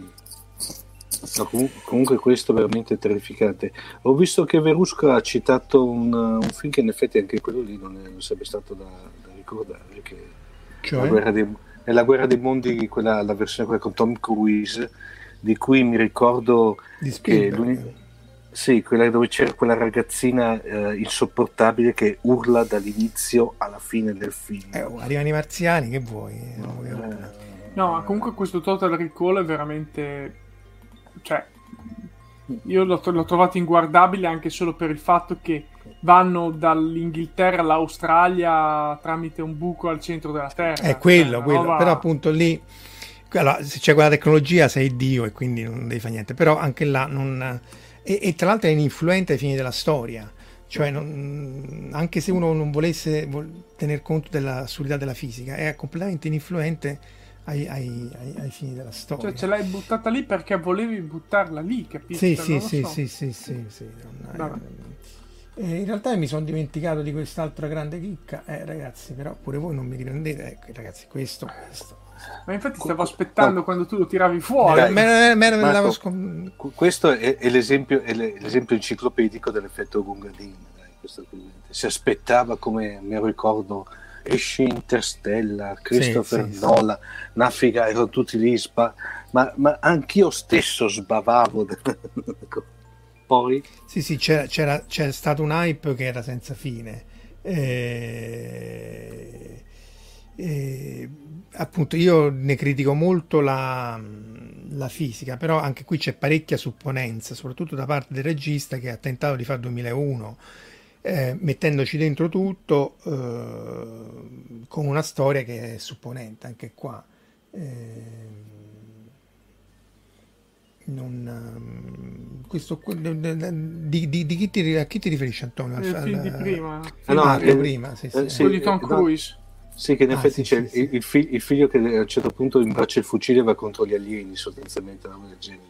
No, comu- comunque questo è veramente terrificante. Ho visto che Verusca ha citato un, un film che in effetti anche quello lì non, è, non sarebbe stato da, da ricordare, che è Cioè? la guerra dei, è la guerra dei mondi, quella, la versione quella con Tom Cruise, di cui mi ricordo Di che Spielberg. lui, sì, quella dove c'era quella ragazzina eh, insopportabile che urla dall'inizio alla fine del film. Eh, oh, arrivano i marziani, che vuoi? No, che- No, ma comunque questo Total Recall è veramente... Cioè, io l'ho, l'ho trovato inguardabile anche solo per il fatto che vanno dall'Inghilterra all'Australia tramite un buco al centro della Terra. È quello, Cioè, una quello. roba- Però appunto lì, allora, se c'è quella tecnologia sei Dio e quindi non devi fare niente, però anche là non... E, e tra l'altro è ininfluente ai fini della storia, cioè non- anche se uno non volesse vol- tener conto dell'assurdità della fisica, è completamente ininfluente ai, ai- ai- ai fini della storia. Cioè, ce l'hai buttata lì perché volevi buttarla lì, capisci? Sì, Cioè, sì, non lo sì, so. sì, sì, sì, sì, non- Vabbè. eh, in realtà mi sono dimenticato di quest'altra grande chicca, eh, ragazzi, però pure voi non mi riprendete, ecco ragazzi, questo, questo. Ma infatti stavo aspettando No. quando tu lo tiravi fuori. Dai. Me- me- me- me Marco, l'avevo scom- Qu- Questo è, è l'esempio, è le- l'esempio enciclopedico dell'effetto Gungadin. Dai, questo qui. Si aspettava, come mi ricordo, esce Interstellar, Christopher sì, sì. Nolan, una figa, erano tutti lì, spa- ma, ma anch'io stesso sbavavo. Poi, Sì, sì, c'era, c'era, c'è stato un hype che era senza fine. Eh, eh, appunto, io ne critico molto la, la fisica, però anche qui c'è parecchia supponenza, soprattutto da parte del regista che ha tentato di fare duemilauno, eh, mettendoci dentro tutto eh, con una storia che è supponente anche qua. Eh, non, ehm, questo qui- di, di, di chi ti, a chi ti riferisci, Antonio? Il Al- film di al- prima. Ah, no, Ah, eh, prima, sì, sì. eh, sì. Quello di Tom no. Cruise. sì, che in Ah, effetti sì, c'è sì, il, sì. il fi- il figlio che a un certo punto imbraccia il fucile e va contro gli alieni, sostanzialmente, una roba del genere.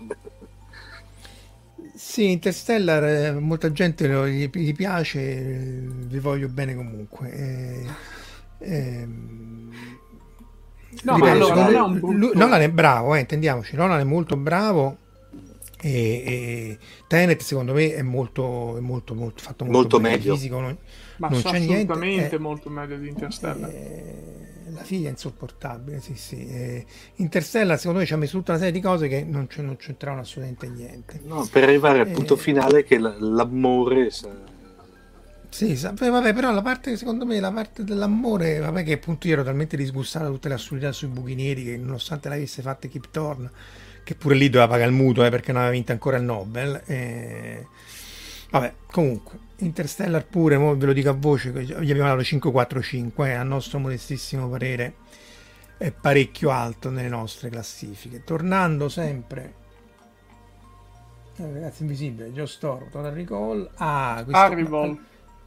Sì, Interstellar, eh, molta gente lo- gli, gli piace, eh, vi voglio bene comunque. Eh, ehm, No, ripeto, ma allora, secondo non è me- un brutto- lui- Nolan è bravo, eh, intendiamoci, Nolan è molto bravo e, e Tenet secondo me è molto, è molto, molto fatto molto, Molto bene, meglio. fisico, non, Ma non so c'è niente. assolutamente eh, molto meglio di Interstellar. Eh, la figlia è insopportabile, sì, sì. Eh, Interstellar secondo me ci ha messo tutta una serie di cose che non, c- non c'entravano assolutamente niente. No, per arrivare al punto Eh, finale che la- l'amore sa- Sì, sa- poi vabbè, però la parte, secondo me, la parte dell'amore, vabbè, che appunto io ero talmente disgustato da tutte le assurdità sui buchi neri che nonostante l'avesse fatta Kip Thorne, che pure lì doveva pagare il mutuo eh, perché non aveva vinto ancora il Nobel. eh, Vabbè, comunque, Interstellar pure, mo ve lo dico a voce, che gli abbiamo dato cinque quattro cinque, eh, a nostro modestissimo parere è parecchio alto nelle nostre classifiche. Tornando sempre... Eh, ragazzi, invisibile, Just Thor, Total Recall. Ah, questo... Arrival.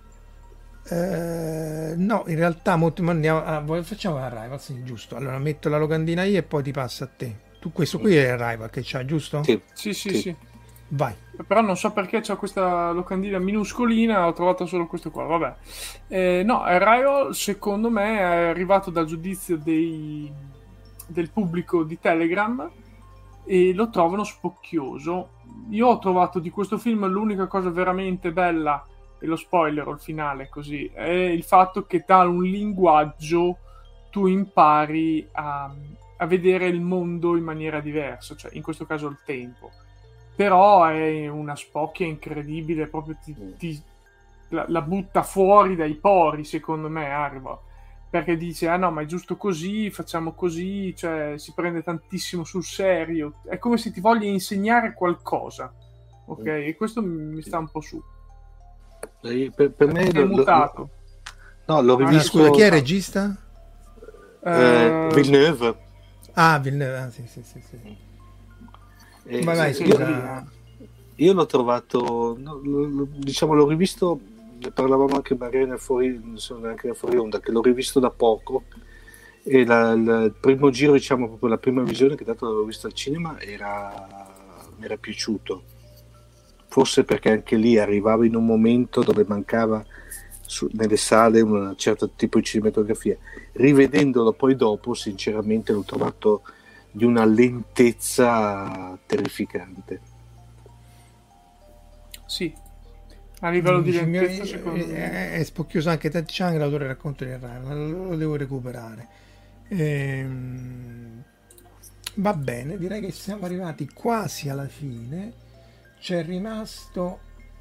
Eh, no, in realtà molti andiamo, ah, voi- facciamo Arrival, sì, giusto. Allora metto la locandina io e poi ti passa a te. Tu questo qui è Arrival che c'ha, giusto? Sì, Sì, sì, Sì. sì. Vai. Però non so perché c'ho questa locandina minuscolina, ho trovato solo questo qua, vabbè. Eh, no, Arrival secondo me è arrivato dal giudizio dei, del pubblico di Telegram e lo trovano spocchioso. Io ho trovato di questo film l'unica cosa veramente bella, e lo spoiler il finale così, è il fatto che da un linguaggio tu impari a, a vedere il mondo in maniera diversa, cioè in questo caso il tempo. Però è una spocchia incredibile, proprio ti, ti- la, la butta fuori dai pori, secondo me, Arriva. Perché dice, ah no, ma è giusto così, facciamo così, cioè si prende tantissimo sul serio. È come se ti voglia insegnare qualcosa, ok? E questo mi sta un po' su. Eh, per, per me È lo- lo- mutato. no, l'ho Ah, rivisto. Scusa, chi è il regista? Eh, Eh, Villeneuve. Ah, Villeneuve, ah, sì, sì, sì, sì. Eh, Vai, vai, sì, scusa. io l'ho trovato, no, lo, lo, diciamo, l'ho rivisto, ne parlavamo anche magari nel fuori, anche nel fuori onda, che l'ho rivisto da poco, e la, la, il primo giro, diciamo, proprio la prima visione che dato l'avevo visto al cinema, era, mi era piaciuto, forse perché anche lì arrivava in un momento dove mancava su, nelle sale un certo tipo di cinematografia. Rivedendolo poi dopo, sinceramente l'ho trovato di una lentezza terrificante. Sì, a livello di lentezza secondo me è, è spocchioso anche c'è anche l'autore racconto di Ryan, lo, lo devo recuperare. Ehm, va bene, direi che siamo arrivati quasi alla fine. C'è rimasto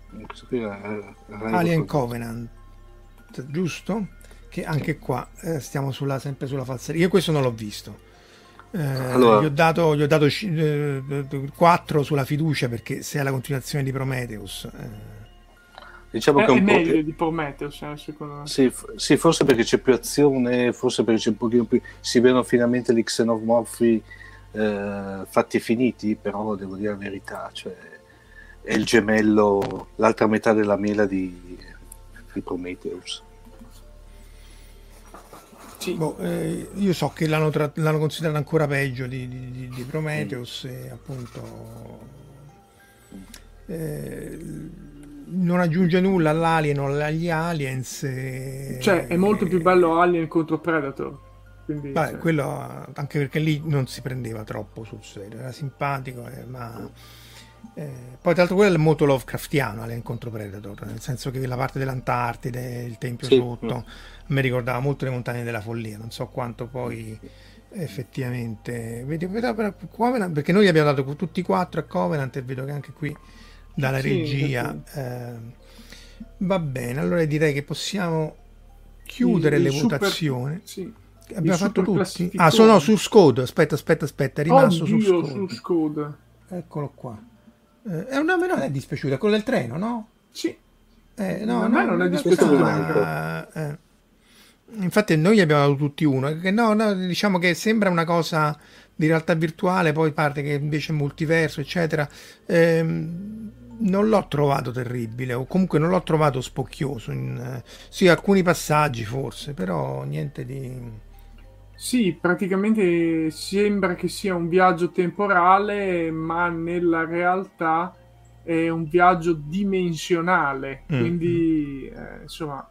Alien Covenant, giusto? Che anche qua eh, stiamo sulla, sempre sulla falseria. Io questo non l'ho visto. Eh, allora, gli ho dato, gli ho dato eh, quattro sulla fiducia, perché se è la continuazione di Prometheus eh. diciamo è, che è, un è po' meglio più... di Prometheus eh, secondo me. Sì, f- sì, forse perché c'è più azione, forse perché c'è un pochino più, si vedono finalmente gli xenomorfi eh, fatti e finiti, però devo dire la verità, cioè è il gemello, l'altra metà della mela di, di Prometheus. Sì. Boh, eh, io so che l'hanno, tra- l'hanno considerato ancora peggio di, di, di Prometheus, mm. e appunto eh, non aggiunge nulla all'Alien o agli Aliens. E... cioè è molto più bello Alien contro Predator. Quindi, vabbè, cioè... quello anche perché lì non si prendeva troppo sul serio, era simpatico, eh, ma eh, poi tra l'altro quello è molto Lovecraftiano, Alien contro Predator, nel senso che la parte dell'Antartide, il tempio sì. sotto, mi ricordava molto le montagne della follia, non so quanto poi effettivamente vedi, Covenant, perché noi abbiamo dato tutti e quattro a Covenant e vedo che anche qui dalla sì, regia eh, va bene. Allora direi che possiamo chiudere il, le il votazioni super, sì. Abbiamo fatto tutti? Ah, sono no, su Scode. Aspetta, aspetta, aspetta. È rimasto Oddio, su Scode. su Scode. Eccolo qua. Eh, è una non è dispiaciuta, quello del treno, no? Sì. Eh, no, a no, me non è dispiaciuta. Eh, infatti noi abbiamo dato tutti uno. Che no, no, diciamo che sembra una cosa di realtà virtuale, poi parte che invece è multiverso, eccetera. Eh, non l'ho trovato terribile, o comunque non l'ho trovato spocchioso. In, eh, sì, alcuni passaggi forse, però niente di... Sì, praticamente sembra che sia un viaggio temporale, ma nella realtà è un viaggio dimensionale. Mm. Quindi, eh, insomma,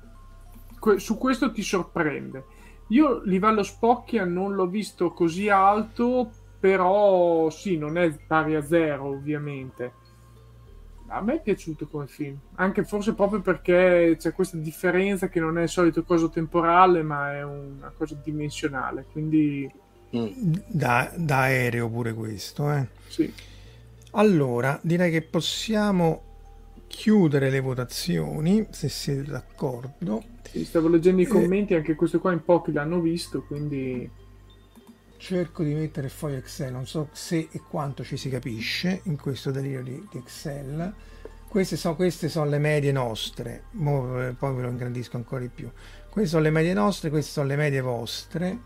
que- su questo ti sorprende. Io livello Spocchia non l'ho visto così alto, però sì, non è pari a zero, ovviamente. A me è piaciuto come film, anche forse proprio perché c'è questa differenza che non è il solito coso temporale, ma è una cosa dimensionale, quindi da, da aereo pure questo, eh? Sì. Allora direi che possiamo chiudere le votazioni, se siete d'accordo. Sì, stavo leggendo i commenti, eh... anche questo qua in pochi l'hanno visto, quindi cerco di mettere il foglio Excel, non so se e quanto ci si capisce in questo delirio di, di Excel. Queste sono, queste sono le medie nostre, Mo, poi ve lo ingrandisco ancora di più. Queste sono le medie nostre, queste sono le medie vostre.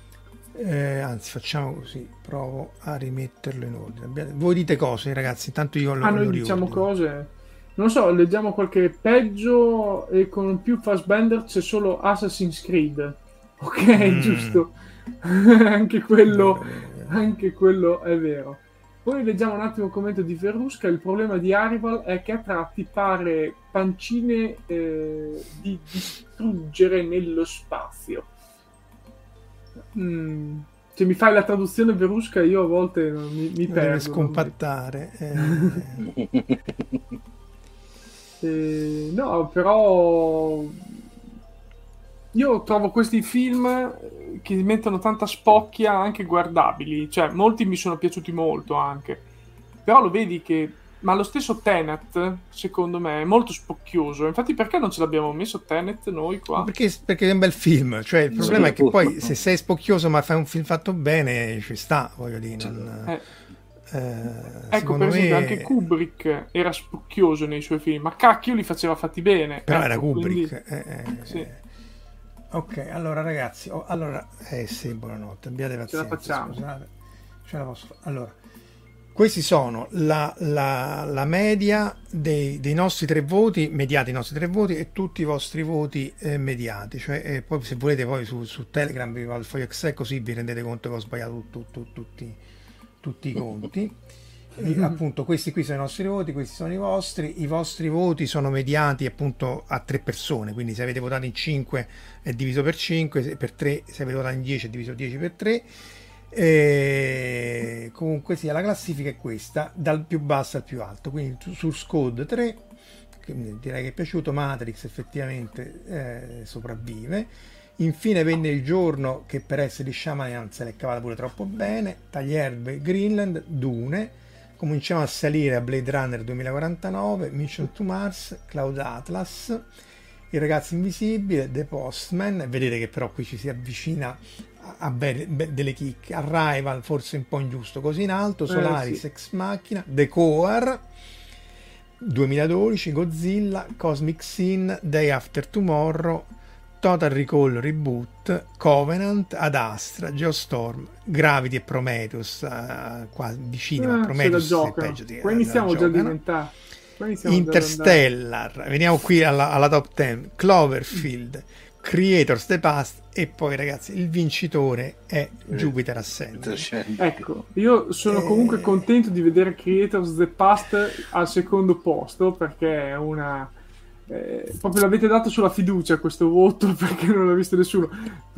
Eh, anzi, facciamo così, provo a rimetterlo in ordine. Voi dite cose, ragazzi, intanto io lo, ah, noi lo diciamo riordino. Cose, non so, leggiamo qualche peggio e con più Fassbender c'è solo Assassin's Creed. Ok, mm. giusto. anche quello vero, vero, vero. anche quello è vero. Poi leggiamo un attimo il commento di Verusca. Il problema di Arrival è che a tratti pare pancine eh, di distruggere nello spazio. mm. Se mi fai la traduzione Verusca io a volte non mi, mi perdo. Deve scompattare mi... eh. eh, no, però io trovo questi film che mettono tanta spocchia anche guardabili, cioè molti mi sono piaciuti molto anche, però lo vedi che, ma lo stesso Tenet secondo me è molto spocchioso, infatti perché non ce l'abbiamo messo Tenet noi qua? Perché, perché è un bel film, cioè il problema sì, è che poi no. se sei spocchioso ma fai un film fatto bene ci sta, voglio dire non... eh. Eh, ecco per esempio me... anche Kubrick era spocchioso nei suoi film, ma cacchio li faceva fatti bene, però ecco, era Kubrick quindi... eh, eh, sì. Ok, allora ragazzi, oh, allora, eh sì, buonanotte, abbiate pazienza, ce la facciamo. Scusate, ce la posso fare. Allora, Questi sono la, la, la media dei, dei nostri tre voti, mediati i nostri tre voti e tutti i vostri voti eh, mediati. Cioè, eh, poi se volete poi su, su Telegram vi va il foglio Excel, così vi rendete conto che ho sbagliato tu, tu, tu, tutti, tutti i conti. E, appunto questi qui sono i nostri voti, questi sono i vostri. I vostri voti sono mediati appunto a tre persone, quindi se avete votato in cinque è diviso per cinque, per tre, se avete votato in dieci è diviso dieci per tre. E comunque sia, la classifica è questa dal più basso al più alto, quindi Source Code tre, che direi che è piaciuto, Matrix effettivamente eh, sopravvive, infine venne il giorno, che per essere di Shyamalan se l'è cavata pure troppo bene, Taglierbe, Greenland, Dune, cominciamo a salire a Blade Runner duemilaquarantanove, Mission to Mars, Cloud Atlas, Il ragazzo invisibile, The Postman, vedete che però qui ci si avvicina a be- be- delle chicche, Arrival forse un po' ingiusto, così in alto, Solaris, eh, sì. Ex Machina, The Core duemiladodici, Godzilla, Cosmic Sin, Day After Tomorrow, Total Recall Reboot, Covenant, Ad Astra, Geostorm, Gravity e Prometheus, uh, qua vicino a eh, Prometheus è peggio di, qua iniziamo già a diventare Interstellar, veniamo qui alla, alla top dieci, Cloverfield, Creators the Past, e poi ragazzi il vincitore è Jupiter Ascending. Ecco, io sono comunque eh... contento di vedere Creators the Past al secondo posto, perché è una eh, proprio l'avete dato sulla fiducia questo voto, perché non l'ha visto nessuno,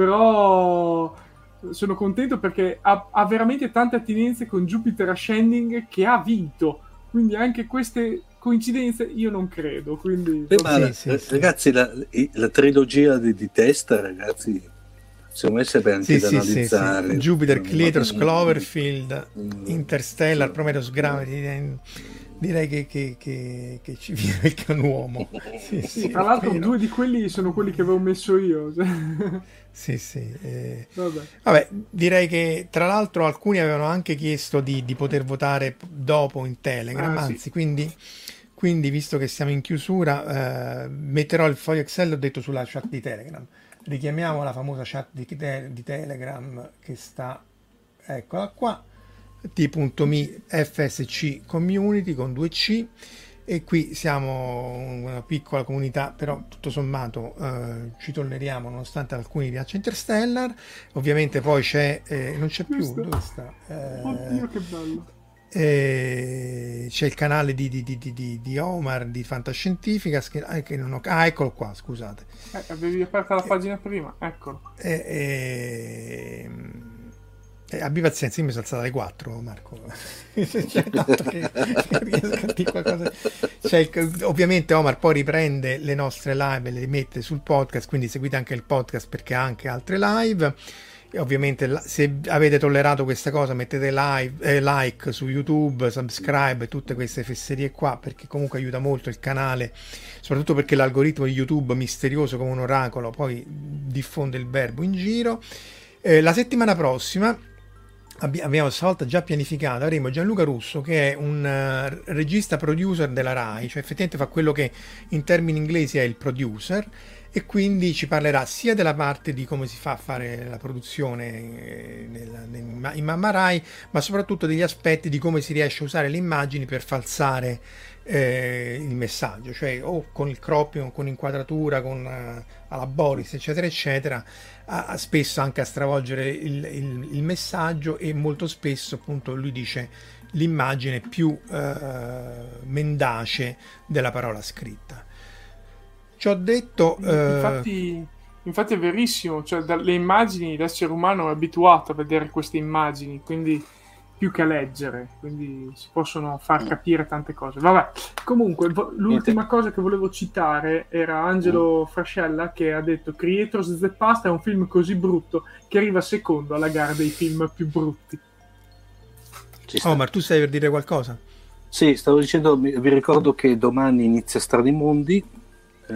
però sono contento perché ha, ha veramente tante attinenze con Jupiter Ascending, che ha vinto, quindi anche queste coincidenze io non credo, quindi eh, ma sì, sì, ragazzi sì. La, la trilogia di, di testa, ragazzi, secondo me serve anche sì, da sì, analizzare. Sì, sì. Jupiter, Creators, Cloverfield, mm. Interstellar, sì. Prometheus, Gravity, direi che, che, che, che ci viene il canuomo. Sì, sì, tra l'altro due di quelli sono quelli che avevo messo io. Sì, sì. Eh. Vabbè. Vabbè, direi che tra l'altro alcuni avevano anche chiesto di, di poter votare dopo in Telegram, ah, anzi, sì. quindi, quindi visto che siamo in chiusura, eh, metterò il foglio Excel, ho detto, sulla chat di Telegram. Richiamiamo la famosa chat di, te- di Telegram che sta, eccola qua, t.me fsc community con due C, e qui siamo una piccola comunità, però tutto sommato eh, ci tolleriamo, nonostante alcuni piaccia Interstellar. Ovviamente poi c'è eh, non c'è più, dove sta? Eh, Oddio, che bello. Eh, c'è il canale di, di, di, di, di Omar di Fantascientifica che, che non ho, ah eccolo qua, scusate, eh, avevi aperto la pagina eh, prima, eccolo. eh, eh, Eh, abbi pazienza, io mi sono alzato alle quattro, Marco. C'è tanto che riesco a dire qualcosa. C'è il, ovviamente Omar poi riprende le nostre live e le mette sul podcast, quindi seguite anche il podcast perché ha anche altre live. E ovviamente se avete tollerato questa cosa mettete live, eh, like su YouTube, subscribe e tutte queste fesserie qua, perché comunque aiuta molto il canale, soprattutto perché l'algoritmo di YouTube, misterioso come un oracolo, poi diffonde il verbo in giro. Eh, la settimana prossima abbiamo stavolta già pianificato, avremo Gianluca Russo, che è un uh, regista producer della Rai, cioè effettivamente fa quello che in termini inglesi è il producer, e quindi ci parlerà sia della parte di come si fa a fare la produzione eh, nel, nel, in Mamma Rai, ma soprattutto degli aspetti di come si riesce a usare le immagini per falsare eh, il messaggio, cioè o con il cropping, con inquadratura, con uh, alla Boris, eccetera eccetera, a, a spesso anche a stravolgere il, il, il messaggio, e molto spesso appunto lui dice l'immagine più uh, mendace della parola scritta. Ci ho detto infatti, uh... infatti è verissimo, cioè dalle immagini l'essere umano è abituato a vedere queste immagini, quindi più che a leggere, quindi si possono far capire tante cose. Vabbè, comunque l'ultima cosa che volevo citare era Angelo Frascella, che ha detto Creators the Past è un film così brutto che arriva secondo alla gara dei film più brutti. Oh, ma tu stai per dire qualcosa? Sì, stavo dicendo, vi ricordo che domani inizia Strani Mondi. Uh,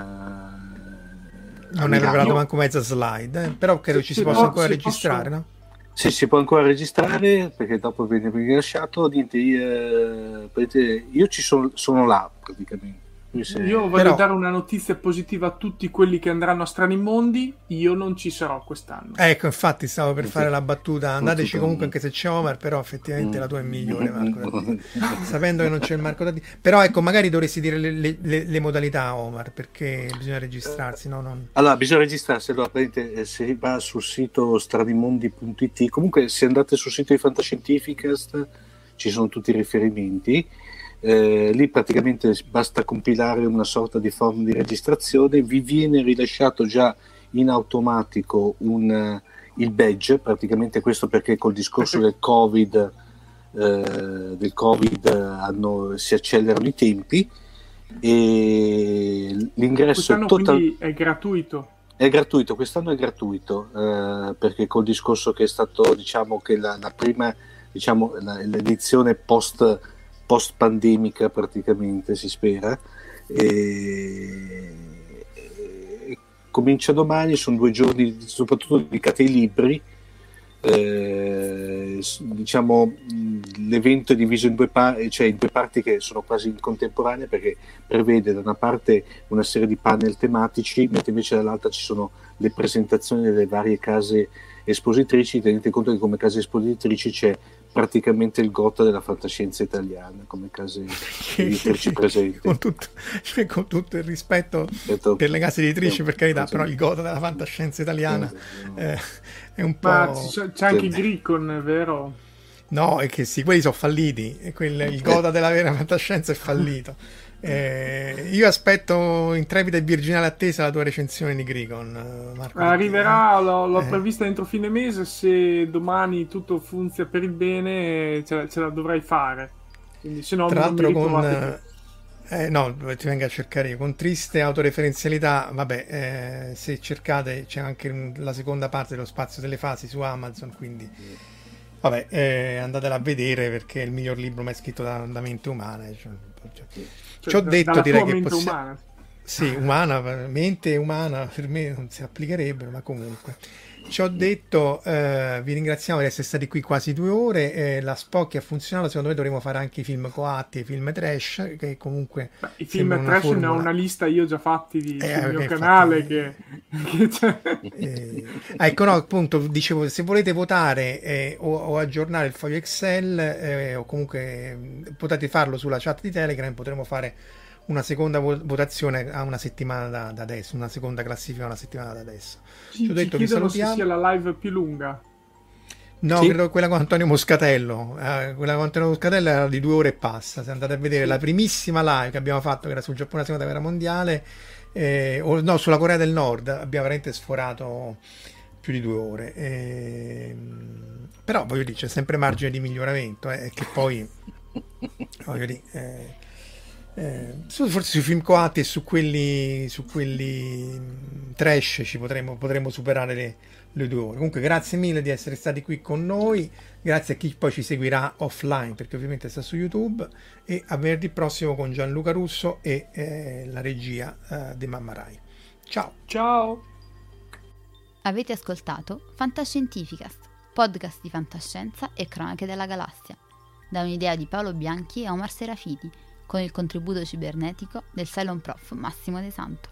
non hai preparato manco mezza slide, eh? Però credo sì, ci si possa no, ancora registrare, posso... no? Sì, si può ancora registrare perché dopo viene rilasciato. Niente, io, io ci sono, sono là praticamente. Io voglio Però... dare una notizia positiva a tutti quelli che andranno a Strani Mondi. Io non ci sarò quest'anno. Ecco, infatti stavo per fare la battuta. Andateci comunque anche se c'è Omar, però effettivamente la tua è migliore, Marco. Sapendo che non c'è il Marco Dati. Però ecco, magari dovresti dire le, le, le, le modalità, Omar, perché bisogna registrarsi. No, non... Allora, bisogna registrarsi. Allora, se va sul sito stranimondi punto it, comunque se andate sul sito di Fantascientificast ci sono tutti i riferimenti. Eh, lì praticamente basta compilare una sorta di form di registrazione, vi viene rilasciato già in automatico un, il badge, praticamente questo perché col discorso del Covid, eh, del COVID hanno, si accelerano i tempi, e l'ingresso quest'anno total... quindi è gratuito. È gratuito, quest'anno è gratuito, eh, perché col discorso che è stato, diciamo che la, la prima, diciamo, la, l'edizione post post pandemica praticamente si spera, e, e comincia domani, sono due giorni soprattutto dedicati ai libri, eh, diciamo l'evento è diviso in due, par- cioè in due parti che sono quasi in contemporanea, perché prevede da una parte una serie di panel tematici, mentre invece dall'altra ci sono le presentazioni delle varie case espositrici. Tenete conto che come case espositrici c'è praticamente il Gotha della fantascienza italiana come case editrici presenti. Con tutto, cioè, con tutto il rispetto Detto, per le case editrici, eh, per carità, così. Però il Gotha della fantascienza italiana eh, è un po'... Ma c'è, c'è anche Gricon, vero? No, è che sì, quelli sono falliti, e quel, il Gotha della vera fantascienza è fallito. Eh, io aspetto intrepida e virginale attesa la tua recensione di Gricon, Marco. Arriverà, l'ho, l'ho eh. prevista entro fine mese. Se domani tutto funziona per il bene, ce la, ce la dovrai fare. Quindi, se no, tra l'altro con eh, no, ti vengo a cercare io con triste autoreferenzialità. Vabbè, eh, se cercate c'è anche la seconda parte dello Spazio delle Fasi su Amazon, quindi vabbè, eh, andatela a vedere, perché è il miglior libro mai scritto da, da mente umana, cioè, cioè, ci ho detto, direi che mente possi- umana. Sì, umana, mente umana per me non si applicherebbero, ma comunque ci ho detto, eh, vi ringraziamo di essere stati qui quasi due ore, eh, la Spock ha funzionato. Secondo me dovremo fare anche i film coatti e i film trash, che comunque beh, i film trash formula... ne ho una lista io già fatti di, eh, sul mio infatti, canale che, che c'è. Eh, ecco, no, appunto, dicevo, se volete votare eh, o, o aggiornare il foglio Excel, eh, o comunque eh, potete farlo sulla chat di Telegram. Potremo fare una seconda votazione a una settimana da, da adesso, una seconda classifica una settimana da adesso. Ci, ci ho detto, ci vi chiedono salutiamo. se sia la live più lunga. No, sì. credo quella con Antonio Moscatello. Eh, quella con Antonio Moscatello era di due ore e passa. Se andate a vedere sì. la primissima live che abbiamo fatto, che era sul Giappone, la seconda guerra mondiale, eh, o no, sulla Corea del Nord, abbiamo veramente sforato più di due ore. Eh, però voglio dire, c'è sempre margine di miglioramento, eh, che poi voglio dire. Eh, Eh, forse sui film coatti e su quelli su quelli trash ci potremo, potremo superare le, le due ore. Comunque grazie mille di essere stati qui con noi, grazie a chi poi ci seguirà offline, perché ovviamente sta su YouTube, e a venerdì prossimo con Gianluca Russo e eh, la regia eh, di Mamma Rai. Ciao ciao. Avete ascoltato Fantascientificast, podcast di fantascienza e cronache della galassia, da un'idea di Paolo Bianchi e Omar Serafiti, con il contributo cibernetico del Cylon Prof Massimo De Santo.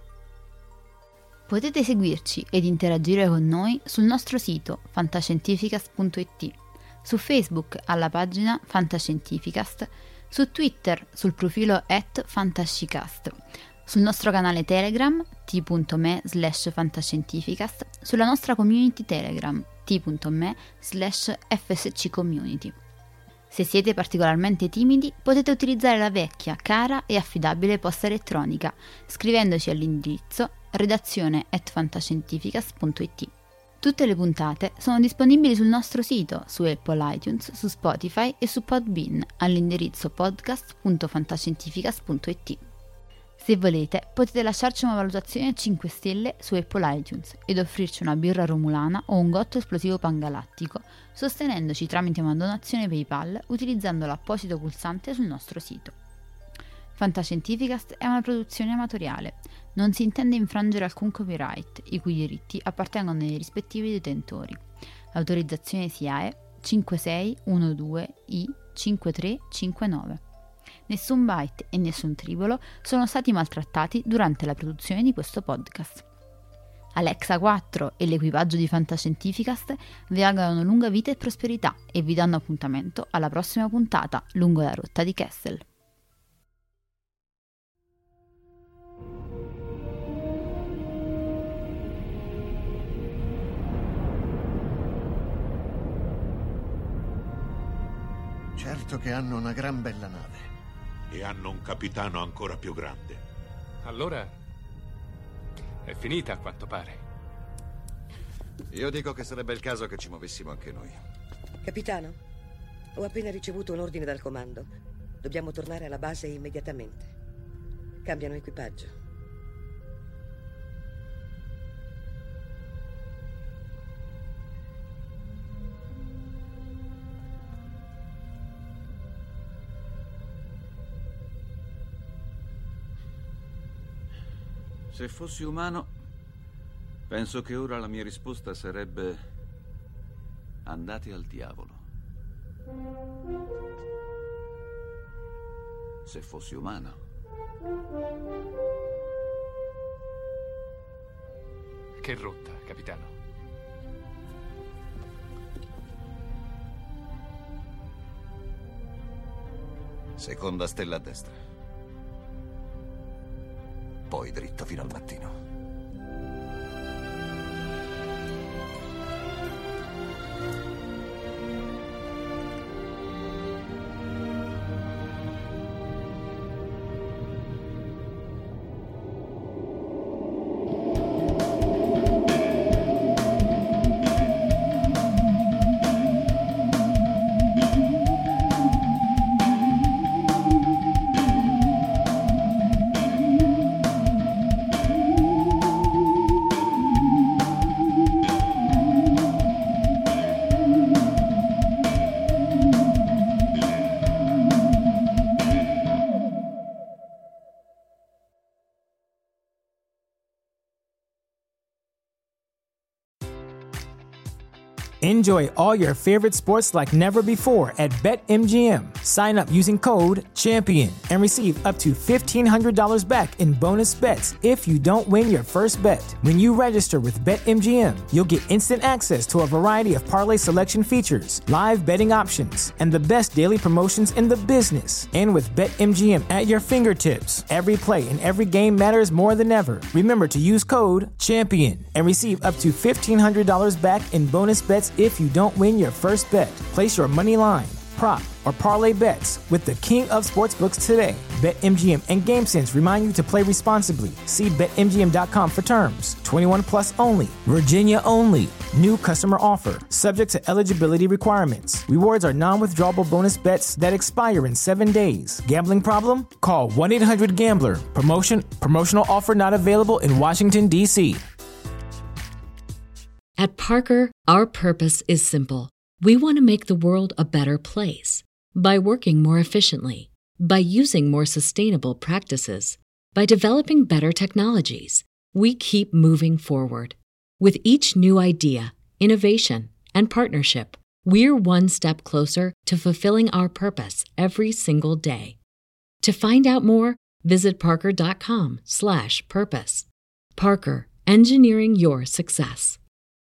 Potete seguirci ed interagire con noi sul nostro sito fantascientificast punto it, su Facebook alla pagina Fantascientificast, su Twitter sul profilo at fantascicast, sul nostro canale Telegram t.me slash fantascientificast, sulla nostra community Telegram t.me slash fsccommunity. Se siete particolarmente timidi, potete utilizzare la vecchia, cara e affidabile posta elettronica, scrivendoci all'indirizzo redazione at fantascientificast punto it. Tutte le puntate sono disponibili sul nostro sito, su Apple iTunes, su Spotify e su Podbean, all'indirizzo podcast punto fantascientificast punto it. Se volete, potete lasciarci una valutazione a cinque stelle su Apple iTunes ed offrirci una birra romulana o un gotto esplosivo pangalattico, sostenendoci tramite una donazione PayPal utilizzando l'apposito pulsante sul nostro sito. Fantascientificast è una produzione amatoriale, non si intende infrangere alcun copyright, i cui diritti appartengono ai rispettivi detentori. L'autorizzazione S I A E cinque sei uno due I cinque tre cinque nove. Nessun byte e nessun tribolo sono stati maltrattati durante la produzione di questo podcast. Alexa quattro e l'equipaggio di Fantascientificast vi augurano lunga vita e prosperità e vi danno appuntamento alla prossima puntata lungo la rotta di Kessel. Certo che hanno una gran bella nave. E hanno un capitano ancora più grande. Allora è finita, a quanto pare. Io dico che sarebbe il caso che ci muovessimo anche noi. Capitano, ho appena ricevuto un ordine dal comando. Dobbiamo tornare alla base immediatamente. Cambiano equipaggio. Se fossi umano, penso che ora la mia risposta sarebbe: andate al diavolo. Se fossi umano. Che rotta, capitano? Seconda stella a destra. Poi dritto fino al mattino. Enjoy all your favorite sports like never before at BetMGM. Sign up using code CHAMPION and receive up to fifteen hundred dollars back in bonus bets if you don't win your first bet. When you register with BetMGM, you'll get instant access to a variety of parlay selection features, live betting options, and the best daily promotions in the business. And with BetMGM at your fingertips, every play and every game matters more than ever. Remember to use code CHAMPION and receive up to fifteen hundred dollars back in bonus bets if you don't win your first bet. Place your money line, prop, or parlay bets with the king of sportsbooks today. BetMGM and GameSense remind you to play responsibly. See Bet M G M dot com for terms. twenty-one plus only. Virginia only. New customer offer. Subject to eligibility requirements. Rewards are non-withdrawable bonus bets that expire in seven days. Gambling problem? Call one eight hundred gambler. Promotion. Promotional offer not available in Washington, D C At Parker, our purpose is simple. We want to make the world a better place by working more efficiently, by using more sustainable practices, by developing better technologies. We keep moving forward. With each new idea, innovation, and partnership, we're one step closer to fulfilling our purpose every single day. To find out more, visit parker dot com slash purpose. Parker, engineering your success.